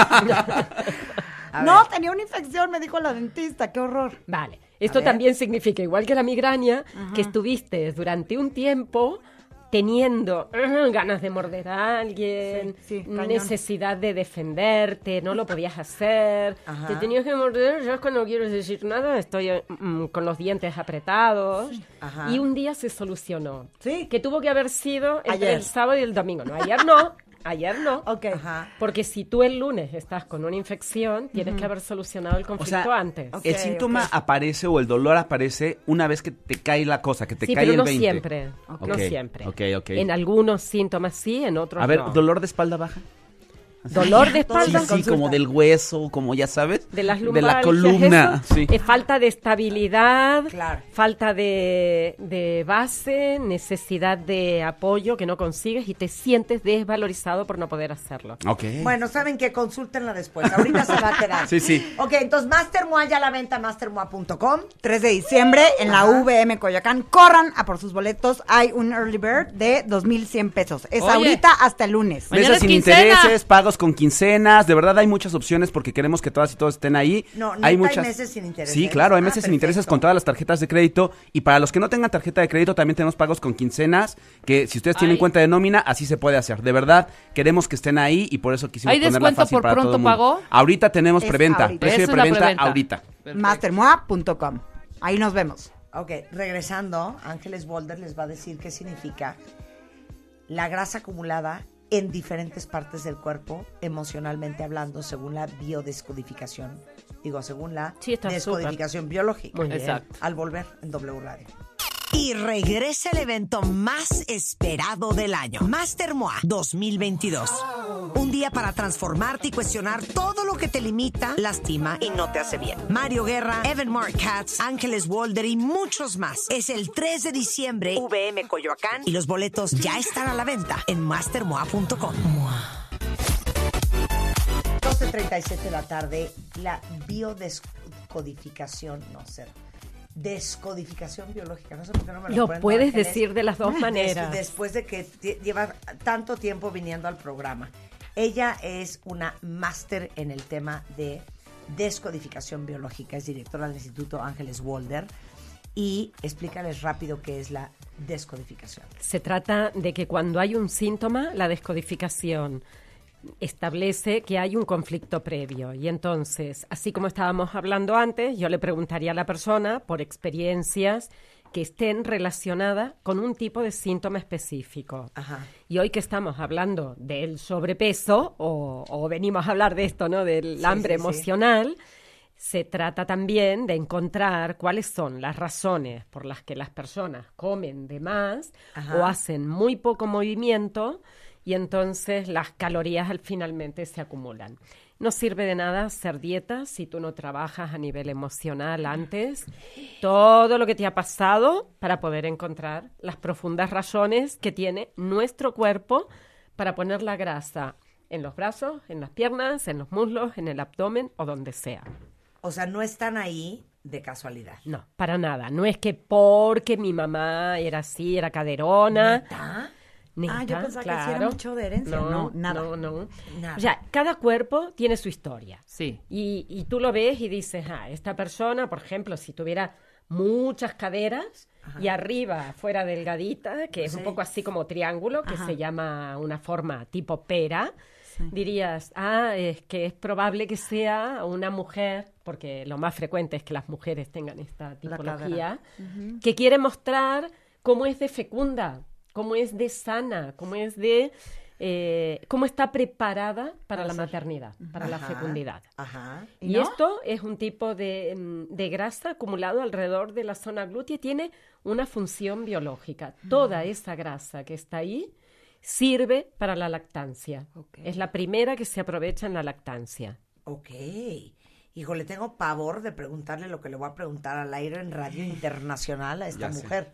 A No, ver. tenía una infección, me dijo la dentista. ¡Qué horror! Vale, esto ver. también significa, igual que la migraña, que estuviste durante un tiempo teniendo ganas de morder a alguien, Sí, cañón. necesidad de defenderte, no lo podías hacer, Ajá. te tenías que morder, ya es cuando no quieres decir nada, estoy con los dientes apretados, Ajá. y un día se solucionó. Sí. Que tuvo que haber sido entre Ayer. el sábado y el domingo. No, ayer no. Ayer no. Ok. Ajá. Porque si tú el lunes estás con una infección, tienes que haber solucionado el O conflicto sea, antes. el síntoma aparece o el dolor aparece una vez que te cae la cosa, que te Sí, cae pero el no 20. siempre. Ok, No siempre. ok. En algunos síntomas sí, en otros A ver, no. dolor de espalda baja. Dolor de espalda. Sí, como del hueso, como ya sabes. De las De lumbalgias, la columna. eso, Sí. falta de estabilidad, Claro. falta de base, necesidad de apoyo que no consigues y te sientes desvalorizado por no poder hacerlo. Ok. Bueno, saben que consúltenla después. Ahorita se va a quedar. Sí, sí. Ok, entonces Master Moa ya a la venta, mastermoa.com. 3 de diciembre en la VM Coyoacán. Corran a por sus boletos. Hay un early bird de 2,100 pesos. Es Oye. ahorita hasta el lunes. Mañana Meses es sin quincena. intereses, pagos con quincenas, de verdad hay muchas opciones porque queremos que todas y todos estén ahí. No, neta, hay hay muchas. meses sin intereses. Sí, claro, hay Ah, meses sin intereses perfecto. con todas las tarjetas de crédito y para los que no tengan tarjeta de crédito también tenemos pagos con quincenas, que si ustedes tienen Ay. cuenta de nómina, así se puede hacer. De verdad, queremos que estén ahí y por eso quisimos ¿Hay ponerla descuento fácil por para todo pronto el mundo. pago? Ahorita tenemos Es preventa, ahorita. precio Esa de es la preventa preventa. ahorita. Perfecto. Mastermoa.com. Ahí nos vemos. Ok, regresando, Ángeles Boulder les va a decir qué significa la grasa acumulada en diferentes partes del cuerpo, emocionalmente hablando, según la biodescodificación. Digo, según la descodificación biológica. Muy bien. Exacto. Al volver en W Radio. Y regresa el evento más esperado del año, Master MOA 2022. Un día para transformarte y cuestionar todo lo que te limita, lastima y no te hace bien. Mario Guerra, Evan Marc Katz, Ángeles Walder y muchos más. Es el 3 de diciembre, VM Coyoacán, y los boletos ya están a la venta en mastermoa.com. 12:37 de la tarde, la biodescodificación, descodificación biológica, no sé por qué no me Lo ponen puedes Ángeles. decir de las dos maneras. Después de que lleva tanto tiempo viniendo al programa. Ella es una máster en el tema de descodificación biológica, es directora del Instituto Ángeles Walder. Y explícales rápido qué es la descodificación. Se trata de que cuando hay un síntoma, la descodificación establece que hay un conflicto previo. Y entonces, así como estábamos hablando antes, yo le preguntaría a la persona por experiencias que estén relacionadas con un tipo de síntoma específico. Ajá. Y hoy que estamos hablando del sobrepeso, o venimos a hablar de esto, ¿no? Del hambre emocional, se trata también de encontrar cuáles son las razones por las que las personas comen de más o hacen muy poco movimiento, y entonces las calorías finalmente se acumulan. No sirve de nada hacer dieta si tú no trabajas a nivel emocional antes todo lo que te ha pasado para poder encontrar las profundas razones que tiene nuestro cuerpo para poner la grasa en los brazos, en las piernas, en los muslos, en el abdomen o donde sea. O sea, no están ahí de casualidad. No, para nada. No es que porque mi mamá era así, era caderona. ¿Neta? Neta, yo pensaba que sí claro. era mucho de herencia. No, nada. No. Nada. O sea, cada cuerpo tiene su historia. Sí. Y tú lo ves y dices, esta persona, por ejemplo, si tuviera muchas caderas y arriba fuera delgadita, que es un poco así como triángulo, que se llama una forma tipo pera, dirías, es que es probable que sea una mujer, porque lo más frecuente es que las mujeres tengan esta tipología, que quiere mostrar cómo es de fecunda, cómo es de sana, cómo es de cómo está preparada para la maternidad, para la fecundidad. Ajá. Y esto es un tipo de grasa acumulado alrededor de la zona glútea y tiene una función biológica. Toda esa grasa que está ahí sirve para la lactancia. Es la primera que se aprovecha en la lactancia. Ok. Híjole, tengo pavor de preguntarle lo que le voy a preguntar al aire en Radio Internacional a esta mujer.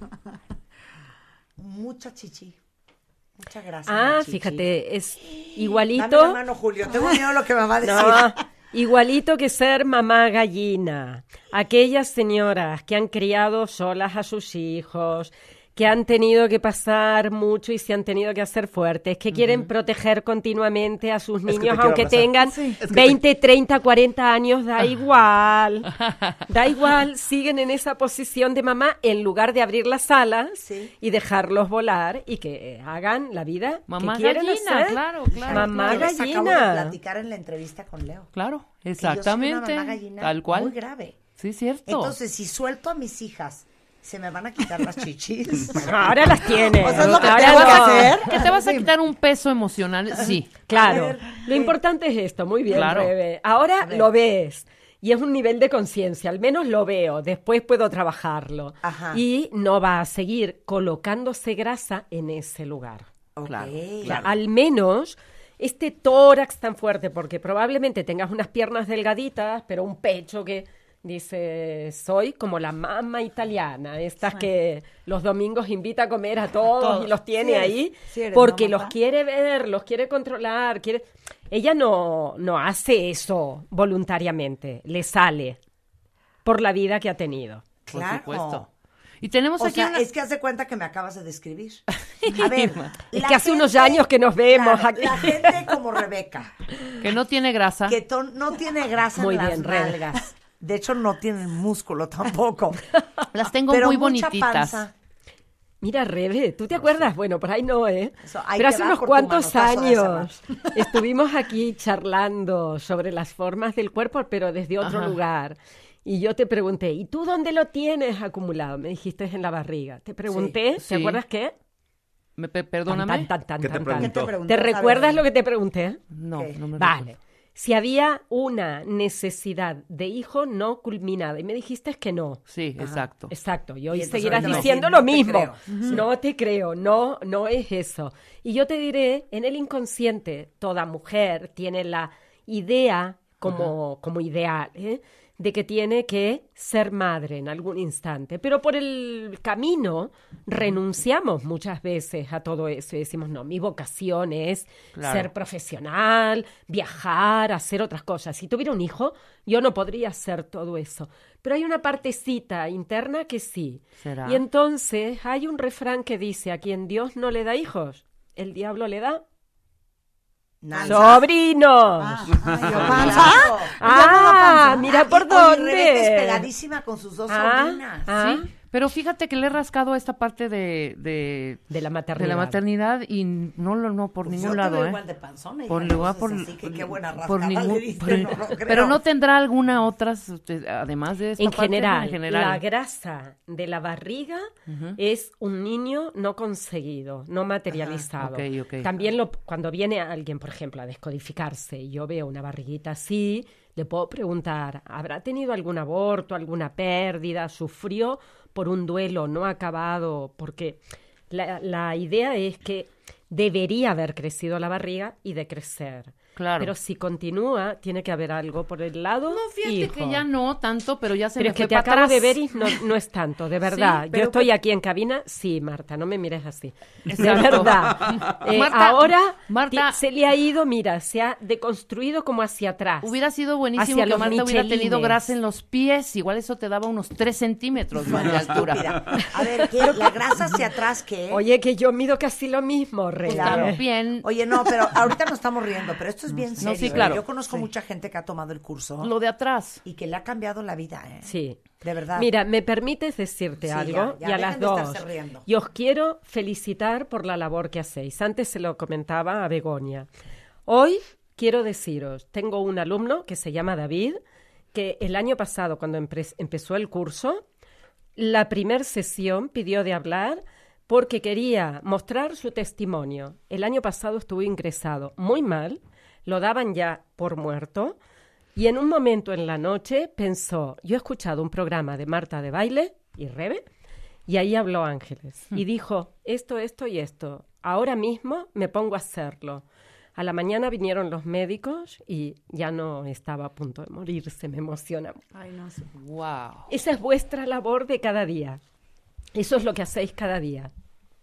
Mucha chichi. Mucha grasa. Fíjate, es igualito. Dame la mano, Julio. Tengo miedo a lo que me va a decir. No, igualito que ser mamá gallina. Aquellas señoras que han criado solas a sus hijos, que han tenido que pasar mucho y se han tenido que hacer fuertes, que quieren proteger continuamente a sus niños, aunque tengan 20, 30, 40 años, da igual. Da igual, siguen en esa posición de mamá en lugar de abrir las alas y dejarlos volar y que hagan la vida mamá que quieren gallina, hacer. Claro. Mamá Yo les acabo de platicar en la entrevista con Leo. Claro, Que yo soy exactamente. una mamá gallina Tal cual. muy grave. Sí, cierto. Entonces, si suelto a mis hijas, ¿se me van a quitar las chichis? Ahora las tienes. O sea, es lo que Ahora tengo que no. hacer. ¿Que te vas a quitar un peso emocional? Sí. Claro. A ver, Lo importante es esto. Muy bien, Claro. Rebe. Ahora A ver. lo ves. Y es un nivel de conciencia. Al menos lo veo. Después puedo trabajarlo. Ajá. Y no va a seguir colocándose grasa en ese lugar. Ok. Claro, O sea, al menos este tórax tan fuerte, porque probablemente tengas unas piernas delgaditas, pero un pecho que dice, soy como la mamá italiana, estas que los domingos invita a comer a todos y los tiene ahí, porque los quiere ver, los quiere controlar, quiere... Ella no hace eso voluntariamente, le sale por la vida que ha tenido. Por Claro. supuesto. Y tenemos O aquí sea, una... es que haz de cuenta que me acabas de describir. A ver, Es la que hace unos gente- años que nos vemos claro, aquí. La gente como Rebeca, que no tiene grasa. que no tiene grasa Muy en las bien, Rebe. nalgas. De hecho, no tienen músculo tampoco. Las tengo Pero muy mucha bonititas. panza. Mira, Rebe, ¿tú te acuerdas? Bueno, por ahí no, ¿eh? Eso, ahí Pero te hace va unos por tu cuantos manotazo de ese años estuvimos aquí charlando sobre las formas del cuerpo, pero desde otro Ajá. lugar. Y yo te pregunté, ¿y tú dónde lo tienes acumulado? Me dijiste en la barriga. Te pregunté, Sí. ¿te acuerdas qué? Perdóname. ¿Qué te preguntó? ¿Te recuerdas lo que te pregunté? No, no me Vale. recuerdo. Si había una necesidad de hijo no culminada, y me dijiste que no. Sí, exacto. Exacto, y Y hoy entonces seguirás ahorita diciendo no lo te mismo. creo. No te creo, no es eso. Y yo te diré, en el inconsciente, toda mujer tiene la idea como ideal, de que tiene que ser madre en algún instante. Pero por el camino renunciamos muchas veces a todo eso y decimos, no, mi vocación es ser profesional, viajar, hacer otras cosas. Si tuviera un hijo, yo no podría hacer todo eso. Pero hay una partecita interna que sí. ¿Será? Y entonces hay un refrán que dice, a quien Dios no le da hijos, el diablo le da ¡sobrinos! Mira por dónde. Rebeca es pegadísima con sus dos sobrinas. Sí, pero fíjate que le he rascado esta parte de la maternidad. De la maternidad y no por Pues ningún yo te lado, veo igual de panzona, por hija, lugar entonces, así que qué buena por rascada ningún le diste, no lo creo. pero no tendrá alguna otras además de esta En parte, general, la grasa de la barriga es un niño no conseguido, no materializado. Ok. También cuando viene alguien, por ejemplo, a descodificarse y yo veo una barriguita así, le puedo preguntar, ¿habrá tenido algún aborto, alguna pérdida, sufrió por un duelo no acabado? Porque la idea es que debería haber crecido la barriga y de crecer. Claro. Pero si continúa, tiene que haber algo por el lado. No, fíjate hijo. que ya no tanto, pero ya se Pero me es que fue te para acabo atrás. de ver y no es tanto, de verdad. Sí, Yo pero estoy aquí en cabina, sí, Marta, no me mires así. De Exacto. verdad. Marta, se le ha ido, mira, se ha deconstruido como hacia atrás. Hubiera sido buenísimo hacia que los Marta hubiera tenido michelines. grasa en los pies, igual eso te daba unos 3 centímetros más de altura. Estúpida. A ver, ¿qué? ¿La grasa hacia atrás qué? Oye, que yo mido casi lo mismo, Rey. Claro. Bien. Oye, no, pero ahorita nos estamos riendo, pero esto es bien serio. sí, claro. Yo conozco mucha gente que ha tomado el curso. Lo de atrás. Y que le ha cambiado la vida, ¿eh? Sí. De verdad. Mira, ¿me permites decirte Sí, algo? ya, y a dejen las de dos. estarse riendo. Y os quiero felicitar por la labor que hacéis. Antes se lo comentaba a Begoña. Hoy quiero deciros, tengo un alumno que se llama David, que el año pasado, cuando empezó el curso, la primera sesión pidió de hablar porque quería mostrar su testimonio. El año pasado estuvo ingresado muy mal, lo daban ya por muerto, y en un momento en la noche pensó, yo he escuchado un programa de Marta de Baile y Rebe, y ahí habló Ángeles, y dijo, esto y esto, ahora mismo me pongo a hacerlo. A la mañana vinieron los médicos y ya no estaba a punto de morirse, me emociona. Ay, no sé. Wow. Esa es vuestra labor de cada día. Eso es lo que hacéis cada día.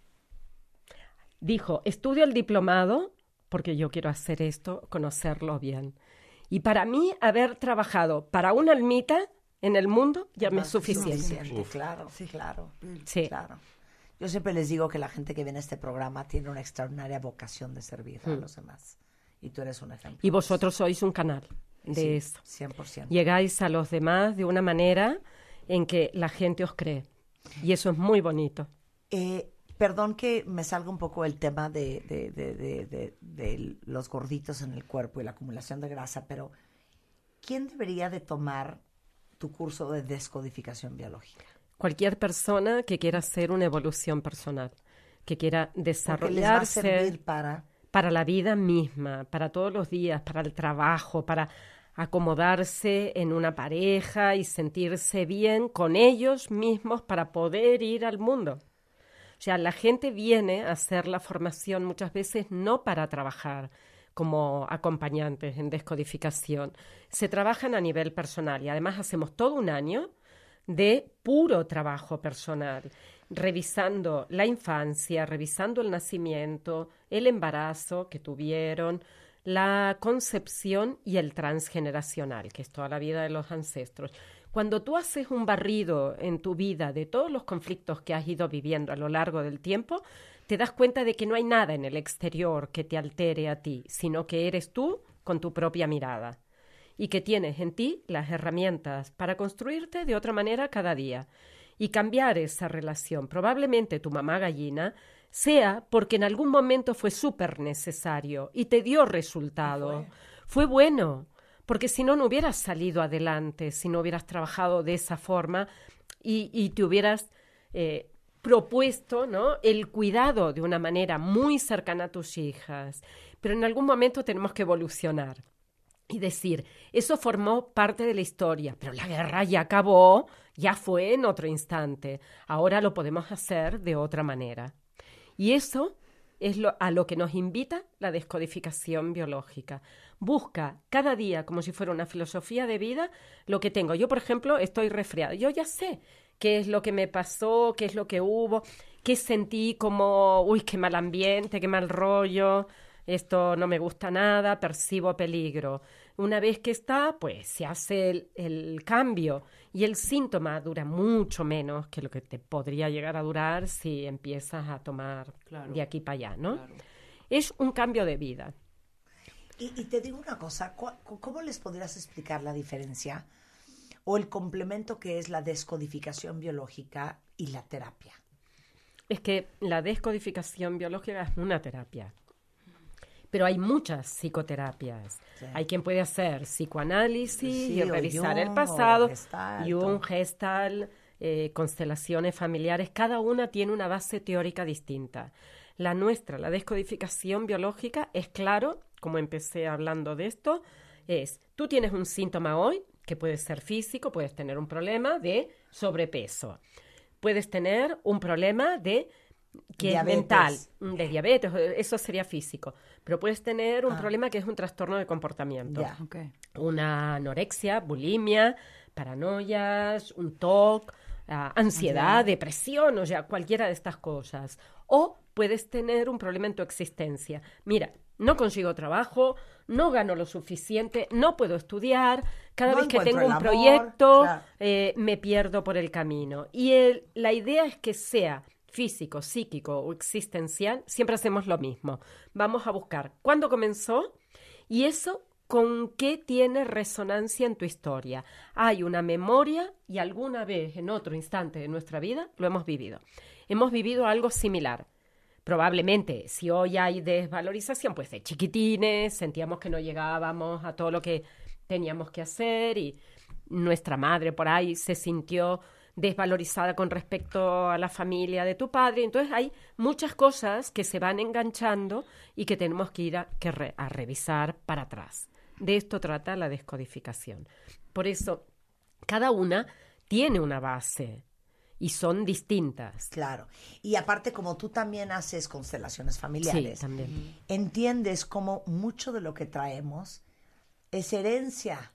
Dijo, estudio el diplomado porque yo quiero hacer esto, conocerlo bien. Y para mí, haber trabajado para una almita en el mundo ya me es suficiente. Claro, claro. Sí. Claro. Yo siempre les digo que la gente que viene a este programa tiene una extraordinaria vocación de servir a los demás. Y tú eres un ejemplo. Y vosotros sois un canal de eso. 100%. Llegáis a los demás de una manera en que la gente os cree. Y eso es muy bonito. Perdón que me salga un poco el tema de los gorditos en el cuerpo y la acumulación de grasa, pero ¿quién debería de tomar tu curso de descodificación biológica? Cualquier persona que quiera hacer una evolución personal, que quiera desarrollarse. Porque les va a servir para la vida misma, para todos los días, para el trabajo, para acomodarse en una pareja y sentirse bien con ellos mismos para poder ir al mundo. O sea, la gente viene a hacer la formación muchas veces no para trabajar como acompañantes en descodificación. Se trabajan a nivel personal y además hacemos todo un año de puro trabajo personal, revisando la infancia, revisando el nacimiento, el embarazo que tuvieron, la concepción y el transgeneracional, que es toda la vida de los ancestros. Cuando tú haces un barrido en tu vida de todos los conflictos que has ido viviendo a lo largo del tiempo, te das cuenta de que no hay nada en el exterior que te altere a ti, sino que eres tú con tu propia mirada y que tienes en ti las herramientas para construirte de otra manera cada día y cambiar esa relación. Probablemente tu mamá gallina sea porque en algún momento fue súper necesario y te dio resultado. Fue bueno. Porque si no, no hubieras salido adelante, si no hubieras trabajado de esa forma y te hubieras propuesto, ¿no?, el cuidado de una manera muy cercana a tus hijas, pero en algún momento tenemos que evolucionar y decir, eso formó parte de la historia, pero la guerra ya acabó, ya fue en otro instante, ahora lo podemos hacer de otra manera. Y eso es a lo que nos invita la descodificación biológica. Busca cada día, como si fuera una filosofía de vida, lo que tengo. Yo, por ejemplo, estoy resfriada. Yo ya sé qué es lo que me pasó, qué es lo que hubo, qué sentí como, uy, qué mal ambiente, qué mal rollo, esto no me gusta nada, percibo peligro. Una vez que está, pues se hace el cambio y el síntoma dura mucho menos que lo que te podría llegar a durar si empiezas a tomar de aquí para allá, ¿no? Claro. Es un cambio de vida. Y te digo una cosa, ¿cómo les podrías explicar la diferencia o el complemento que es la descodificación biológica y la terapia? Es que la descodificación biológica es una terapia. Pero hay muchas psicoterapias. Sí. Hay quien puede hacer psicoanálisis y revisar el pasado, Jung, Gestalt, constelaciones familiares. Cada una tiene una base teórica distinta. La nuestra, la descodificación biológica, es claro, como empecé hablando de esto, es, tú tienes un síntoma hoy, que puede ser físico, puedes tener un problema de sobrepeso, puedes tener un problema de que diabetes. Es mental, de diabetes, eso sería físico, pero puedes tener un problema que es un trastorno de comportamiento, una anorexia, bulimia, paranoias, un TOC, ansiedad, depresión, o sea, cualquiera de estas cosas. O puedes tener un problema en tu existencia. Mira, no consigo trabajo, no gano lo suficiente, no puedo estudiar, cada vez que tengo un proyecto, me pierdo por el camino. Y la idea es que sea físico, psíquico o existencial, siempre hacemos lo mismo. Vamos a buscar cuándo comenzó y eso con qué tiene resonancia en tu historia. Hay una memoria y alguna vez en otro instante de nuestra vida lo hemos vivido. Hemos vivido algo similar. Probablemente, si hoy hay desvalorización, pues de chiquitines, sentíamos que no llegábamos a todo lo que teníamos que hacer y nuestra madre por ahí se sintió desvalorizada con respecto a la familia de tu padre. Entonces hay muchas cosas que se van enganchando y que tenemos que ir a revisar para atrás. De esto trata la descodificación. Por eso, cada una tiene una base y son distintas. Claro. Y aparte, como tú también haces constelaciones familiares, sí, también. Entiendes cómo mucho de lo que traemos es herencia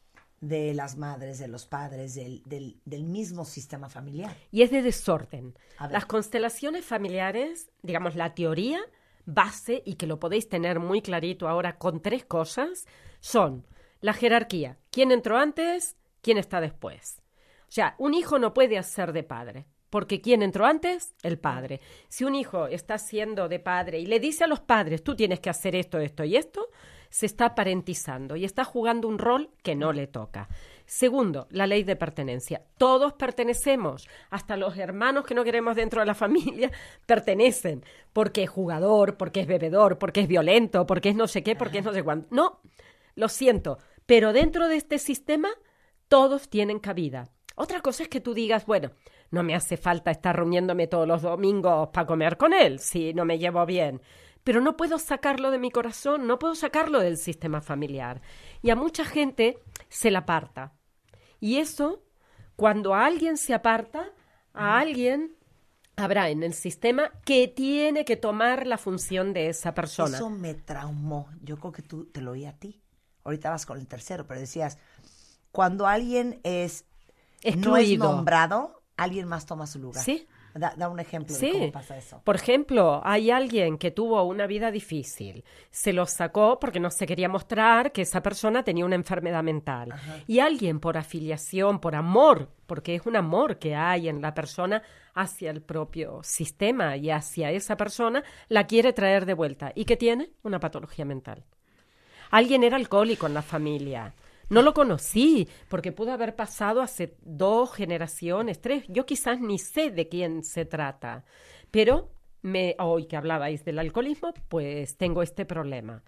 de las madres, de los padres, del mismo sistema familiar. Y es de desorden. Las constelaciones familiares, digamos, la teoría base, y que lo podéis tener muy clarito ahora con 3 cosas, son la jerarquía. ¿Quién entró antes? ¿Quién está después? O sea, un hijo no puede hacer de padre, porque ¿quién entró antes? El padre. Si un hijo está siendo de padre y le dice a los padres, tú tienes que hacer esto, esto y esto, se está parentizando y está jugando un rol que no le toca. Segundo, la ley de pertenencia. Todos pertenecemos, hasta los hermanos que no queremos dentro de la familia pertenecen, porque es jugador, porque es bebedor, porque es violento, porque es no sé qué, porque es no sé cuánto. No, lo siento, pero dentro de este sistema todos tienen cabida. Otra cosa es que tú digas, bueno, no me hace falta estar reuniéndome todos los domingos para comer con él, si no me llevo bien. Pero no puedo sacarlo de mi corazón, no puedo sacarlo del sistema familiar. Y a mucha gente se la aparta. Y eso, cuando a alguien se aparta, a alguien habrá en el sistema que tiene que tomar la función de esa persona. Eso me traumó. Yo creo que tú te lo oí a ti. Ahorita vas con el tercero, pero decías, cuando alguien es excluido, no es nombrado, alguien más toma su lugar. Sí. Da un ejemplo de cómo pasa eso. Por ejemplo, hay alguien que tuvo una vida difícil, se lo sacó porque no se quería mostrar que esa persona tenía una enfermedad mental. Ajá. Y alguien por afiliación, por amor, porque es un amor que hay en la persona hacia el propio sistema y hacia esa persona, la quiere traer de vuelta. ¿Y qué tiene? Una patología mental. Alguien era alcohólico en la familia. No lo conocí, porque pudo haber pasado hace 2 generaciones, 3. Yo quizás ni sé de quién se trata. Pero hoy que hablabais del alcoholismo, pues tengo este problema.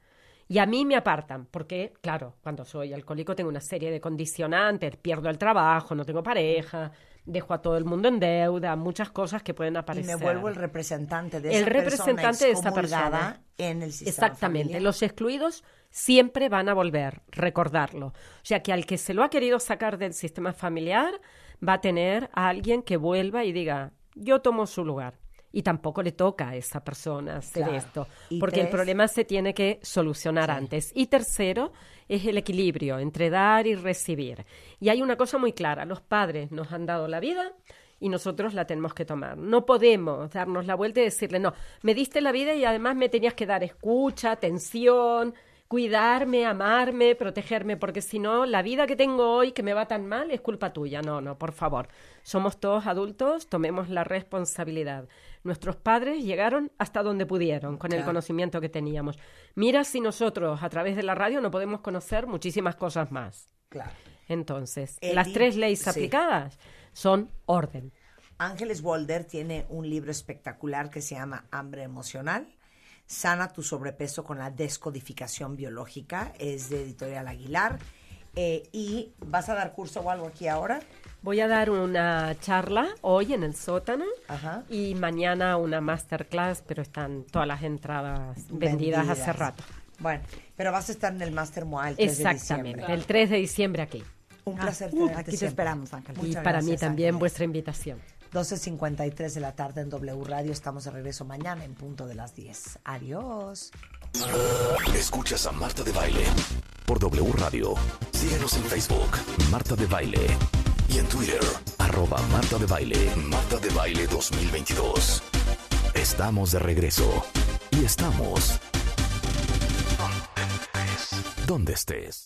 Y a mí me apartan, porque, claro, cuando soy alcohólico tengo una serie de condicionantes, pierdo el trabajo, no tengo pareja, dejo a todo el mundo en deuda, muchas cosas que pueden Y aparecer. me vuelvo el representante de El esa representante de esa excomulgada persona. en el sistema Exactamente. familiar. Los excluidos siempre van a volver, recordarlo. O sea, que al que se lo ha querido sacar del sistema familiar va a tener a alguien que vuelva y diga, yo tomo su lugar. Y tampoco le toca a esa persona hacer Claro. esto, Y porque el 3, problema se tiene que solucionar antes. Y tercero, es el equilibrio entre dar y recibir. Y hay una cosa muy clara, los padres nos han dado la vida y nosotros la tenemos que tomar. No podemos darnos la vuelta y decirle, no, me diste la vida y además me tenías que dar escucha, atención, cuidarme, amarme, protegerme, porque si no, la vida que tengo hoy que me va tan mal es culpa tuya. No, no, por favor. Somos todos adultos, tomemos la responsabilidad. Nuestros padres llegaron hasta donde pudieron, con el Claro. conocimiento que teníamos. Mira si nosotros, a través de la radio, no podemos conocer muchísimas cosas más. Claro. Entonces, Eddie, las 3 leyes sí. aplicadas son orden. Ángeles Walder tiene un libro espectacular que se llama Hambre Emocional. Sana tu sobrepeso con la descodificación biológica. Es de Editorial Aguilar. ¿Y vas a dar curso o algo aquí ahora? Voy a dar una charla hoy en el sótano Ajá. y mañana una masterclass, pero están todas las entradas vendidas hace rato. Bueno, pero vas a estar en el Master MOA el 3 de Exactamente, diciembre. el 3 de diciembre aquí. Un placer tenerte aquí te siempre. esperamos, Ángel. Y Muchas para mí gracias, también Ángeles. vuestra invitación. 12:53 de la tarde en W Radio. Estamos de regreso mañana en punto de las 10. Adiós. Escuchas a Marta de Baile por W Radio. Síguenos en Facebook, Marta de Baile. Y en Twitter, @Marta de Baile. Marta de Baile 2022. Estamos de regreso. Y estamos donde estés.